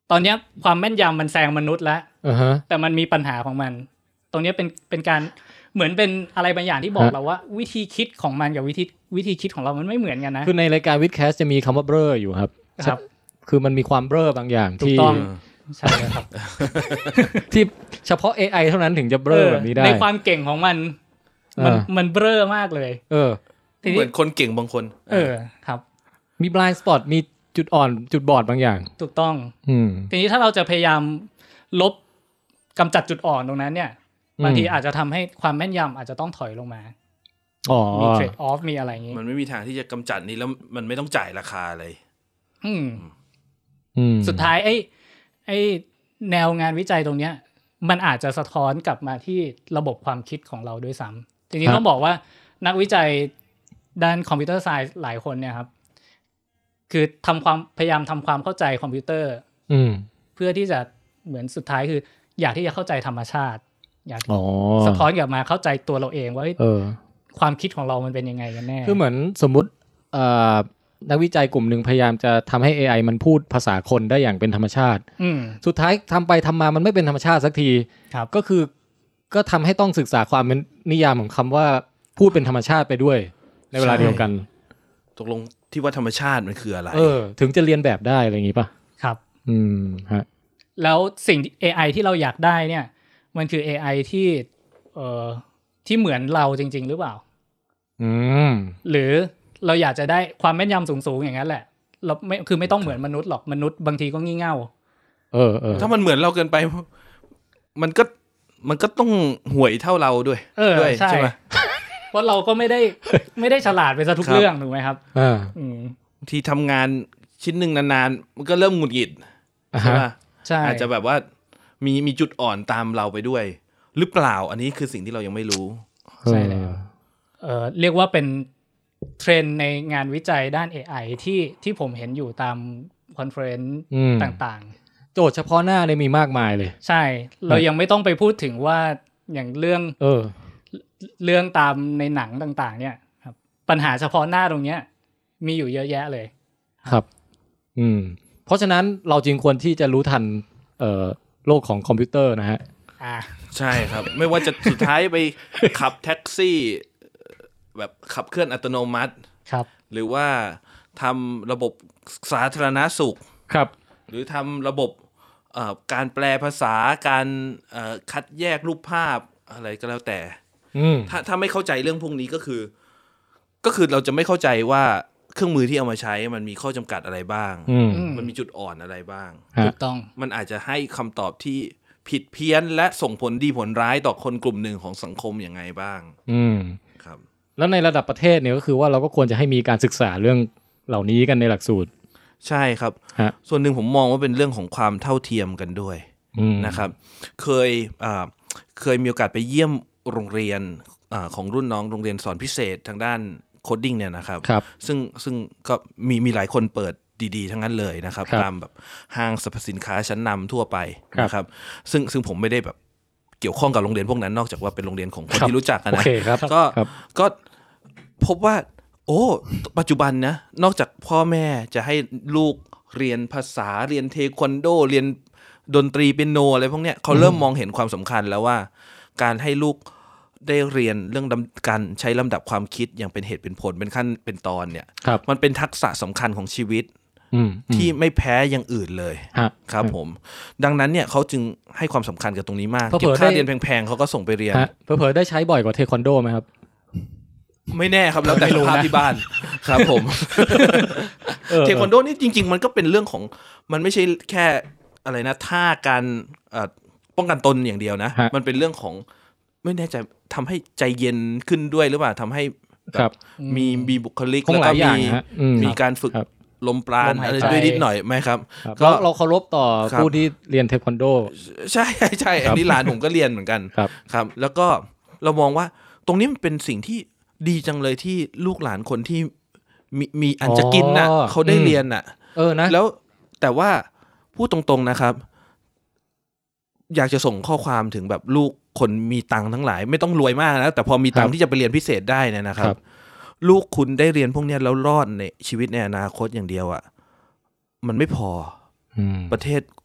ตอนนี้ความแม่นยำมันแซงมนุษย์แล้ว uh-huh. แต่มันมีปัญหาของมันตรงนี้เป็นเป็นการเหมือนเป็นอะไรบางอย่างที่บอก huh? เราว่าวิธีคิดของมันกับวิธีวิธีคิดของเรามันไม่เหมือนกันนะคือในรายการวิดแคสจะมีคำว่าเบลออยู่ครับครับคือมันมีความเบลอบางอย่างที่ใช่ครับที่เฉพาะ เอ ไอ เท่านั้นถึงจะเบลอแบบนี้ได้ในความเก่งของมันมันมันเบลอมากเลยเออเหมือนคนเก่งบางคนเออครับมี blind spot มีจุดอ่อนจุดบอดบางอย่างถูกต้องอืมทีนี้ถ้าเราจะพยายามลบกำจัดจุดอ่อนตรงนั้นเนี่ยบางทีอาจจะทำให้ความแม่นยำอาจจะต้องถอยลงมาอ๋อมีเทรดออฟมีอะไรอย่างงี้มันไม่มีทางที่จะกำจัดนี้แล้วมันไม่ต้องจ่ายราคาเลยอืมอืมสุดท้ายไอ้ไอ้แนวงานวิจัยตรงเนี้ยมันอาจจะสะท้อนกลับมาที่ระบบความคิดของเราด้วยซ้ำจริงๆต้องบอกว่านักวิจัยด้านคอมพิวเตอร์ไซน์หลายคนเนี่ยครับคือทำความพยายามทำความเข้าใจคอมพิวเตอร์เพื่อที่จะเหมือนสุดท้ายคืออยากที่จะเข้าใจธรรมชาติอยากสะท้อนกลับมาเข้าใจตัวเราเองว่าความคิดของเรามันเป็นยังไงกันแน่คือเหมือนสมมุตินักวิจัยกลุ่มหนึ่งพยายามจะทำให้ เอ ไอ มันพูดภาษาคนได้อย่างเป็นธรรมชาติสุดท้ายทำไปทำมามันไม่เป็นธรรมชาติสักทีก็คือก็ทำให้ต้องศึกษาความเป็นนิยามของคำว่าพูดเป็นธรรมชาติไปด้วยในเวลาเดียวกันตกลงที่ว่าธรรมชาติมันคืออะไรเออถึงจะเรียนแบบได้อะไรอย่างงี้ป่ะครับอืมฮะแล้วสิ่ง เอ ไอ ที่เราอยากได้เนี่ยมันคือ เอ ไอ ที่เอ่อที่เหมือนเราจริงๆหรือเปล่าอืมหรือเราอยากจะได้ความแม่นยำสูงๆอย่างนั้นแหละเราไม่คือไม่ต้องเหมือนมนุษย์หรอกมนุษย์บางทีก็งี่เง่าเออเออถ้ามันเหมือนเราเกินไปมันก็มันก็ต้องห่วยเท่าเราด้วยด้วยใช่ไหมเพราะเราก็ไม่ได้ไม่ได้ฉลาดไปซะทุกเรื่องถูกไหมครับอ่าที่ทำงานชิ้นหนึ่งนานๆมันก็เริ่มหงุดหงิดใช่ป่ะใช่อาจจะแบบว่ามีมีจุดอ่อนตามเราไปด้วยหรือเปล่าอันนี้คือสิ่งที่เรายังไม่รู้ใช่แล้วเอ่อเรียกว่าเป็นเทรนด์ในงานวิจัยด้าน เอ ไอ ที่ที่ผมเห็นอยู่ตามคอนเฟอเรนซ์ต่างๆโจทย์เฉพาะหน้าเนี่ยมีมากมายเลยใช่เรายังไม่ต้องไปพูดถึงว่าอย่างเรื่องเออเรื่องตามในหนังต่างๆเนี่ยครับปัญหาเฉพาะหน้าตรงเนี้ยมีอยู่เยอะแยะเลยครับอืมเพราะฉะนั้นเราจึงควรที่จะรู้ทันเอ่อโลกของคอมพิวเตอร์นะฮะอ่าใช่ครับไม่ว่าจะสุดท้ายไปขับแท็กซี่แบบขับเคลื่อนอัตโนมัติครับหรือว่าทำระบบสาธารณสุขครับหรือทำระบบการแปลภาษาการคัดแยกรูปภาพอะไรก็แล้วแต่ถ้าถ้าไม่เข้าใจเรื่องพวกนี้ก็คือก็คือเราจะไม่เข้าใจว่าเครื่องมือที่เอามาใช้มันมีข้อจำกัดอะไรบ้างมันมีจุดอ่อนอะไรบ้างถูกต้องมันอาจจะให้คำตอบที่ผิดเพี้ยนและส่งผลดีผลร้ายต่อคนกลุ่มหนึ่งของสังคมยังไงบ้างอืมครับแล้วในระดับประเทศเนี่ยก็คือว่าเราก็ควรจะให้มีการศึกษาเรื่องเหล่านี้กันในหลักสูตรใช่ครับส่วนหนึ่งผมมองว่าเป็นเรื่องของความเท่าเทียมกันด้วยนะครับเคยเคยมีโอกาสไปเยี่ยมโรงเรียนของรุ่นน้องโรงเรียนสอนพิเศษทางด้านโคดดิ้งเนี่ยนะครับซึ่งซึ่งก็มีมีหลายคนเปิดดีๆทั้งนั้นเลยนะครับตามแบบห้างสรรพสินค้าชั้นนำทั่วไปนะครับซึ่งซึ่งผมไม่ได้แบบเกี่ยวข้องกับโรงเรียนพวกนั้นนอกจากว่าเป็นโรงเรียนของคนที่รู้จักกันนะก็ก็พบว่าโอ้ปัจจุบันนะนอกจากพ่อแม่จะให้ลูกเรียนภาษาเรียนเทควันโดเรียนดนตรีเปียโนอะไรพวกเนี้ยเขาเริ่มมองเห็นความสำคัญแล้วว่าการให้ลูกได้เรียนเรื่องการใช้ลำดับความคิดอย่างเป็นเหตุเป็นผลเป็นขั้นเป็นตอนเนี่ยมันเป็นทักษะสำคัญของชีวิตที่ไม่แพ้อย่างอื่นเลยครับผมดังนั้นเนี่ยเขาจึงให้ความสำคัญกับตรงนี้มากเก็บค่าเรียนแพงๆเขาก็ส่งไปเรียนเผลอๆได้ใช้บ่อยกว่าเทควันโดไหมครับไม่แน่ครับแล้วแต่สภาพที่บ้านครับผมเทควันโดนี่จริงๆมันก็เป็นเรื่องของมันไม่ใช่แค่อะไรนะท่าการป้องกันตนอย่างเดียวนะมันเป็นเรื่องของไม่แน่ใจทำให้ใจเย็นขึ้นด้วยหรือเปล่าทำให้แบบมีมีบุคลิกแล้วก็มีมีการฝึกลมปราณอะไรด้วยนิดหน่อยไหมครับก็เราเคารพต่อผู้ที่เรียนเทควันโดใช่ใช่อันนี้หลานผมก็เรียนเหมือนกันครับแล้วก็เรามองว่าตรงนี้มันเป็นสิ่งที่ดีจังเลยที่ลูกหลานคนที่มีมีอันจะกินน่ะเขาได้เรียนน่ะเออนะแล้วแต่ว่าพูดตรงๆนะครับอยากจะส่งข้อความถึงแบบลูกคนมีตังค์ทั้งหลายไม่ต้องรวยมากนะแต่พอมีตังค์ที่จะไปเรียนพิเศษได้เนี่ยนะครับลูกคุณได้เรียนพวกนี้แล้วรอดในชีวิตในอนาคตอย่างเดียวอ่ะมันไม่พอประเทศ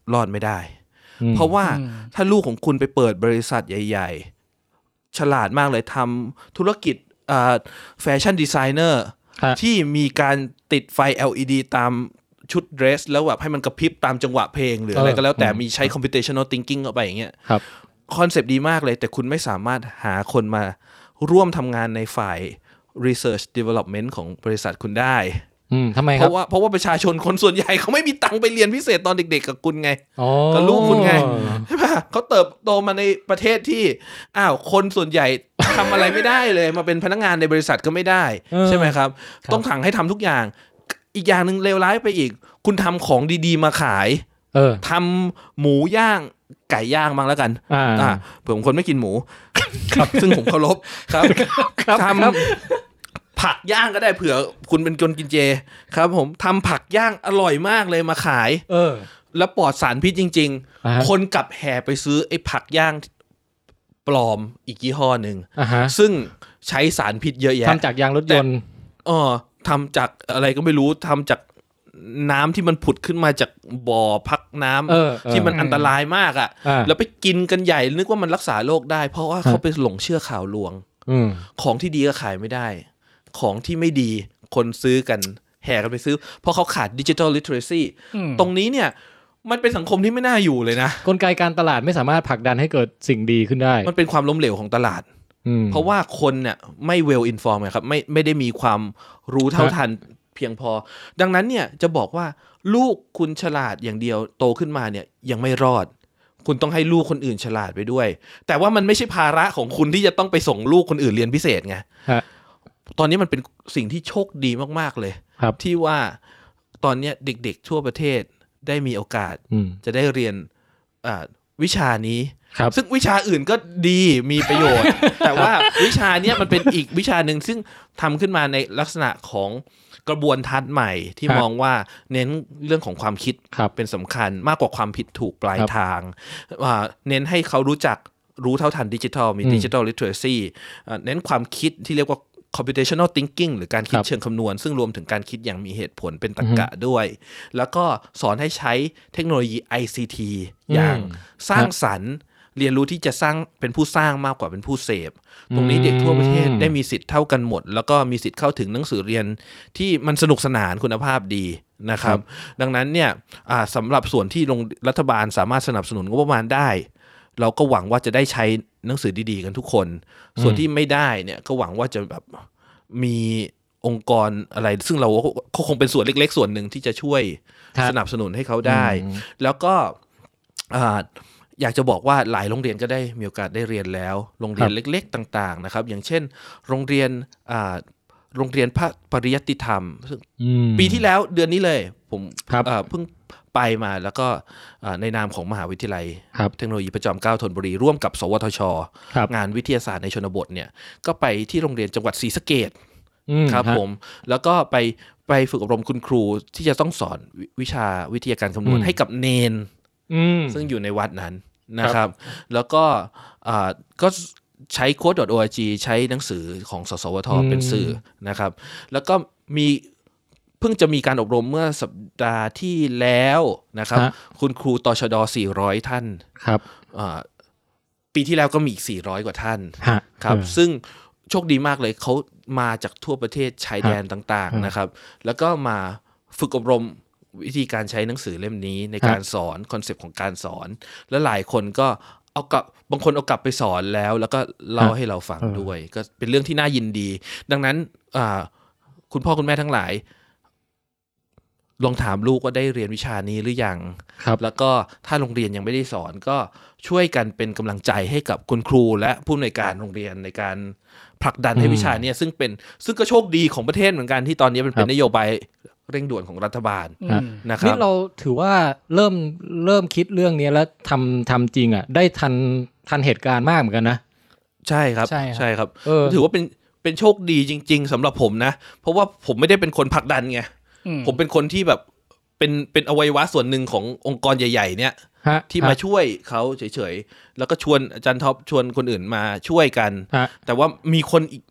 รอดไม่ได้เพราะว่าถ้าลูกของคุณไปเปิดบริษัทใหญ่ๆฉลาดมากเลยทำธุรกิจแฟชั่นดีไซเนอร์ที่มีการติดไฟ แอล อี ดี ตามชุดเดรสแล้วแบบให้มันกระพริบตามจังหวะเพลงหรืออะไรก็แล้วแต่มีใช้ computational thinking เข้าไปอย่างเงี้ยคอนเซปต์ดีมากเลยแต่คุณไม่สามารถหาคนมาร่วมทำงานในฝ่าย research development ของบริษัทคุณได้ทำไมครับเพราะว่าเพราะว่าประชาชนคนส่วนใหญ่เขาไม่มีตังค์ไปเรียนพิเศษตอนเด็กๆกับคุณไงกับลูกคุณไงใช่ป่ะเขาเติบโตมาในประเทศที่อ้าวคนส่วนใหญ่ทำอะไรไม่ได้เลยมาเป็นพนักงานในบริษัทก็ไม่ได้ใช่ไหมครับต้องขังให้ทำทุกอย่างอีกอย่างนึงเลวร้ายไปอีกคุณทำของดีๆมาขายทำหมูย่างไก่ย่างบ้างแล้วกันอ่าเผื่อคนไม่กินหมูซึ่งผมเคารพครับทำผักย่างก็ได้เผื่อคุณเป็นคนกินเจครับผมทำผักย่างอร่อยมากเลยมาขายเออแล้วปลอดสารพิษจริงๆคนกลับแห่ไปซื้อไอ้ผักย่างปลอมอีกยี่ห้อหนึ่งซึ่งใช้สารพิษเยอะแยะทำจากยางรถยนต์อ๋อทำจากอะไรก็ไม่รู้ทำจากน้ำที่มันผุดขึ้นมาจากบ่อพักน้ำที่มันอันตรายมากอ่ะแล้วไปกินกันใหญ่นึกว่ามันรักษาโรคได้เพราะว่าเขาไปหลงเชื่อข่าวลวงของที่ดีก็ขายไม่ได้ของที่ไม่ดีคนซื้อกันแห่กันไปซื้อเพราะเขาขาดดิจิทัลลิเทอเรซีตรงนี้เนี่ยมันเป็นสังคมที่ไม่น่าอยู่เลยนะกลไกการตลาดไม่สามารถผลักดันให้เกิดสิ่งดีขึ้นได้มันเป็นความล้มเหลวของตลาดเพราะว่าคนเนี่ยไม่ well informed ครับไม่ไม่ได้มีความรู้เท่าทันเพียงพอดังนั้นเนี่ยจะบอกว่าลูกคุณฉลาดอย่างเดียวโตขึ้นมาเนี่ยยังไม่รอดคุณต้องให้ลูกคนอื่นฉลาดไปด้วยแต่ว่ามันไม่ใช่ภาระของคุณที่จะต้องไปส่งลูกคนอื่นเรียนพิเศษไงตอนนี้มันเป็นสิ่งที่โชคดีมากๆเลยที่ว่าตอนนี้เด็กๆทั่วประเทศได้มีโอกาสจะได้เรียนวิชานี้ซึ่งวิชาอื่นก็ดีมีประโยชน์ แต่ว่าวิชานี้มันเป็นอีกวิชาหนึ่งซึ่งทำขึ้นมาในลักษณะของกระบวนทัศน์ใหม่ที่มองว่าเน้นเรื่องของความคิดเป็นสำคัญมากกว่าความผิดถูกปลายทางเน้นให้เขารู้จักรู้เท่าทันดิจิทัลมีดิจิทัลลิเทอเรซีเน้นความคิดที่เรียกว่า computational thinking หรือการคิดเชิงคำนวณซึ่งรวมถึงการคิดอย่างมีเหตุผลเป็นตรรกะด้วยแล้วก็สอนให้ใช้เทคโนโลยี ไอ ซี ที อย่างสร้างสรรค์เรียนรู้ที่จะสร้างเป็นผู้สร้างมากกว่าเป็นผู้เสพตรงนี้เด็กทั่วประเทศได้มีสิทธิ์เท่ากันหมดแล้วก็มีสิทธิ์เข้าถึงหนังสือเรียนที่มันสนุกสนานคุณภาพดีนะครับดังนั้นเนี่ยสำหรับส่วนที่รัฐบาลสามารถสนับสนุนงบประมาณได้เราก็หวังว่าจะได้ใช้หนังสือดีๆกันทุกคนส่วนที่ไม่ได้เนี่ยก็หวังว่าจะแบบมีองค์กรอะไรซึ่งเราก็คงเป็นส่วนเล็กๆส่วนหนึ่งที่จะช่วยสนับสนุนให้เขาได้แล้วก็อยากจะบอกว่าหลายโรงเรียนก็ได้มีโอกาสได้เรียนแล้วโรงเรียนเล็กๆต่างๆนะครับอย่างเช่นโรงเรียนโรงเรียนพระปริยัติธรรมปีที่แล้วเดือนนี้เลยผมเพิ่งไปมาแล้วก็ในนามของมหาวิทยาลัยเทคโนโลยีพระจอมเกล้าธนบุรีร่วมกับสวทช.งานวิทยาศาสตร์ในชนบทเนี่ยก็ไปที่โรงเรียนจังหวัดศรีสะเกษครับผมแล้วก็ไปไปฝึกอบรมคุณครูที่จะต้องสอนวิชาวิทยาการคำนวณให้กับเนนซึ่งอยู่ในวัดนั้นนะครับแล้วก็ก็ใช้ โค้ด ดอท โอ อาร์ จี ใช้หนังสือของสสวทเป็นสื่อนะครับแล้วก็มีเพิ่งจะมีการอบรมเมื่อสัปดาห์ที่แล้วนะครับคุณครูตชดสี่ร้อยท่านครับปีที่แล้วก็มีอีกสี่ร้อยกว่าท่านครับซึ่งโชคดีมากเลยเขามาจากทั่วประเทศชายแดนต่างๆนะครับแล้วก็มาฝึกอบรมวิธีการใช้หนังสือเล่มนี้ในการสอนคอนเซปต์ของการสอนและหลายคนก็เอากลับบางคนเอากลับไปสอนแล้วแล้วก็เล่าให้เราฟังด้วยก็เป็นเรื่องที่น่ายินดีดังนั้นคุณพ่อคุณแม่ทั้งหลายลองถามลูกว่าได้เรียนวิชานี้หรือยังแล้วก็ถ้าโรงเรียนยังไม่ได้สอนก็ช่วยกันเป็นกำลังใจให้กับคุณครูและผู้อำนวยการโรงเรียนในการผลักดันให้วิชานี้ซึ่งเป็นซึ่งก็โชคดีของประเทศเหมือนกันที่ตอนนี้มันเป็นนโยบายเร่งด่วนของรัฐบาลนะครับนี่เราถือว่าเริ่มเริ่มคิดเรื่องนี้แล้วทำทำจริงอ่ะได้ทันทันเหตุการณ์มากเหมือนกันนะใช่ครับใช่ครับถือว่าเป็นเป็นโชคดีจริงๆสำหรับผมนะเพราะว่าผมไม่ได้เป็นคนผลักดันไงผมเป็นคนที่แบบเป็นเป็นอวัยวะส่วนหนึ่งขององค์กรใหญ่ๆเนี่ยที่มาช่วยเขาเฉยๆแล้วก็ชวนอาจารย์ท็อปชวนคนอื่นมาช่วยกันแต่ว่ามีคนอีก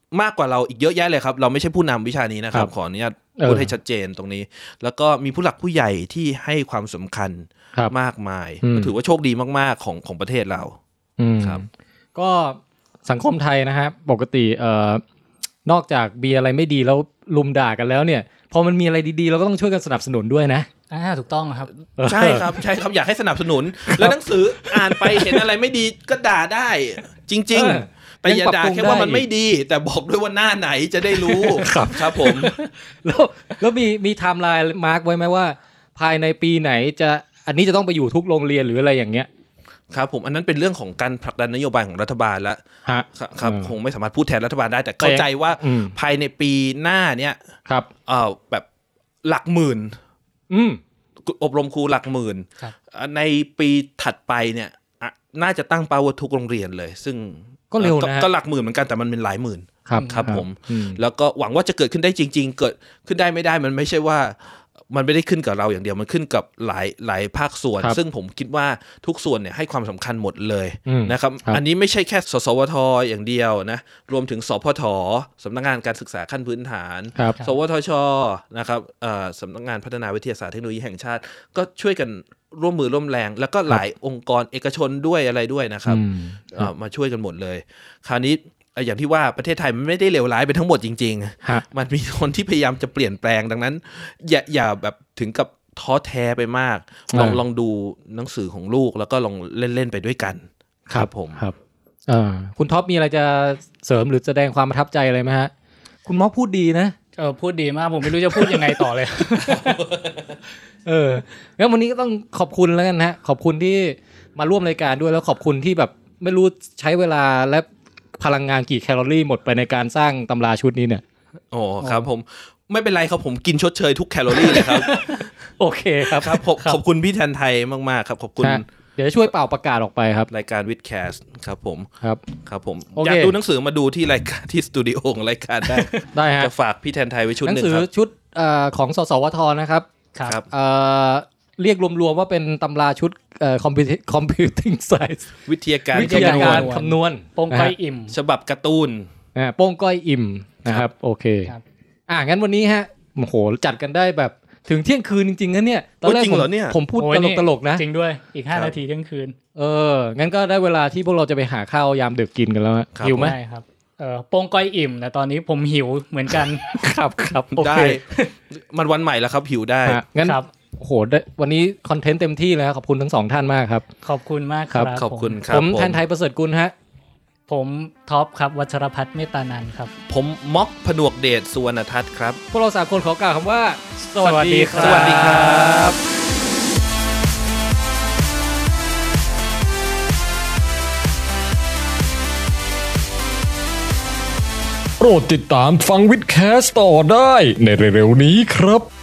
มากกว่าเราอีกเยอะแยะเลยครับเราไม่ใช่ผู้นำวิชานี้นะครับขออนุญาตพูดให้ชัดเจนตรงนี้แล้วก็มีผู้หลักผู้ใหญ่ที่ให้ความสำคัญมากมายถือว่าโชคดีมากๆของของประเทศเราครับก็สังคมไทยนะฮะปกติเอ่อนอกจากมีอะไรไม่ดีแล้วลุมด่ากันแล้วเนี่ยพอมันมีอะไรดีๆเราก็ต้องช่วยกันสนับสนุนด้วยนะอ่าถูกต้องครับใช่ครับใช่ครับอยากให้สนับสนุนแล้วหนังสืออ่านไปเห็นอะไรไม่ดีก็ด่าได้จริงๆแต่อย่าด่าแค่ว่ามันไม่ดีแต่บอกด้วยว่าหน้าไหนจะได้รู้ครับครับผมแล้วแล้วมีมีไทม์ไลน์มาร์คไว้ไหมว่าภายในปีไหนจะอันนี้จะต้องไปอยู่ทุกโรงเรียนหรืออะไรอย่างเงี้ยครับผมอันนั้นเป็นเรื่องของการผลักดันนโยบายของรัฐบาลแล้วครับคงไม่สามารถพูดแทนรัฐบาลได้แต่เข้าใจว่าภายในปีหน้าเนี้ยครับเอ่อแบบหลักหมื่นอืมอบรมครูหลักหมื่นในปีถัดไปเนี่ยน่าจะตั้งเป้าว่าทุกโรงเรียนเลยซึ่งก็เร็วนะก็หลักหมื่นเหมือนกันแต่มันเป็นหลายหมื่นครับครับผมแล้วก็หวังว่าจะเกิดขึ้นได้จริงๆเกิดขึ้นได้ไม่ได้มันไม่ใช่ว่ามันไม่ได้ขึ้นกับเราอย่างเดียวมันขึ้นกับหลายหลายภาคส่วนซึ่งผมคิดว่าทุกส่วนเนี่ยให้ความสำคัญหมดเลยนะครับอันนี้ไม่ใช่แค่สสวทอย่างเดียวนะรวมถึงสพทสำนักงานการศึกษาขั้นพื้นฐานสวทชนะครับสำนักงานพัฒนาวิทยาศาสตร์เทคโนโลยีแห่งชาติก็ช่วยกันร่วมมือร่วมแรงแล้วก็หลายองค์กรเอกชนด้วยอะไรด้วยนะครับมาช่วยกันหมดเลยคราวนี้อย่างที่ว่าประเทศไทยมันไม่ได้เลวร้ายไปทั้งหมดจริงๆมันมีคนที่พยายามจะเปลี่ยนแปลงดังนั้นอย่าอย่าแบบถึงกับท้อแท้ไปมากลองลองดูหนังสือของลูกแล้วก็ลองเล่นๆไปด้วยกันครับผมครับคุณท็อปมีอะไรจะเสริมหรือแสดงความประทับใจอะไรไหมฮะคุณม็อกพูดดีนะเออพูดดีมากผมไม่รู้จะพูดยังไงต่อเลยเอองั้นวันนี้ก็ต้องขอบคุณแล้วกันฮะขอบคุณที่มาร่วมรายการด้วยแล้วขอบคุณที่แบบไม่รู้ใช้เวลาและพลังงานกี่แคลอรี่หมดไปในการสร้างตำราชุดนี้เนี่ยโอ้ครับผมไม่เป็นไรครับผมกินชดเชยทุกแคลอรี่เลยครับโอเคครับครับขอบคุณพี่แทนไทยมากๆครับขอบคุณเดี๋ยวช่วยเป่าประกาศออกไปครับรายการวิดแคสต์ครับผมครับครับผมอยากดูหนังสือมาดูที่รายการที่สตูดิโอของรายการได้ได้ฮะจะฝากพี่แทนไทยไว้ชุดนึงครับหนังสือชุดของสสวทนะครับครับเรียกรวมๆว่าเป็นตำราชุดเอ่อ computing science วิทยาการวิทยาการคำนวณโป้งก้อยอิ่มฉบับการ์ตูนอ่าโป้งก้อยอิ่มนะครับโอเคอ่างั้นวันนี้ฮะโอ้โหจัดกันได้แบบถึงเที่ยงคืนจริงๆนะเนี่ยตอนแรกผมผมพูดตลกๆนะจริงด้วยอีกห้านาทีเที่ยงคืนเอองั้นก็ได้เวลาที่พวกเราจะไปหาข้าวยามดึกกินกันแล้วหิวมั้ยใช่ครับเอ่อโป้งก้อยอิ่มแต่ตอนนี้ผมหิวเหมือนกันครับครับโอเคมันวันใหม่แล้วครับหิวได้งั้นโอ้โหวันนี้คอนเทนต์เต็มที่แล้วขอบคุณทั้งสองท่านมากครับขอบคุณมากครับขอบคุณครับผมแทนไทยประเสริฐกุลฮะผมท็อปครับวัชรพัฒน์เมตตานันท์ครับผมม็อกผนวกเดชสุวรรณทัศน์ครับพวกเราสามคนขอกล่าวคำว่าสวัสดีครับสวัสดีครับโปรดติดตามฟังวิดแคสต์ต่อได้ในเร็วๆนี้ครับ